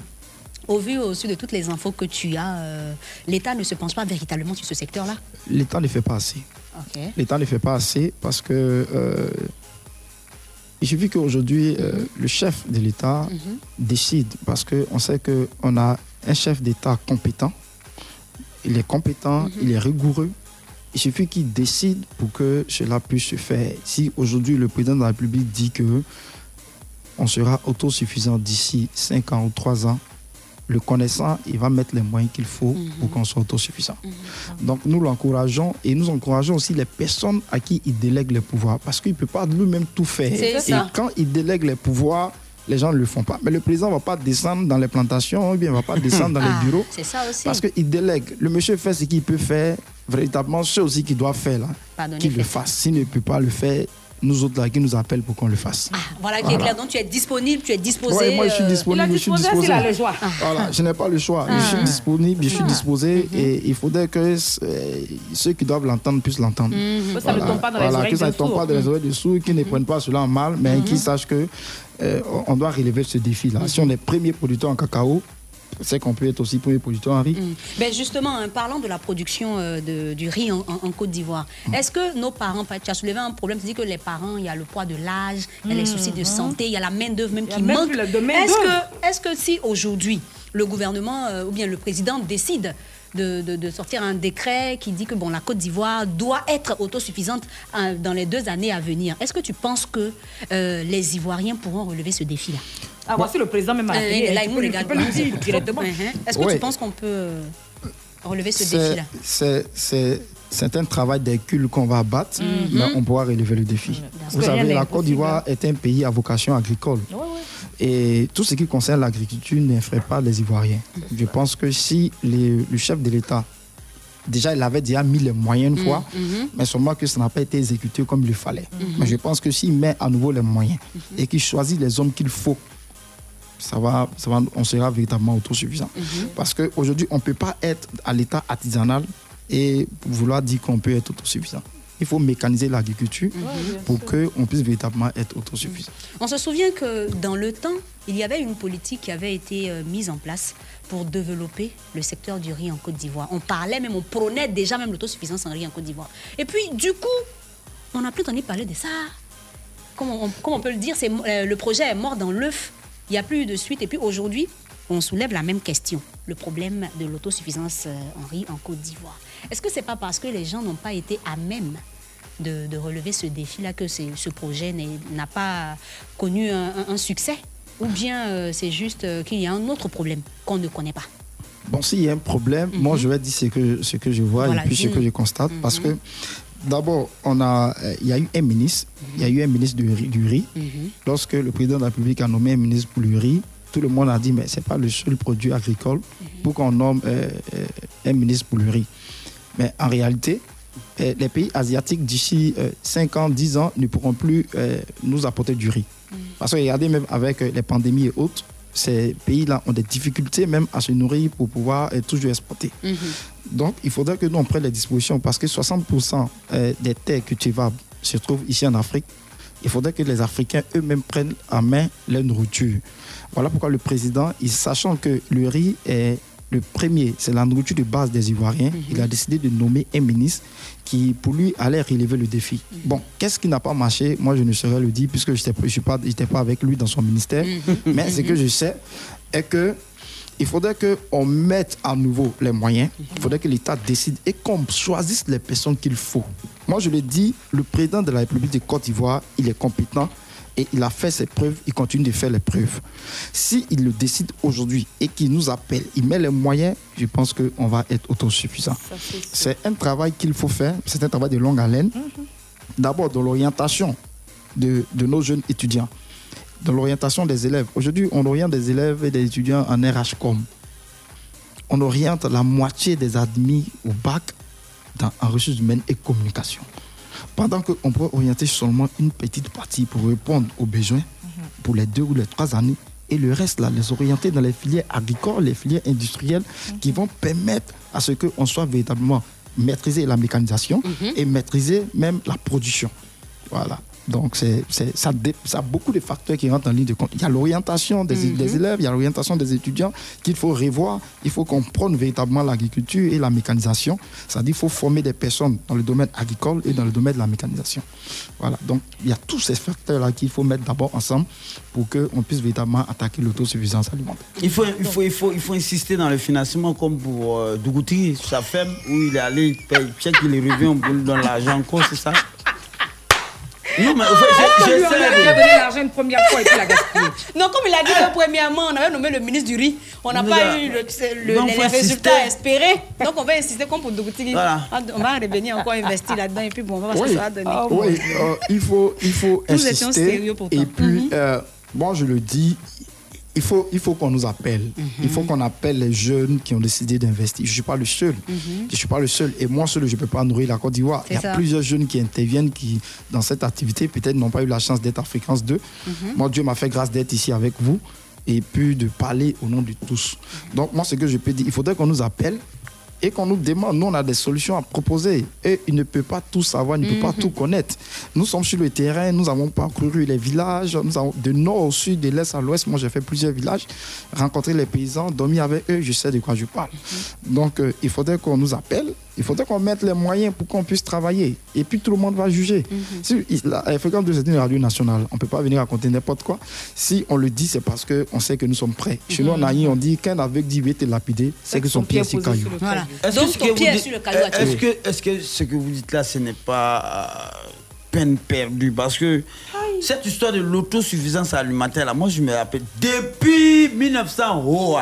au vu aussi de toutes les infos que tu as, euh, l'État ne se penche pas véritablement sur ce secteur-là? L'État ne fait pas assez. Ok. L'État ne fait pas assez parce que euh, il suffit qu'aujourd'hui, euh, le chef de l'État décide parce qu'on sait qu'on a un chef d'État compétent. Il est compétent, il est rigoureux. Il suffit qu'il décide pour que cela puisse se faire. Si aujourd'hui le président de la République dit que on sera autosuffisant d'ici cinq ans ou trois ans, le connaissant, il va mettre les moyens qu'il faut pour qu'on soit autosuffisant. Donc nous l'encourageons et nous encourageons aussi les personnes à qui il délègue les pouvoirs parce qu'il ne peut pas lui-même tout faire. C'est Et ça. quand il délègue les pouvoirs, les gens ne le font pas. Mais le président ne va pas descendre dans les plantations ou bien il ne va pas descendre dans Ah, les bureaux c'est ça aussi. parce qu'il délègue. Le monsieur fait ce qu'il peut faire, véritablement ce aussi qu'il doit faire là, Pardonnez, qu'il le fait. fasse. S'il ne peut pas le faire, nous autres là, qui nous appellent pour qu'on le fasse. Voilà qui Voilà. est clair. Donc tu es disponible, tu es disposé. Ouais, moi je suis euh, disponible, je suis disposé. Ah. Voilà, je n'ai pas le choix. Je suis Ah. disponible, je suis Ah. disposé et il faudrait que euh, ceux qui doivent l'entendre puissent l'entendre. Mhm. Que ça ne tombe pas dans les Voilà, oreilles que ça de ne tombe sourds. pas dans les Mhm. oreilles de sourds, qu'ils ne prennent pas cela en mal, mais qu'ils sachent que euh, on doit relever ce défi-là. Si on est premier producteur en cacao, c'est qu'on peut être aussi premier producteur en riz. Ben justement, hein, parlant de la production euh, de- du riz en, en- en Côte d'Ivoire, est-ce que nos parents, tu as soulevé un problème, tu dis que les parents, il y a le poids de l'âge, il y a les soucis de santé, il y a la main-d'œuvre même Il y a qui même manque. plus de main-d'œuvre. Est-ce que, est-ce que si aujourd'hui, le gouvernement euh, ou bien le président décide de, de- de sortir un décret qui dit que bon, la Côte d'Ivoire doit être autosuffisante hein, dans les deux années à venir, est-ce que tu penses que euh, les Ivoiriens pourront relever ce défi-là? Ah, voici le président même à la Euh, télé, là, tu il peux me lui- tu regarde. peux lui dire directement. Mhm. Est-ce que Ouais. tu penses qu'on peut euh, relever ce C'est- défi-là? c'est- C'est c'est un travail d'Hercule qu'on va abattre, Mhm. mais on pourra relever le défi. Parce Vous que rien savez, n'est la Côte impossible. d'Ivoire est un pays à vocation agricole. Et tout ce qui concerne l'agriculture n'effraie pas les Ivoiriens. Je pense que si les- le chef de l'État, déjà il avait déjà mis les moyens une fois, Mhm. mais seulement que ça n'a pas été exécuté comme il le fallait. Mhm. Mais je pense que s'il met à nouveau les moyens et qu'il choisit les hommes qu'il faut, ça va, ça va, on sera véritablement autosuffisant. Parce qu'aujourd'hui, on ne peut pas être à l'état artisanal et vouloir dire qu'on peut être autosuffisant. Il faut mécaniser l'agriculture pour qu'on puisse véritablement être autosuffisant. On se souvient que dans le temps, il y avait une politique qui avait été euh, mise en place pour développer le secteur du riz en Côte d'Ivoire. On parlait même, on prônait déjà même l'autosuffisance en riz en Côte d'Ivoire. Et puis, du coup, on n'a plus entendu parler de ça. Comment on, comment on peut le dire, c'est, euh, le projet est mort dans l'œuf. Il n'y a plus eu de suite. Et puis aujourd'hui, on soulève la même question, le problème de l'autosuffisance euh, en riz en Côte d'Ivoire. Est-ce que ce n'est pas parce que les gens n'ont pas été à même de, de relever ce défi-là, que ce projet n'a pas connu un, un, un succès? Ou bien euh, c'est juste euh, qu'il y a un autre problème qu'on ne connaît pas? Bon, s'il y a un problème, mm-hmm. moi je vais dire ce que, ce que je vois voilà, et puis ce que je constate. Mm-hmm. Parce que d'abord, on a, il y a eu un ministre, il mm-hmm. y a eu un ministre du riz. Du riz. Mm-hmm. Lorsque le président de la République a nommé un ministre pour le riz, tout le monde a dit, mais ce n'est pas le seul produit agricole mm-hmm. pour qu'on nomme euh, euh, un ministre pour le riz. Mais en réalité, euh, les pays asiatiques d'ici euh, cinq ans, dix ans ne pourront plus euh, nous apporter du riz. Mm-hmm. Parce que regardez, même avec euh, les pandémies et autres, ces pays-là ont des difficultés même à se nourrir pour pouvoir euh, toujours exporter. Mm-hmm. Donc, il faudrait que nous on prenne les dispositions parce que soixante pour cent euh, des terres cultivables se trouvent ici en Afrique. Il faudrait que les Africains eux-mêmes prennent en main leur nourriture. Voilà pourquoi le président, il, sachant que le riz est le premier, c'est la nourriture de base des Ivoiriens, mm-hmm. il a décidé de nommer un ministre qui, pour lui, allait relever le défi. Mm-hmm. Bon, qu'est-ce qui n'a pas marché? Moi, je ne saurais le dire puisque je n'étais pas, pas avec lui dans son ministère. Mm-hmm. Mais ce que je sais est que il faudrait qu'on mette à nouveau les moyens. Il faudrait que l'État décide et qu'on choisisse les personnes qu'il faut. Moi, je le dis, le président de la République de Côte d'Ivoire, il est compétent et il a fait ses preuves, il continue de faire les preuves. S'il le décide aujourd'hui et qu'il nous appelle, il met les moyens, je pense qu'on va être autosuffisant. C'est un travail qu'il faut faire, c'est un travail de longue haleine. Mm-hmm. D'abord, dans l'orientation de, de nos jeunes étudiants. Dans l'orientation des élèves. Aujourd'hui, on oriente des élèves et des étudiants en R H com. On oriente la moitié des admis au bac dans, en ressources humaines et communication. Pendant qu'on peut orienter seulement une petite partie pour répondre aux besoins mm-hmm. pour les deux ou les trois années. Et le reste, là, les orienter dans les filières agricoles, les filières industrielles mm-hmm. qui vont permettre à ce qu'on soit véritablement maîtriser la mécanisation mm-hmm. et maîtriser même la production. Voilà. Donc, c'est, c'est, ça, dé, ça a beaucoup de facteurs qui rentrent en ligne de compte. Il y a l'orientation des, mm-hmm. des élèves, il y a l'orientation des étudiants qu'il faut revoir. Il faut qu'on prenne véritablement l'agriculture et la mécanisation. C'est-à-dire qu'il faut former des personnes dans le domaine agricole et dans le domaine de la mécanisation. Voilà. Donc, il y a tous ces facteurs-là qu'il faut mettre d'abord ensemble pour qu'on puisse véritablement attaquer l'autosuffisance alimentaire. Il faut, il, faut, il, faut, il faut insister dans le financement comme pour euh, Dougouti, sa ferme, où il est allé, il paye, check, il est revenu, on donne l'argent encore, c'est ça? Non, mais je, je, je sais. Il a donné l'argent une première fois et puis il a gaspillé. Non, comme il a dit que premièrement, on avait nommé le ministre du riz. On n'a pas eu le, le, non, les résultats espérés. Donc on va insister comme pour Dougouti. Voilà. On va revenir encore investir là-dedans et puis bon, on va voir oui. ce que ça va donner. Ah, oui, euh, il faut, il faut Nous insister. étions sérieux pourtant. Et puis, mm-hmm. euh, moi je le dis, il faut, il faut qu'on nous appelle. Mm-hmm. Il faut qu'on appelle les jeunes qui ont décidé d'investir. Je ne suis pas le seul. Mm-hmm. Je ne suis pas le seul. Et moi seul, je ne peux pas nourrir la Côte d'Ivoire. Il y a ça. plusieurs jeunes qui interviennent qui, dans cette activité, peut-être n'ont pas eu la chance d'être à Fréquence deux. Mm-hmm. Moi, Dieu m'a fait grâce d'être ici avec vous et puis de parler au nom de tous. Mm-hmm. Donc, moi, ce que je peux dire, il faudrait qu'on nous appelle et qu'on nous demande. Nous, on a des solutions à proposer. Et il ne peut pas tout savoir, il ne peut mm-hmm. pas tout connaître. Nous sommes sur le terrain, nous avons parcouru les villages, nous avons de nord au sud, de l'est à l'ouest. Moi, j'ai fait plusieurs villages, rencontré les paysans, dormi avec eux, je sais de quoi je parle. Mm-hmm. Donc, euh, il faudrait qu'on nous appelle, il faudrait qu'on mette les moyens pour qu'on puisse travailler. Et puis, tout le monde va juger. Mm-hmm. Si, la Fréquence deux, c'est une radio nationale. On ne peut pas venir raconter n'importe quoi. Si on le dit, c'est parce qu'on sait que nous sommes prêts. Mm-hmm. Chez nous, en Aïe, on dit qu'un aveugle dit « vite lapidé », c'est que son pied est sur caillou. Voilà. Est-ce Donc, que ton pied est dites, sur le caillou. Est-ce que, est-ce que ce que vous dites là, ce n'est pas euh, peine perdue? Parce que Aïe. cette histoire de l'autosuffisance alimentaire, là, moi, je me rappelle, depuis mille neuf cents, oh,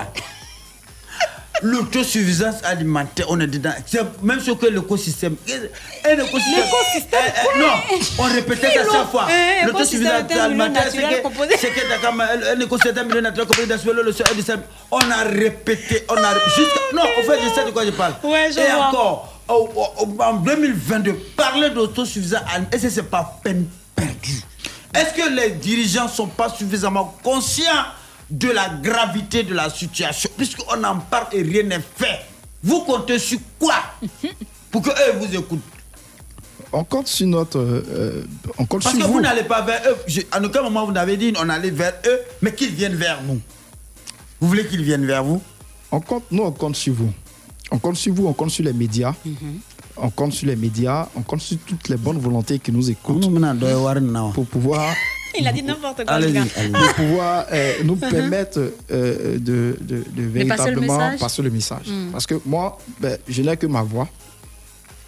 l'autosuffisance alimentaire, on est dedans. C'est même ce que l'écosystème. Un écosystème. L'écosystème euh, euh, Non, on répétait ça chaque fois. Eh, l'autosuffisance alimentaire, c'est que c'est que un écosystème milieu naturel composé d'assurer le sol et du sel. On a répété, on a jusqu'à. Non, en fait, je sais de quoi je parle. Ouais, je et vois. encore, oh, oh, en deux mille vingt-deux, parler d'autosuffisance alimentaire, est-ce que c'est pas peine perdue? Est-ce que les dirigeants ne sont pas suffisamment conscients de la gravité de la situation, puisqu'on en parle et rien n'est fait? Vous comptez sur quoi pour qu'eux vous écoutent? On compte sur notre... Euh, on compte Parce sur que vous, vous n'allez pas vers eux. Je, à aucun moment, vous n'avez dit on allait vers eux, mais qu'ils viennent vers nous. Vous voulez qu'ils viennent vers vous? On compte, nous, on compte sur vous. On compte sur vous, on compte sur les médias. Mm-hmm. On compte sur les médias, on compte sur toutes les bonnes volontés qui nous écoutent pour pouvoir... Il a dit n'importe quoi. Allez-y, allez-y. Pour pouvoir euh, nous uh-huh. permettre euh, de, de, de véritablement passer le message. Passer le message. Mm. Parce que moi, ben, je n'ai que ma voix.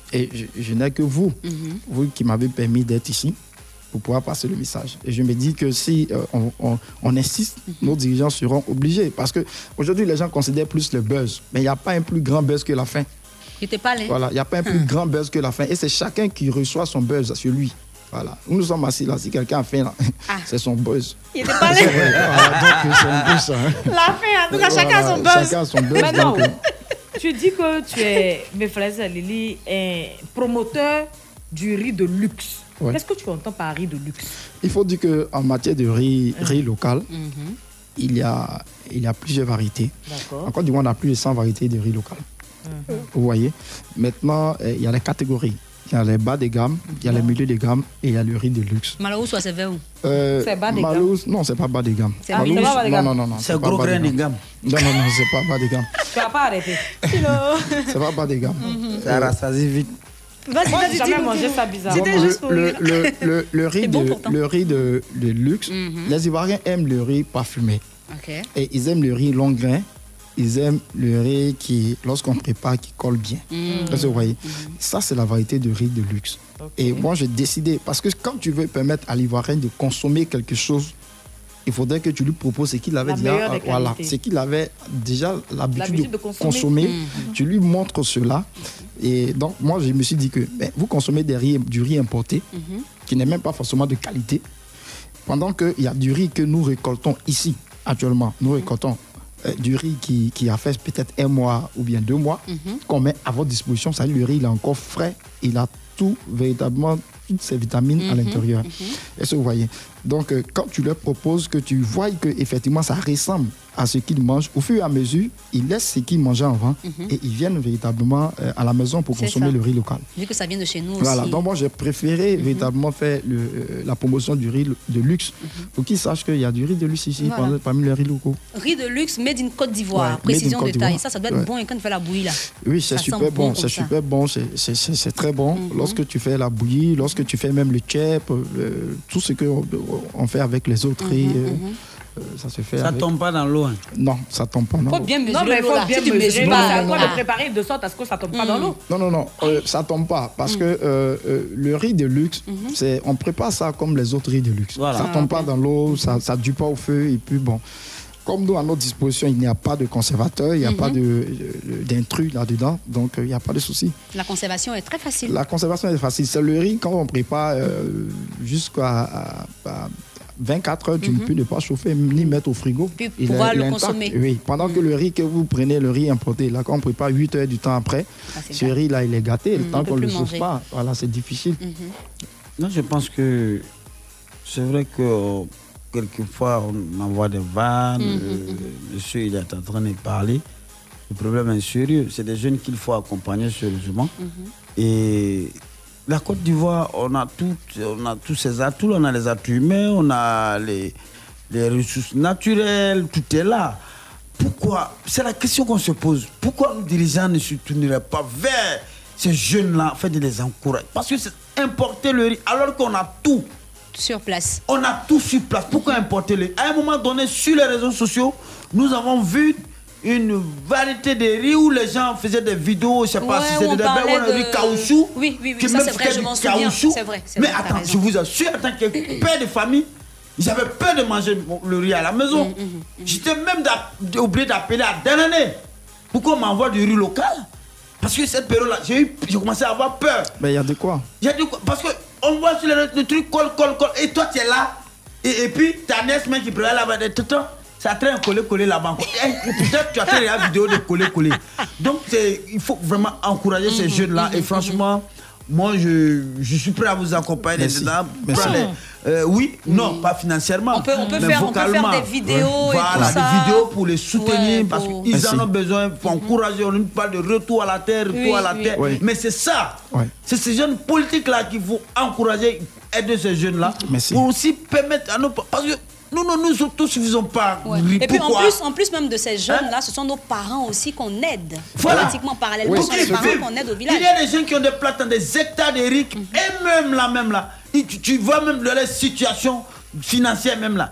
Et je, je n'ai que vous, mm-hmm. vous qui m'avez permis d'être ici pour pouvoir passer le message. Et je me dis que si euh, on, on, on insiste, mm-hmm. nos dirigeants seront obligés. Parce qu'aujourd'hui, les gens considèrent plus le buzz. Mais il n'y a pas un plus grand buzz que la faim. Il te parle, hein? Voilà, il n'y a pas un plus hum. grand buzz que la faim. Et c'est chacun qui reçoit son buzz sur lui. Voilà. Nous sommes assis là. Si quelqu'un a faim, là, ah. c'est son buzz. Il te parle. Voilà, donc c'est un peu ça. Hein. La faim, en tout cas, chacun voilà, a son buzz. Chacun a son buzz. Maintenant, donc, euh... tu dis que tu es, mes frères et Lily, un promoteur du riz de luxe. Ouais. Qu'est-ce que tu entends par riz de luxe? Il faut dire qu'en matière de riz, mmh. riz local, mmh. il, y a, il y a plusieurs variétés. En Côte d'Ivoire, on a plus de cent variétés de riz local. Mmh. Vous voyez. Maintenant, euh, il y a les catégories. Il y a les bas de gamme, il y a les milieux de gamme et il y a le riz de luxe. Malous, soit c'est vers où euh, C'est bas de Malous, gamme. Non, c'est pas bas de gamme. C'est ah, Malous, pas bas de gamme. Non, non, non. C'est gros grain de gamme. Non, non, non, c'est pas bas de gamme. Tu vas pas arrêter. C'est pas bas de gamme. Mm-hmm. Ça rassasie vite. Vas-y, Moi, vas-y, j'ai jamais mangé ça bizarre. Donc, le, le, le, le, le riz, bon de, le riz de, de luxe, mm-hmm. les Ivoiriens aiment le riz parfumé. Okay. Et ils aiment le riz long grain. Ils aiment le riz qui, lorsqu'on prépare, qui colle bien. Mm. Vous voyez, mm. ça, c'est la variété de riz de luxe. Okay. Et moi, j'ai décidé, parce que quand tu veux permettre à l'Ivoirien de consommer quelque chose, il faudrait que tu lui proposes ce qu'il avait déjà, euh, voilà, ce qu'il avait déjà l'habitude de, de consommer. consommer. Mm. Tu lui montres cela. Et donc, moi, je me suis dit que ben, vous consommez des riz, du riz importé, mm-hmm. qui n'est même pas forcément de qualité, pendant qu'il y a du riz que nous récoltons ici, actuellement. Nous récoltons euh, du riz qui, qui a fait peut-être un mois ou bien deux mois, mm-hmm. qu'on met à votre disposition. Ça, le riz, il est encore frais, il a tout, véritablement, toutes ces vitamines mm-hmm. à l'intérieur. Mm-hmm. Est-ce que vous voyez? Donc, euh, quand tu leur proposes que tu vois qu'effectivement, ça ressemble à ce qu'ils mangent, au fur et à mesure, ils laissent ce qu'ils mangeaient avant mm-hmm. et ils viennent véritablement euh, à la maison pour consommer ça. Le riz local. Vu que ça vient de chez nous voilà, aussi. Donc moi, j'ai préféré mm-hmm. véritablement faire le, euh, la promotion du riz de luxe mm-hmm. pour qu'ils sachent qu'il y a du riz de luxe ici voilà. parmi, parmi les riz locaux. Riz de luxe, made in Côte d'Ivoire, ouais, précision de taille. Ça, ça doit être ouais. bon quand tu fais la bouillie là. Oui, c'est super bon, bon c'est super bon, c'est très bon. Mm-hmm. Lorsque tu fais la bouillie, lorsque tu fais même le tchèp, euh, tout ce qu'on on fait avec les autres mm-hmm. riz. Euh, mm-hmm. Ça se fait. Ça avec... tombe pas dans l'eau. Hein. Non, ça tombe pas dans l'eau. Il faut bien mesurer. Non, mais il faut bien si mesurer. C'est à quoi ah. de préparer de sorte à ce que ça tombe mm. pas dans l'eau. Non, non, non, euh, ça tombe pas parce mm. que euh, euh, le riz de luxe, mm-hmm. c'est on prépare ça comme les autres riz de luxe. Voilà. Ça ah, tombe okay. pas dans l'eau, ça ça dure pas au feu et puis bon. Comme nous, à notre disposition, il n'y a pas de conservateur, il n'y a mm-hmm. pas d'intrus là-dedans, donc il euh, n'y a pas de souci. La conservation est très facile. La conservation est facile. C'est le riz, quand on prépare euh, jusqu'à à, à vingt-quatre heures, tu ne mm-hmm. peux ne pas chauffer ni mettre au frigo. Puis il pouvoir est, le consommer. Oui, pendant mm-hmm. que le riz que vous prenez, le riz importé, là, quand on prépare huit heures du temps après, ah, ce riz-là, il est gâté. Mm-hmm. Le temps qu'on ne le chauffe pas, voilà, c'est difficile. Mm-hmm. Non, je pense que c'est vrai que quelquefois, on envoie des vannes. Mm-hmm. euh, monsieur, il est en train de parler. Le problème est sérieux. C'est des jeunes qu'il faut accompagner sérieusement. Mm-hmm. Et la Côte d'Ivoire, on a, tout, on a tous ces atouts. On a les atouts humains, on a les, les ressources naturelles. Tout est là. Pourquoi? C'est la question qu'on se pose. Pourquoi nos dirigeants ne se tourneraient pas vers ces jeunes-là afin de les encourager? Parce que c'est importer le riz alors qu'on a tout. Sur place. On a tout sur place. Pourquoi importer le riz? À un moment donné, sur les réseaux sociaux, nous avons vu une variété de riz où les gens faisaient des vidéos, je ne sais pas ouais, si c'est des de... riz caoutchouc. Oui, oui, oui, ça c'est vrai, je m'en souviens. C'est vrai, mais attends, je vous assure, en tant que père de famille, j'avais peur de manger le riz à la maison. Mm, mm, mm. J'étais même obligé d'appeler à Danané. Pourquoi on m'envoie du riz local? Parce que cette période-là, j'ai commencé à avoir peur. Mais il y a de quoi? Il y a de quoi? Parce que on voit sur le, le truc, colle, colle, colle. Et toi, tu es là. Et, et puis, ta nièce même qui prépare là-bas, ça traîne coller, coller là-bas. Peut-être tu as fait la vidéo de coller, coller. Donc, il faut vraiment encourager ces jeunes-là. Et franchement, moi, je, je suis prêt à vous accompagner. Merci. Merci. Euh, oui, oui, non, pas financièrement. On peut, on peut, faire, on peut faire des vidéos ouais. et voilà, tout ça. Des vidéos pour les soutenir, ouais, pour... parce qu'ils Merci. en ont besoin, pour mm-hmm. encourager. On parle de retour à la terre, retour oui, à la oui. terre. Oui. Mais c'est ça. Oui. C'est ces jeunes politiques-là qu'il faut encourager, aider ces jeunes-là. Merci. Pour aussi permettre à nos... Parce que nous, nous, nous tous, ne faisons pas. Ouais. Et puis en plus, en plus même de ces jeunes-là, hein? Ce sont nos parents aussi qu'on aide. Voilà. Pratiquement parallèlement, oui. ce sont les parents qu'on aide au village. Il y a des gens qui ont des plates dans des hectares de riz, mm-hmm. et même là, même là, tu, tu vois même leur situation financière même là.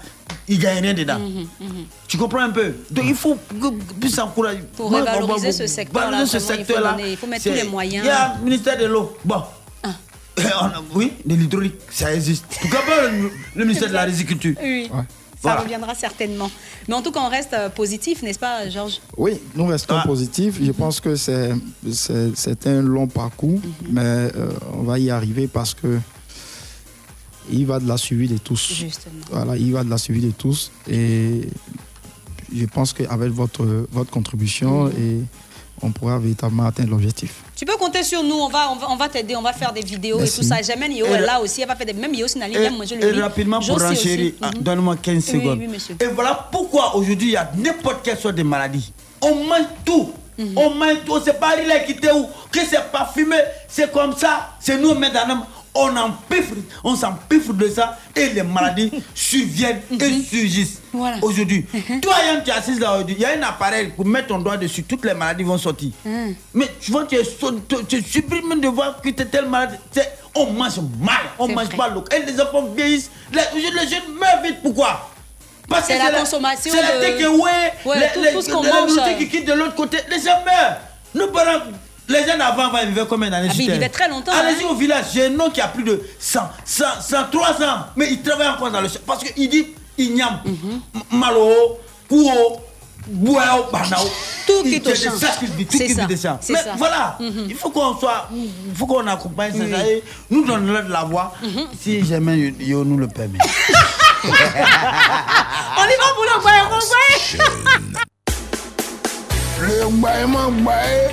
il ne gagne rien dedans. Mhm, mhm. Tu comprends un peu? Donc il faut plus encourager. Pour revaloriser ce secteur-là, ce secteur il faut mettre tous les moyens. Il y a le ministère de l'eau. Bon. Ah. On a, oui, de l'hydraulique, ça existe. Pourquoi pas le, le ministère de la riziculture? Oui. Ouais. Ça voilà. reviendra certainement. Mais en tout cas, on reste euh, positif, n'est-ce pas, Georges? Oui, nous restons ah. positifs. Je pense que c'est un long parcours, mm-hmm. mais euh, on va y arriver parce que il va de la suivi de tous. Justement. Voilà, il va de la suivi de tous. Et je pense qu'avec votre, votre contribution, mm-hmm. et on pourra véritablement atteindre l'objectif. Tu peux compter sur nous, on va, on va, on va t'aider, on va faire des vidéos. Merci. Et tout ça. Jamais Nio est là aussi, elle va faire des... Même Nio Sinali, elle manger le riz. Et rapidement pour renchérir, mm-hmm. donne-moi quinze secondes. Oui, oui, monsieur. Et voilà pourquoi aujourd'hui il y a n'importe quelle sorte de maladie. On mange tout. Mm-hmm. On mange tout, c'est pas il est quitté ou que c'est pas fumé, c'est comme ça. C'est nous maintenant. On empiffre, on s'empiffre de ça et les maladies surviennent mm-hmm. et surgissent. Voilà. Aujourd'hui, mm-hmm. toi, Yann, tu es assise là aujourd'hui, il y a un appareil pour mettre ton doigt dessus, toutes les maladies vont sortir. Mm. Mais tu vois, tu es, tu es supprimes de voir que tu es telle maladie. On mange mal, on mange vrai. Pas l'eau. Et les enfants vieillissent, les, les jeunes meurent vite. Pourquoi? Parce c'est que la, la consommation. C'est de... la takeaway, ouais, les, tout, les, tout ce qu'on les, mange. Les qui quittent de l'autre côté, les gens meurent. Nos parents. Les gens avant vivaient combien d'années? Ah, ils vivaient très longtemps. Allez-y hein? au village, j'ai un nom qui a plus de cent, cent, cent trois ans, mais il travaille encore dans le champ. Parce qu'il dit, il n'y a malo, kouo, bouao, banao. Tout qui te change. C'est ça qu'il dit, tout qui dit ça. Mais ça. Voilà, mm-hmm. il faut qu'on soit, il faut qu'on accompagne oui. ça. Et nous donnons de la voix, mm-hmm. si jamais Yo nous le permet. On y va pour le boy, mon boy. Le boy, mon boy.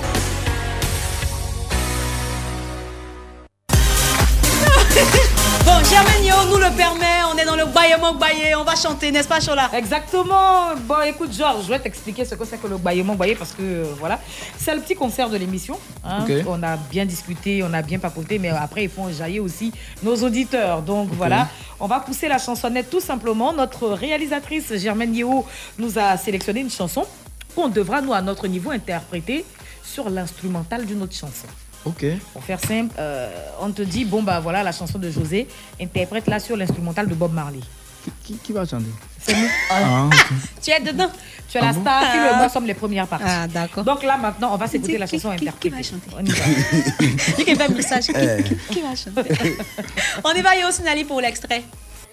Bon, Germaine Nio nous le permet, on est dans le baillement baillé, on va chanter, n'est-ce pas, Chola? Exactement. Bon, écoute, Georges, je vais t'expliquer ce que c'est que le baillement baillé parce que, euh, voilà, c'est le petit concert de l'émission. Hein. Okay. On a bien discuté, on a bien papoté, mais après, il faut enjailler aussi nos auditeurs. Donc, okay. voilà, on va pousser la chansonnette tout simplement. Notre réalisatrice, Germaine Nio, nous a sélectionné une chanson qu'on devra, nous, à notre niveau, interpréter sur l'instrumental d'une autre chanson. Ok. Pour faire simple, euh, on te dit, bon, bah voilà la chanson de José, interprète-la sur l'instrumental de Bob Marley. Qui, qui, qui va chanter? C'est nous. Ah, okay. Tu es dedans. Tu es ah la star, bon? Qui le moi sommes les premières parties. Ah, d'accord. Donc là, maintenant, on va s'écouter la chanson qui, interprétée. Qui va chanter? On y va. Qui fait un message? Qui, qui, qui va chanter? On y va, Yo Sinali, pour l'extrait.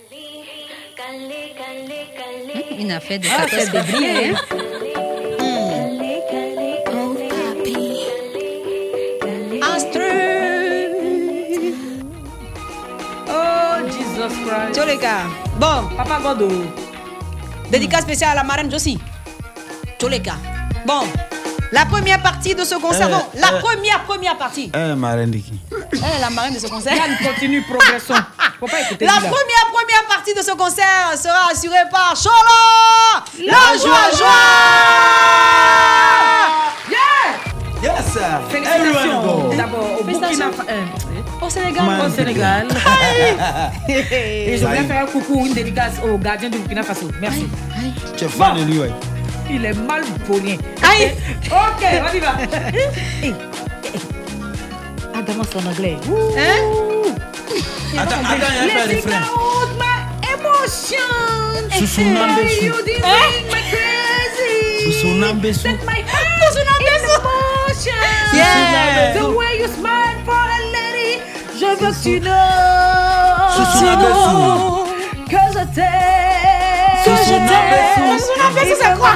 Une affaire de ah, c'est de briller. Ciao les gars. Bon, Papa Godo. Dédicace spéciale à la marraine Josie. Ciao les gars. Bon, la première partie de ce concert. Euh, non, la euh, première première partie. Euh, marraine de qui? Elle est la marraine de ce concert. Yann, continue, progressons. Faut pas écouter. La première première partie de ce concert sera assurée par Chola, la joie joie. Yeah. Yes, sir. Félicitations. D'abord au Burkina Faso. Au Sénégal. Au Sénégal. Et je voulais faire un coucou, une dédicace au gardien du Burkina Faso. Merci. Tu es fan de lui, ouais. Il est mal bonné. Aïe. Ok, on y va. Ah, demande son anglais. Hein? Attends, attends, il y a un peu de frein. Emotions. Susunambesu. You didn't make me crazy. Susunambesu. Set my heart in emotion. Yeah. The way you smile for a lady. Je veux que tu know. Susunambesu. Que je t'aime. Que je t'aime. Susunambesu, c'est quoi?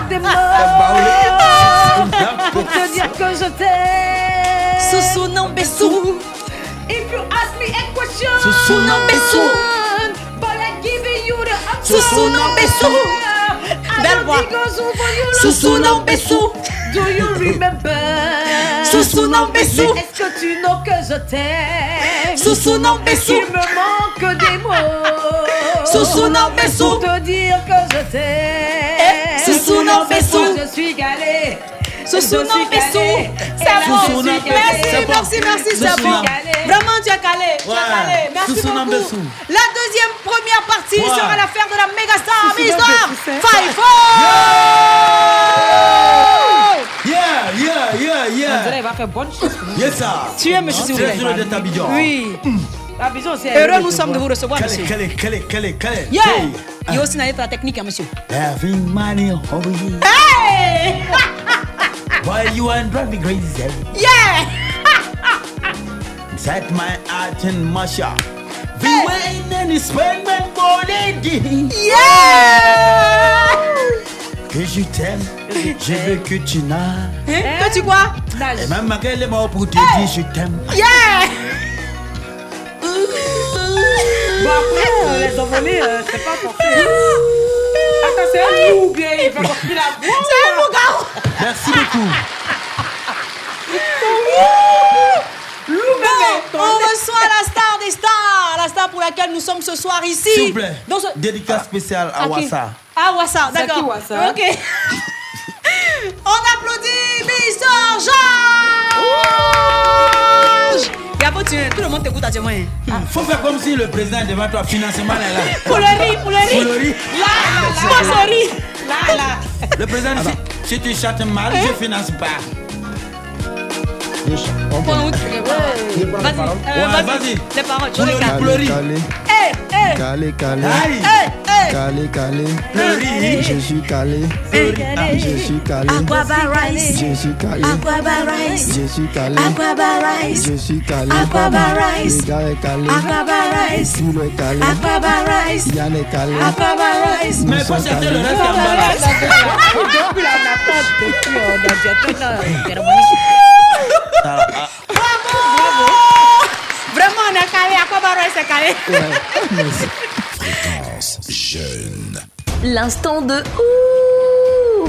Pour te dire que je t'aime. Susunambesu. If you ask me a question, Susunambesu. But I'm giving you the answer. Susunambesu. Belle voix. Susunambesu. Do you remember? Susunambesu. Est-ce que tu know que je t'aime? Susunambesu. Il me manque des mots. Susunambesu. Pour te dire que je t'aime. Susunambesu. Je suis galée. Susunambesu. C'est bon. Merci, merci, merci, c'est bon. Vraiment, tu as calé. Tu as calé. Merci beaucoup. La deuxième première partie sera l'affaire de la méga star Mister Five. Yeah, yeah, yeah, yeah. On dirait qu'il va faire bonne chose. Yes, sir. Tu es monsieur Trésor de Tabidjan. Oui. Abidjan, c'est Heureux nous sommes de vous recevoir, Quelle, monsieur. quelle, quelle, quelle, quelle. Yeah! Hey. Yo aussi, n'a pas technique, hein, monsieur. Having money over here. Hey! Why you and drive me crazy? Yeah! Set my heart in Masha. The way and spend my money. Yeah! Que je t'aime, je veux que tu nages. Hein? Que tu quoi? Et même malgré les mots pour te Hey! dire je t'aime. Yeah! Bon, après, euh, les envolés, euh, c'est pas forcé. Attends, c'est un loup ou bien il fait porter la voix? C'est un loup-garou! Merci beaucoup. Bon, on reçoit la star des stars, la star pour laquelle nous sommes ce soir ici. S'il vous plaît. Dans ce... Dédicace spéciale à À qui? Wassa. Ah, Wassa, C'est d'accord. qui, Wassa? Ok. On applaudit Mister Georges. Gabo, tu tout le monde t'écoute à tes moyens. Faut faire comme si le président est devant toi, financement est là. Pour le riz, pour le riz. Pour le riz. Là, là, là. riz. Là, là. Le président, si, si tu chantes mal, je finance pas. Bon, vas-y, Ouais, euh, vas-y. vas-y. Les paroles, je Pour le- regarde. pour le riz. Hey, hey. Calé, calé. Aïe. Hey, hey. Calé, calé. Le riz. Je suis calé. Je suis calé. Aquaba rice. Je suis calé. Aquaba rice. Je suis calé. Aquaba rice. Je suis calé. Aquaba rice. Le gars est calé. Aquaba rice. Philo est calé. Aquaba rice. Yann est calé. Aquaba rice. Mais il faut chanter le reste en bas là. Depuis la natade, depuis on a dit attends, Ah, ah. Bravo. Vraiment, on est calé. Aquaba rice est calé. Fréquence jeune. L'instant de ouf.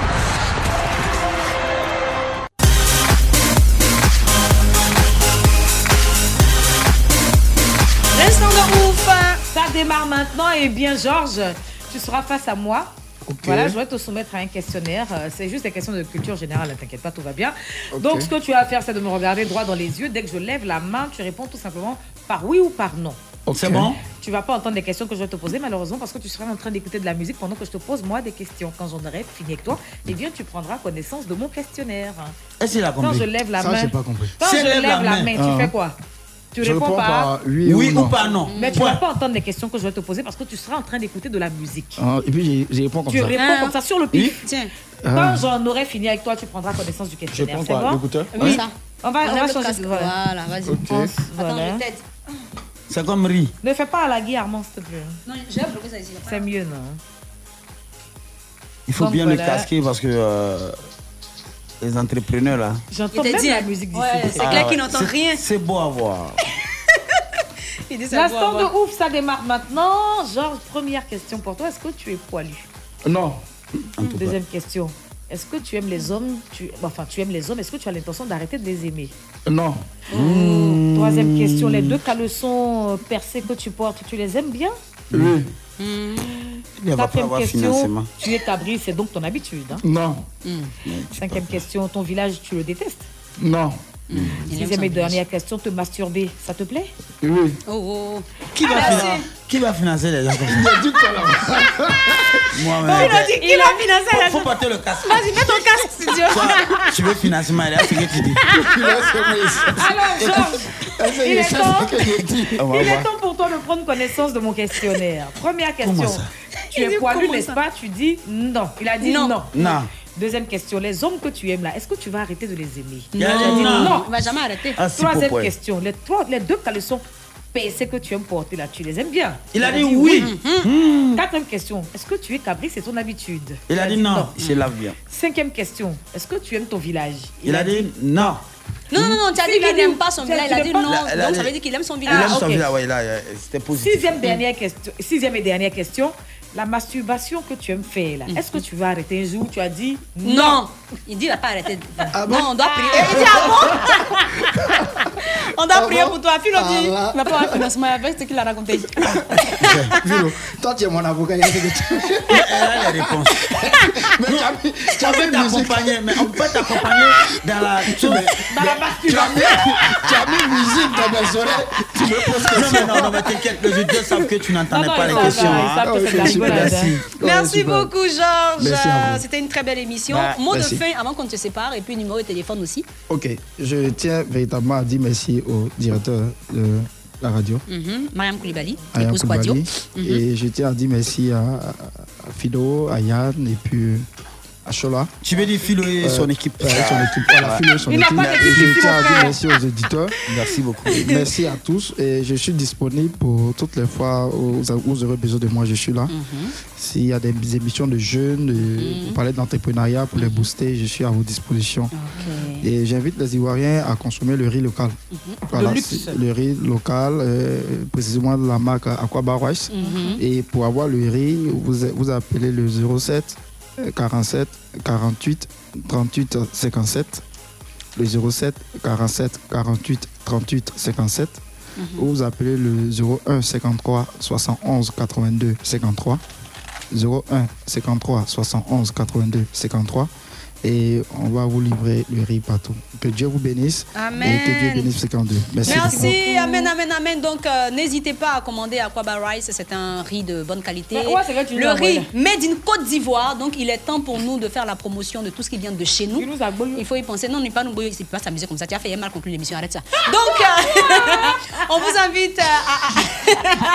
L'instant de ouf. ça démarre maintenant. Et bien, Georges, tu seras face à moi. Ok. Voilà, je vais te soumettre à un questionnaire. Euh, C'est juste des questions de culture générale, ne t'inquiète pas, tout va bien. Ok. Donc, ce que tu as à faire, c'est de me regarder droit dans les yeux. Dès que je lève la main, tu réponds tout simplement par oui ou par non. Ok. C'est bon? Tu vas pas entendre des questions que je vais te poser, malheureusement, parce que tu seras en train d'écouter de la musique pendant que je te pose, moi, des questions. Quand j'en aurai fini avec toi, eh bien, tu prendras connaissance de mon questionnaire. Est-ce qu'il a Quand compris? je lève la Ça, main... j'ai pas compris. Quand Si je elle lève lève la, la main, main, tu ah. fais quoi? Tu Je réponds réponds par... par oui, Oui ou non. ou pas non? Mais tu ne Point. vas pas entendre les questions que je vais te poser parce que tu seras en train d'écouter de la musique. Ah, et puis, j'ai- j'y réponds comme Tu ça. réponds Ah. comme ça sur le pif. Tiens. Ah. Quand j'en aurai fini avec toi, tu prendras connaissance du Je questionnaire. prends C'est quoi? bon? L'écouteur? Oui, Ouais. ça. On va, on va Enlève le changer. casque. Voilà. Voilà, vas-y. Ok. On s- Attends, voilà. je t'aide. C'est comme riz. Ne fais pas à la guille, Armand, s'il te plaît. Non, j'ai bloqué ça ici. C'est mieux, non? Il faut Donc bien voilà. le casquer parce que euh, les entrepreneurs là. J'entends Il t'a même dit, la hein. musique d'ici. Ouais, c'est clair qu'il n'entend c'est- rien. C'est beau à voir. Il dit ça. L'instant de ouf, ça démarre maintenant. Georges, première question pour toi. Est-ce que tu es poilu? Non. En tout cas. Deuxième question. Est-ce que tu aimes les hommes tu... Enfin, tu aimes les hommes. Est-ce que tu as l'intention d'arrêter de les aimer? Non. Mmh. Troisième question. Les deux caleçons euh, percés que tu portes, tu les aimes bien? Oui. Il va pas Quatrième avoir question. financement. Tu es cabri, c'est donc ton habitude. Hein? Non. Cinquième question. Ton village, tu le détestes? Non. Sixième et dernière question. Te masturber, ça te plaît? Oui. Oh, oh. Qui va, Ah, finan- qui va financer les gens comme ça? Il a dit quoi là? Moi-même. Il a dit qu'il a financé la Faut porter le casque. Vas-y, mets ton casque, si tu veux. Toi, tu veux financement, il y a ce que tu dis. Alors, Georges, il est temps, On va il est voir. temps pour toi de prendre connaissance de mon questionnaire. Première question. Comment ça? Tu Il es dit poilu, comment n'est-ce ça? pas? Tu dis non. Il a dit Non. non. Non. Deuxième question. Les hommes que tu aimes là, est-ce que tu vas arrêter de les aimer? Il a dit dit non. non. On va jamais arrêter. Ah, si, Troisième pourquoi? question. Les, trois, les deux caleçons P C que tu aimes porter là, tu les aimes bien? Il a dit oui. Mmh. Quatrième question. Est-ce que tu es cabri? C'est ton habitude? Il a dit non. Il se lave bien. Cinquième question. Est-ce que tu aimes ton village? Il a dit non. Non, non, non, tu as Si, dit il a qu'il dit- n'aime pas son tu as- village. tu Il a n'aimes dit pas- non. Il a Donc dit- ça veut dire qu'il aime son Il village. aime son ok. village, ouais, là, c'était positif. Sixième, dernière question, sixième et dernière question. La masturbation que tu aimes faire là, est-ce que tu vas arrêter un jour? Tu as dit non. Non. Il dit il va pas arrêter. Ah bon? Non, on doit prier. Il dit ah bon? On doit Ah prier bon? pour toi. Philo dit Ah là. il va pas avoir financement avec ce qu'il a raconté. Philo, toi tu es mon avocat. Il y a ce que tu... Elle a les réponses. Mais tu as mis, tu as On peut mis musique. t'accompagner, mais on peut t'accompagner dans la. Dans la Tu as masturbation. mis, tu as mis musique dans mes oreilles. Tu me poses Non, question. mais non, non, mais t'inquiète, les auditeurs savent que tu n'entendais Non, non, pas ils les savent, questions. ils hein. savent que c'est de la Ok, super, rigolade, merci. hein. Ouais, Merci super. beaucoup, Georges. Merci à vous. C'était une très belle émission. Ouais, Mot merci. de fin avant qu'on ne se sépare et puis numéro de téléphone aussi. Ok, je tiens véritablement à dire merci au directeur de la radio. Mm-hmm. Mariam Koulibaly, Mariam épouse Quadio. Mm-hmm. Et je tiens à dire merci à, à Philo, à Yann et puis à Chola. Tu veux dire Philo et son équipe. Euh, son équipe. Voilà, Philo et son Il équipe. n'a pas Et je tiens à dire frère. merci aux auditeurs. Merci beaucoup. Merci à tous. Et je suis disponible pour toutes les fois où vous aurez besoin de moi, je suis là. Mm-hmm. S'il y a des émissions de jeunes, de, Mm-hmm. pour parler d'entrepreneuriat, pour les booster, je suis à vos dispositions. Okay. Et j'invite les Ivoiriens à consommer le riz local. Mm-hmm. Voilà, Le luxe. le riz local, euh, précisément de la marque Aquabar Rice. Mm-hmm. Et pour avoir le riz, vous, vous appelez le zéro sept quarante-sept quarante-huit trente-huit cinquante-sept. Le zéro sept quarante-sept quarante-huit trente-huit cinquante-sept. Mm-hmm. Ou vous appelez le zéro un cinquante-trois soixante-onze quatre-vingt-deux cinquante-trois. zéro un cinquante-trois soixante-onze quatre-vingt-deux cinquante-trois. Et on va vous livrer le riz partout. Que Dieu vous bénisse. Amen. Et que Dieu bénisse cinquante-deux. Merci. Merci, amen, amen, amen. Donc, euh, n'hésitez pas à commander Aquabar Rice. C'est un riz de bonne qualité. Mais ouais, c'est vrai, tu nous le as riz envoyé. made in Côte d'Ivoire. Donc, il est temps pour nous de faire la promotion de tout ce qui vient de chez nous. Il faut y penser. Non, on n'est pas nous. Il ne pas s'amuser comme ça. Tu as fait mal conclure l'émission. Arrête ça. Donc, euh, on vous invite euh,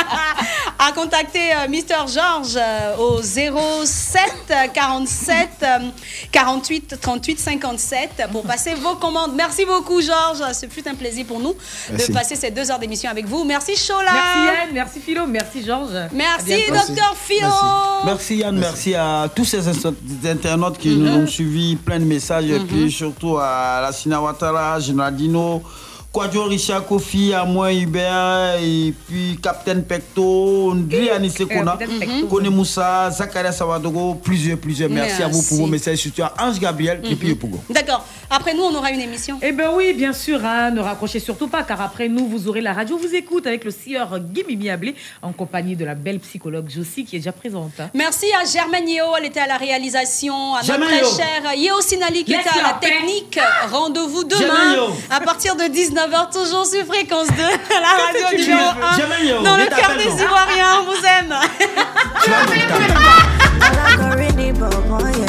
à, à, à contacter euh, Mister Georges euh, au zéro sept quarante-sept quarante-huit trente-huit cinquante-sept pour passer vos commandes. Merci beaucoup, Georges. Ce fut un plaisir pour nous Merci. de passer ces deux heures d'émission avec vous. Merci, Chola. Merci Yann, merci Philo, merci Georges. Merci, docteur Philo. Merci Yann, merci. merci à tous ces internautes qui mm-hmm. nous ont suivis, plein de messages, mm-hmm. et puis surtout à la Sina Ouattara, Généradino, Quadio Richard Kofi, à moi Hubert, et puis Captain Pecto, Ndri Anissé Kona, Kone Moussa, Zakaria Savadogo, plusieurs, plusieurs. Merci, merci à vous pour vos messages, surtout à Ange Gabriel mm-hmm. et puis Yopogo. D'accord. Après nous, on aura une émission. Eh bien oui, bien sûr, hein, ne raccrochez surtout pas, car après nous, vous aurez la radio vous écoute avec le sieur Guy Mimi Ablé, en compagnie de la belle psychologue Josie qui est déjà présente. Hein. Merci à Germaine Yeo, elle était à la réalisation, à Germaine notre Yeo. très chère Yeo Sinali qui était à la technique. Rendez-vous demain à partir de dix-neuf heures, toujours sur Fréquence deux, la radio numéro un, dans le cœur des Ivoiriens. On vous aime.